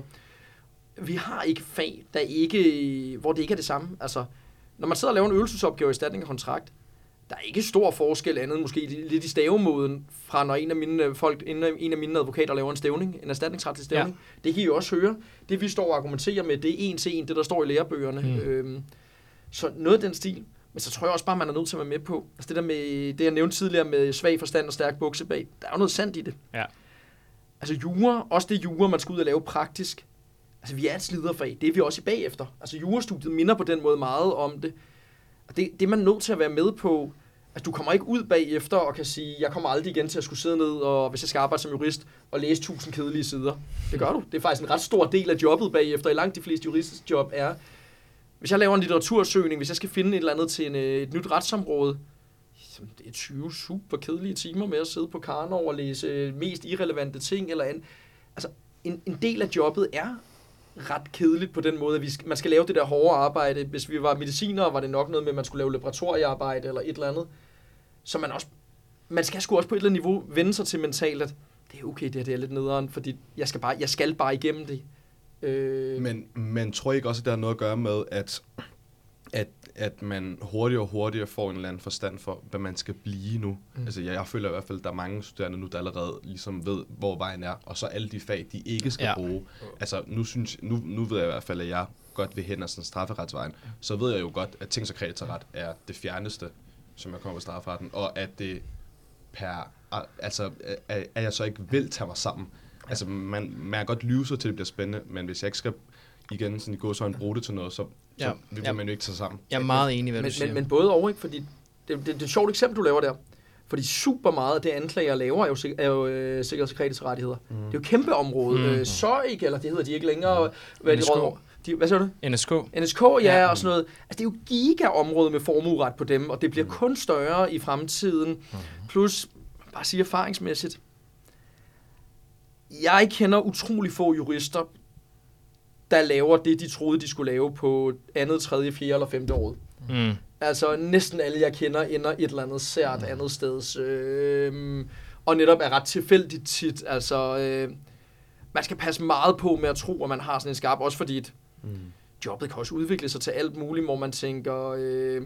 vi har ikke fag, der ikke, hvor det ikke er det samme. Altså, når man sidder og laver en øvelsesopgave i erstatning af kontrakt, der er ikke stor forskel andet, måske lidt i stavemåden, fra når en af mine folk, en af mine advokater laver en stævning, en erstatningsretlig stævning. Ja. Det kan I jo også høre. Det vi står og argumenterer med, det er en til en, det der står i lærebøgerne. Mm. Øhm, så noget af den stil. Men så tror jeg også bare, man er nødt til at være med på. Altså det der med, det jeg nævnte tidligere med svag forstand og stærk bukse bag, der er jo noget sandt i det. Ja. Altså jura, også det jura, man skal ud og lave praktisk. Altså vi er et sliderfag, det er vi også i bagefter. Altså jurastudiet minder på den måde meget om det. Og det, det er man nødt til at være med på. Altså du kommer ikke ud bagefter og kan sige, jeg kommer aldrig igen til at skulle sidde ned, og hvis jeg skal arbejde som jurist, og læse tusind kedelige sider. Det gør du. Det er faktisk en ret stor del af jobbet bagefter. I langt de fleste juristers job er, hvis jeg laver en litteratursøgning, hvis jeg skal finde et eller andet til en, et nyt retsområde, det er tyve super kedelige timer med at sidde på Karnov og læse mest irrelevante ting eller andet. Altså en, en del af jobbet er ret kedeligt på den måde, at vi skal, man skal lave det der hårde arbejde. Hvis vi var medicinere, var det nok noget med, at man skulle lave laboratoriearbejde eller et eller andet. Så man også man skal sgu også på et eller andet niveau vende sig til mentalt, at det er okay, det her det er lidt nederen, fordi jeg skal bare, jeg skal bare igennem det. Øh... Men, men tror I ikke også, at det har noget at gøre med, at, at, at man hurtigere og hurtigere får en eller anden forstand for, hvad man skal blive nu? Mm. Altså, jeg, jeg føler i hvert fald, at der er mange studerende nu, der allerede ligesom ved, hvor vejen er, og så alle de fag, de ikke skal ja. bruge. Altså, nu, synes, nu, nu ved jeg i hvert fald, at jeg godt vil hen ad sådan strafferetsvejen. Så ved jeg jo godt, at tings- og kreditoret er det fjerneste, som jeg kommer på strafferetten, og at det per... Altså, at jeg så ikke vil tage mig sammen. Altså, man, man kan godt lyve sig til, det bliver spændende, men hvis jeg ikke skal igen sådan i gå så en bruge det til noget, så, ja. så vil ja. man jo ikke tage sammen. Jeg er meget enig, hvad men, du siger. Men, men både over, ikke? Fordi det, det, det er et sjovt eksempel, du laver der. Fordi super meget af det anklager laver er jo, er jo øh, sikkerheds- og kreditrettigheder. Mm. Det er jo et kæmpe område. Mm. Øh, så ikke, eller det hedder de ikke længere. Hvad, N S K. De, de, hvad siger du? N S K. N S K, ja, ja, og sådan noget. Altså, det er jo giga-område med formueret på dem, og det bliver mm. kun større i fremtiden. Mm. Plus, bare sige erfaringsmæssigt, jeg kender utrolig få jurister, der laver det, de troede, de skulle lave på andet, tredje, fjerde eller femte år. Mm. Altså næsten alle, jeg kender, ender et eller andet sært mm. andet sted. Øh, og netop er ret tilfældigt tit. Altså, øh, man skal passe meget på med at tro, at man har sådan en skarp, også fordi et, mm. jobbet kan også udvikle sig til alt muligt, hvor man tænker, øh,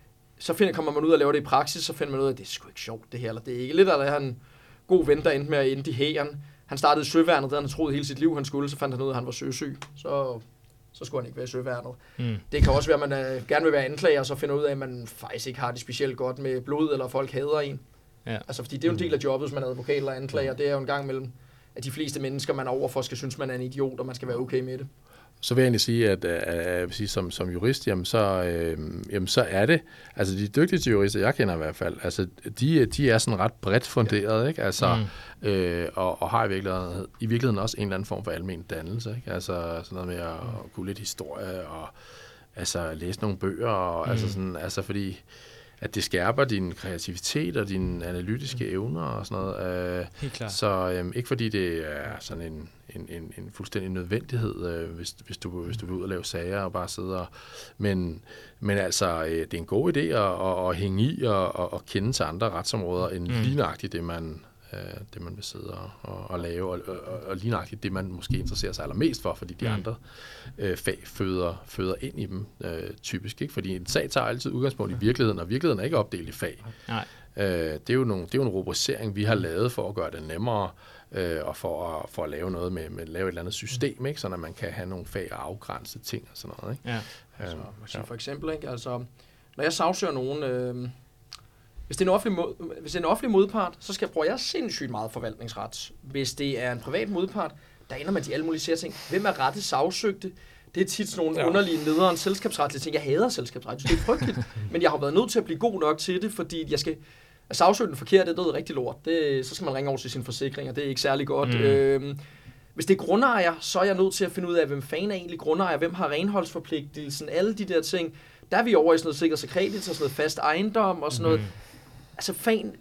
så finder, kommer man ud og laver det i praksis, så finder man ud af, at det er sgu ikke sjovt det her, eller det er ikke lidt, eller er en god ven, der endte med at ende i hæren. Han startede i søværnet, der han troede hele sit liv, han skulle, så fandt han ud af, at han var søsyg. Så, så skulle han ikke være i søværnet. Mm. Det kan også være, at man øh, gerne vil være anklager, og så finder ud af, at man faktisk ikke har det specielt godt med blod, eller folk hader en. Ja. Altså, fordi det er jo en del af jobbet, hvis man er advokat eller anklager. Det er jo en gang mellem, at de fleste mennesker, man er overfor, skal synes, man er en idiot, og man skal være okay med det. Så vil jeg egentlig sige, at, at, at som, som jurist, jamen så, øh, jamen så er det, altså de dygtigste jurister, jeg kender i hvert fald, altså de, de er sådan ret bredt funderet, ja. ikke? Altså, mm. øh, og, og har i virkeligheden, i virkeligheden også en eller anden form for almen dannelse, ikke? Altså sådan noget med at, at kunne lidt historie, og altså læse nogle bøger, og mm. altså sådan, altså fordi, at det skærper din kreativitet og dine analytiske evner og sådan noget. Øh, Helt klart. Så øh, ikke fordi det er sådan en, en, en, en fuldstændig nødvendighed, øh, hvis, hvis, du, hvis du vil ud og lave sager og bare sidde og... Men, men altså, øh, det er en god idé at, at, at hænge i og, og, og kende til andre retsområder, end mm. lignagtigt det, man... det man vil sidde og, og, og lave, og, og, og lige nøjagtigt det, man måske interesserer sig allermest for, fordi de mm. andre øh, fag føder, føder ind i dem øh, typisk, ikke? Fordi en sag tager altid udgangspunkt i virkeligheden, og virkeligheden er ikke opdelt i fag. Nej. Øh, det, er jo nogle, det er jo en rubricering, vi har lavet for at gøre det nemmere, øh, og for at, for at lave noget med, med lave et eller andet system, ikke? Sådan at man kan have nogle fag og afgrænse ting og sådan noget. Ikke? Ja. Altså, ja. For eksempel, ikke? Altså, når jeg sagsøger nogen... Øh Hvis det, er en offentlig mod, hvis det er en offentlig modpart, så skal jeg bruge jeg sindssygt meget forvaltningsret. Hvis det er en privat modpart, der ender man de alle mulige sære ting. Hvem er rette sagsøgte? Det er tit sådan nogle ja. underlige nederen selskabsretlige ting. Jeg hader selskabsret, det er frygteligt. Men jeg har været nødt til at blive god nok til det, fordi jeg skal... At sagsøge den forkerte, det er rigtig lort. Det, så skal man ringe over til sin forsikring, og det er ikke særlig godt. Mm. Øhm, hvis det er grundejer, så er jeg nødt til at finde ud af, hvem fanden er egentlig grundejer, hvem har renholdsforpligtelsen, alle de der ting. Der er vi over i sådan noget sikkerheds- og kredit, og sådan noget fast ejendom og sådan noget. Mm. Altså fan,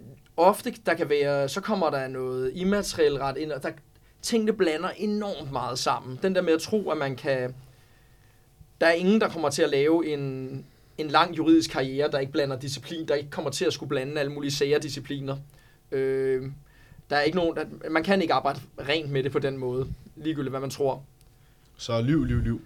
ofte der kan være, så kommer der noget immateriel ret ind, og der, tingene blander enormt meget sammen. Den der med at tro, at man kan, der er ingen, der kommer til at lave en, en lang juridisk karriere, der ikke blander disciplin, der ikke kommer til at skulle blande alle mulige sagerdiscipliner. Øh, der er ikke nogen, der, man kan ikke arbejde rent med det på den måde, ligegyldigt hvad man tror. Så liv, liv, liv.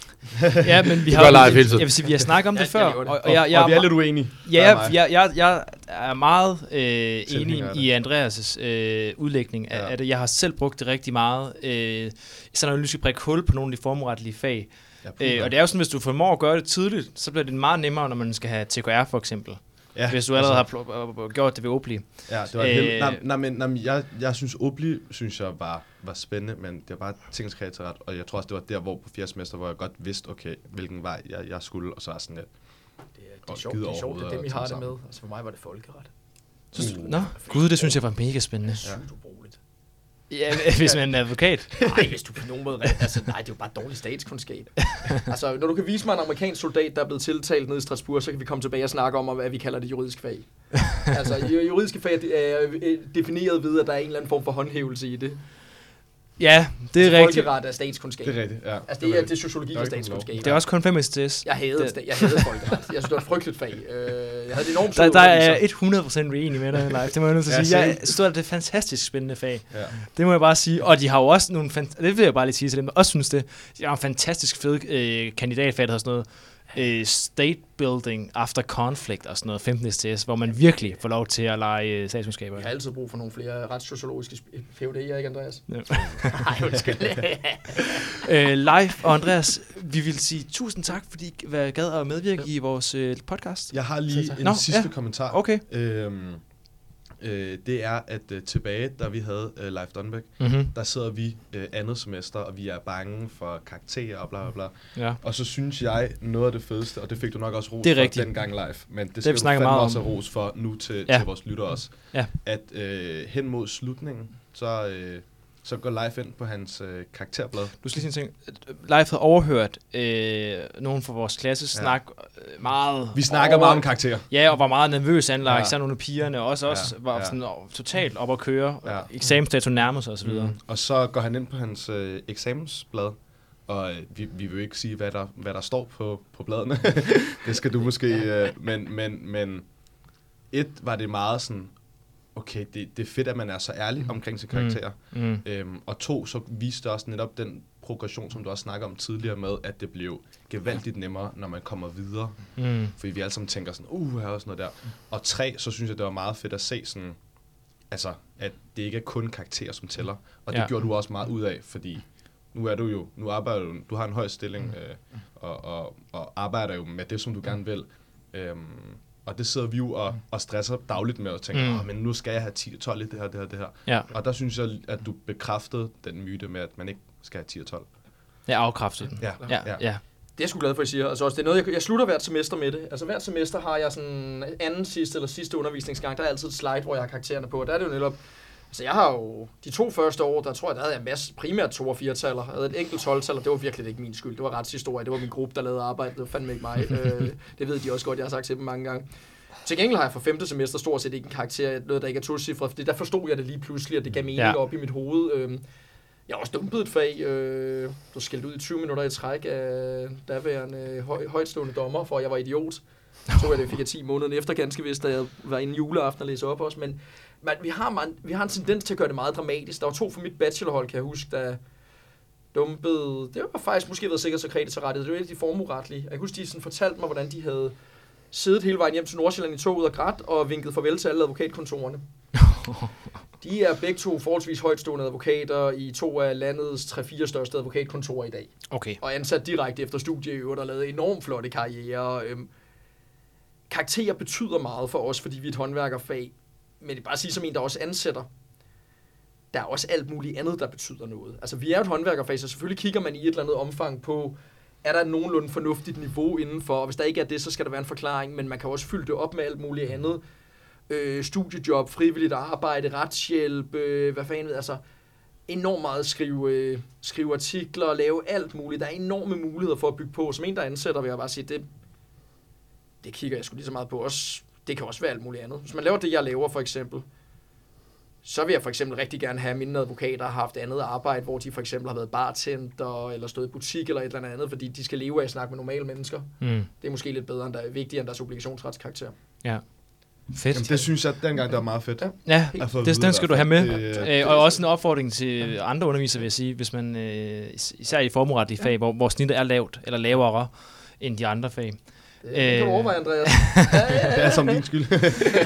Ja, men vi har live jeg vil sige, vi har snakket om det før, og, og, og, jeg, jeg og vi er lidt uenige. Ja, jeg, jeg, jeg er meget øh, enig i Andreas' øh, udlægning af, ja. af det. Jeg har selv brugt det rigtig meget. Øh, så når du skal brække hul på nogle af de formretlige fag. Ja, øh, og det er jo sådan, hvis du formår at gøre det tydeligt, så bliver det meget nemmere, når man skal have T K R for eksempel. Ja, hvis du allerede altså, har pl- gjort det ved Obli. Ja, det var øh, helt, nej, nej, men nej, jeg, jeg synes Obli, synes jeg var, var spændende, men det var bare teknisk kreativret, og jeg tror også, det var der, hvor på fjerde semester, hvor jeg godt vidste, okay, hvilken vej jeg, jeg skulle, og så er sådan lidt. Det er, det er sjovt, det er sjovt, det er dem, I har det med. Altså for mig var det folkeret. Uh, Nå, gud, det synes jeg var mega spændende. Det er sygt ubrugeligt. Ja, hvis man er en advokat. Nej, hvis du på nogen måde... Altså, nej, det er jo bare dårlig statskundskab. Altså, når du kan vise mig en amerikansk soldat, der er blevet tiltalt nede i Strasbourg, så kan vi komme tilbage og snakke om, hvad vi kalder det juridiske fag. Altså, juridiske fag er defineret ved, at der er en eller anden form for håndhævelse i det. Ja, det er altså, rigtigt. Folkeret er statskundskab. Det er rigtigt, ja. Altså, det er, det er sociologi og statskundskab. Det er også kun fem S T S. Jeg hadede, det. jeg hadede folkeret. Jeg synes, det var et frygteligt fag. Øh, jeg havde det enormt der, der er hundrede procent uenig med dig, Leif. Det må jeg nødt til at sige. Ja, jeg synes, det er et fantastisk spændende fag. Ja. Det må jeg bare sige. Og de har jo også nogle... Fant- det vil jeg bare lige sige til dem, der også synes det. De har en fantastisk fed øh, kandidatfag, der hedder sådan noget øh, State Building After Conflict og sådan noget, femten S T S, hvor man virkelig får lov til at lege øh, statskundskaber. Jeg har altid brug for nogle flere retssociologiske P H D'er, ikke Andreas? Ja. Nej, undskyld. øh, Leif og Andreas, vi vil sige tusind tak, fordi I gad at medvirke ja. i vores øh, podcast. Jeg har lige en Nå, sidste ja. kommentar. Okay. Øhm, øh, det er, at øh, tilbage, da vi havde øh, Leif Donbæk, Mm-hmm. der sidder vi øh, andet semester, og vi er bange for karakterer og bla bla bla. Ja. Og så synes jeg, noget af det fedeste, og det fik du nok også ros Det er for rigtigt. dengang live, men det Det skal vi du snakker fandme meget også om. have ros for nu til, Ja. til vores lyttere også. Ja. At øh, hen mod slutningen, så, øh, så går Leif ind på hans øh, karakterblad. Du skal lige sige en ting. Leif havde overhørt øh, nogen fra vores klasse snak øh, meget... Vi snakker over, meget om karakterer. Ja, og var meget nervøs anlagt. Ja. Så nogle af pigerne også, også Ja. var Ja. sådan, oh, totalt op at køre. Ja. Eksamensdato nærmede sig osv. Mm. Og så går han ind på hans øh, eksamensblad, og øh, vi, vi vil jo ikke sige, hvad der, hvad der står på, på bladene. Det skal du måske... Øh, men, men, men et var det meget sådan, okay, det, det er fedt, at man er så ærlig omkring sine karakterer. Mm. Øhm, og to, så viste det også netop den progression, som du også snakker om tidligere med, at det blev gevaldigt nemmere, når man kommer videre. Mm. Fordi vi alle sammen tænker sådan, uh, her er også noget der. Og tre, så synes jeg, det var meget fedt at se sådan, altså, at det ikke er kun karakterer, som tæller. Og det Ja. gjorde du også meget ud af, fordi nu er du jo, nu arbejder du, du har en høj stilling, øh, og, og, og arbejder jo med det, som du gerne vil. Øhm, og det sidder vi jo og, og stresser dagligt med, og tænker, Mm. mm. men nu skal jeg have ti og tolv i det her, det her, det her. Ja, Og der synes jeg, at du bekræftede den myte med, at man ikke skal have ti og tolv. jeg afkræftede den. Ja, Ja, ja. ja. Det er jeg sgu glad for, at I siger. Altså også, det er noget, jeg, jeg slutter hvert semester med det. Altså hvert semester har jeg sådan anden sidste eller sidste undervisningsgang. Der er altid et slide, hvor jeg har karaktererne på. Der er det jo netop... Altså jeg har jo... De to første år, der tror jeg, der havde jeg en masse primært to- og fire-taller. Jeg havde et enkelt tolv-taller. Det var virkelig ikke min skyld. Det var retshistorie. Det var min gruppe, der lavede arbejdet. Det var fandme ikke mig. øh, det ved de også godt. Jeg har sagt til dem mange gange. Til gengæld har jeg for femte semester stort set ikke en karakter. Noget, der ikke er tocifret. Fordi der forstod jeg det lige pludselig, og det gav mening Ja. op i mit hoved. Øh, Jeg har også dumpet et fag, øh, du skældte ud i tyve minutter i træk af daværende høj, højtstående dommer, for at jeg var idiot. Jeg tror, jeg det fik jeg ti måneder efter ganske vist, da jeg var inde juleaften og læse op også. Men man, vi, har man, vi har en tendens til at gøre det meget dramatisk. Der var to fra mit bachelorhold, kan jeg huske, der dumpede... Det var faktisk måske været sikkert så kredit så rettet. Det var et af de formueretlige. Jeg kan huske, de sådan fortalte mig, hvordan de havde siddet hele vejen hjem til Nordsjælland i toget og grædt og vinket farvel til alle advokatkontorerne. De er begge to forholdsvis højtstående advokater i to af landets tre-fire største advokatkontorer i dag. Okay. Og ansat direkte efter studie i øvrigt og lavet enormt flotte karrierer. Øhm, karakterer betyder meget for os, fordi vi er et håndværkerfag. Men det er bare at sige som en, der også ansætter. Der er også alt muligt andet, der betyder noget. Altså vi er et håndværkerfag, så selvfølgelig kigger man i et eller andet omfang på, er der et nogenlunde fornuftigt niveau indenfor, og hvis der ikke er det, så skal der være en forklaring, men man kan også fylde det op med alt muligt andet. Øh, studiejob, frivilligt arbejde, retshjælp, øh, hvad fanden ved, altså enormt meget skrive, øh, skrive artikler, lave alt muligt. Der er enorme muligheder for at bygge på. Som en, der ansætter, vil jeg bare sige, det, det kigger jeg sgu lige så meget på. Også, det kan også være alt muligt andet. Hvis man laver det, jeg laver for eksempel, så vil jeg for eksempel rigtig gerne have, at mine advokater har haft andet arbejde, hvor de for eksempel har været bartender, eller stået i butik, eller et eller andet, fordi de skal leve af at snakke med normale mennesker. Mm. Det er måske lidt bedre, end der er vigtigere end deres obligationsretskarakter. Ja. Fedt. Jamen, det synes jeg, dengang det var meget fedt. Ja. Ja, At få at det, vide den skal du have med. Det, Øh, og også en opfordring til andre undervisere, vil jeg sige, hvis man, øh, især i formueretlige fag, hvor, hvor snittet er lavt, eller lavere end de andre fag. Det kan du Øh. overveje, Andreas. Ja, ja, ja. det er som din skyld.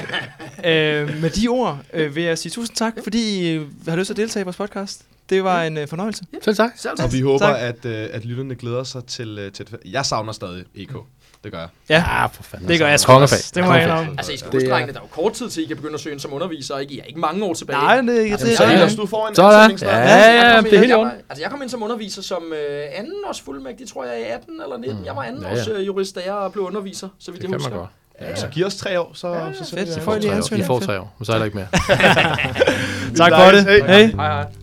øh, med de ord øh, vil jeg sige tusind tak, fordi I har lyst til at deltage i vores podcast. Det var en øh, fornøjelse. Selv tak. Selv tak. Og vi håber, Tak. at, øh, at lytterne glæder sig til, øh, til det. Jeg savner stadig E K. Det gør jeg. Ja, for fanden. det gør jeg sgu Kongefag. også. Det må jeg indrømme. Altså, I skal Det huske, er- drengene, der er jo kort tid til, I kan begynde at søge ind som underviser. Ikke? I er ikke mange år tilbage. Nej, det er ikke Jamen, det. så er- ellers du foran Sådan. ansætningsstart. Ja, Jeg ja, kom det er ind- helt i jeg orden. var- Altså, jeg kom ind som underviser som øh, anden års fuldmægtig, tror jeg, i atten eller nitten. Mm. Jeg var anden Ja, ja. års øh, jurist, da jeg blev underviser, så vidt Det jeg kan man husker. godt. Ja, så giv os tre år, så, Ja, så, så fedt, så vi får I jer. lige Tre år. ansøgning. I får tre år, men så er der ikke mere. Tak for det. Hej. Hej. Hej, hej.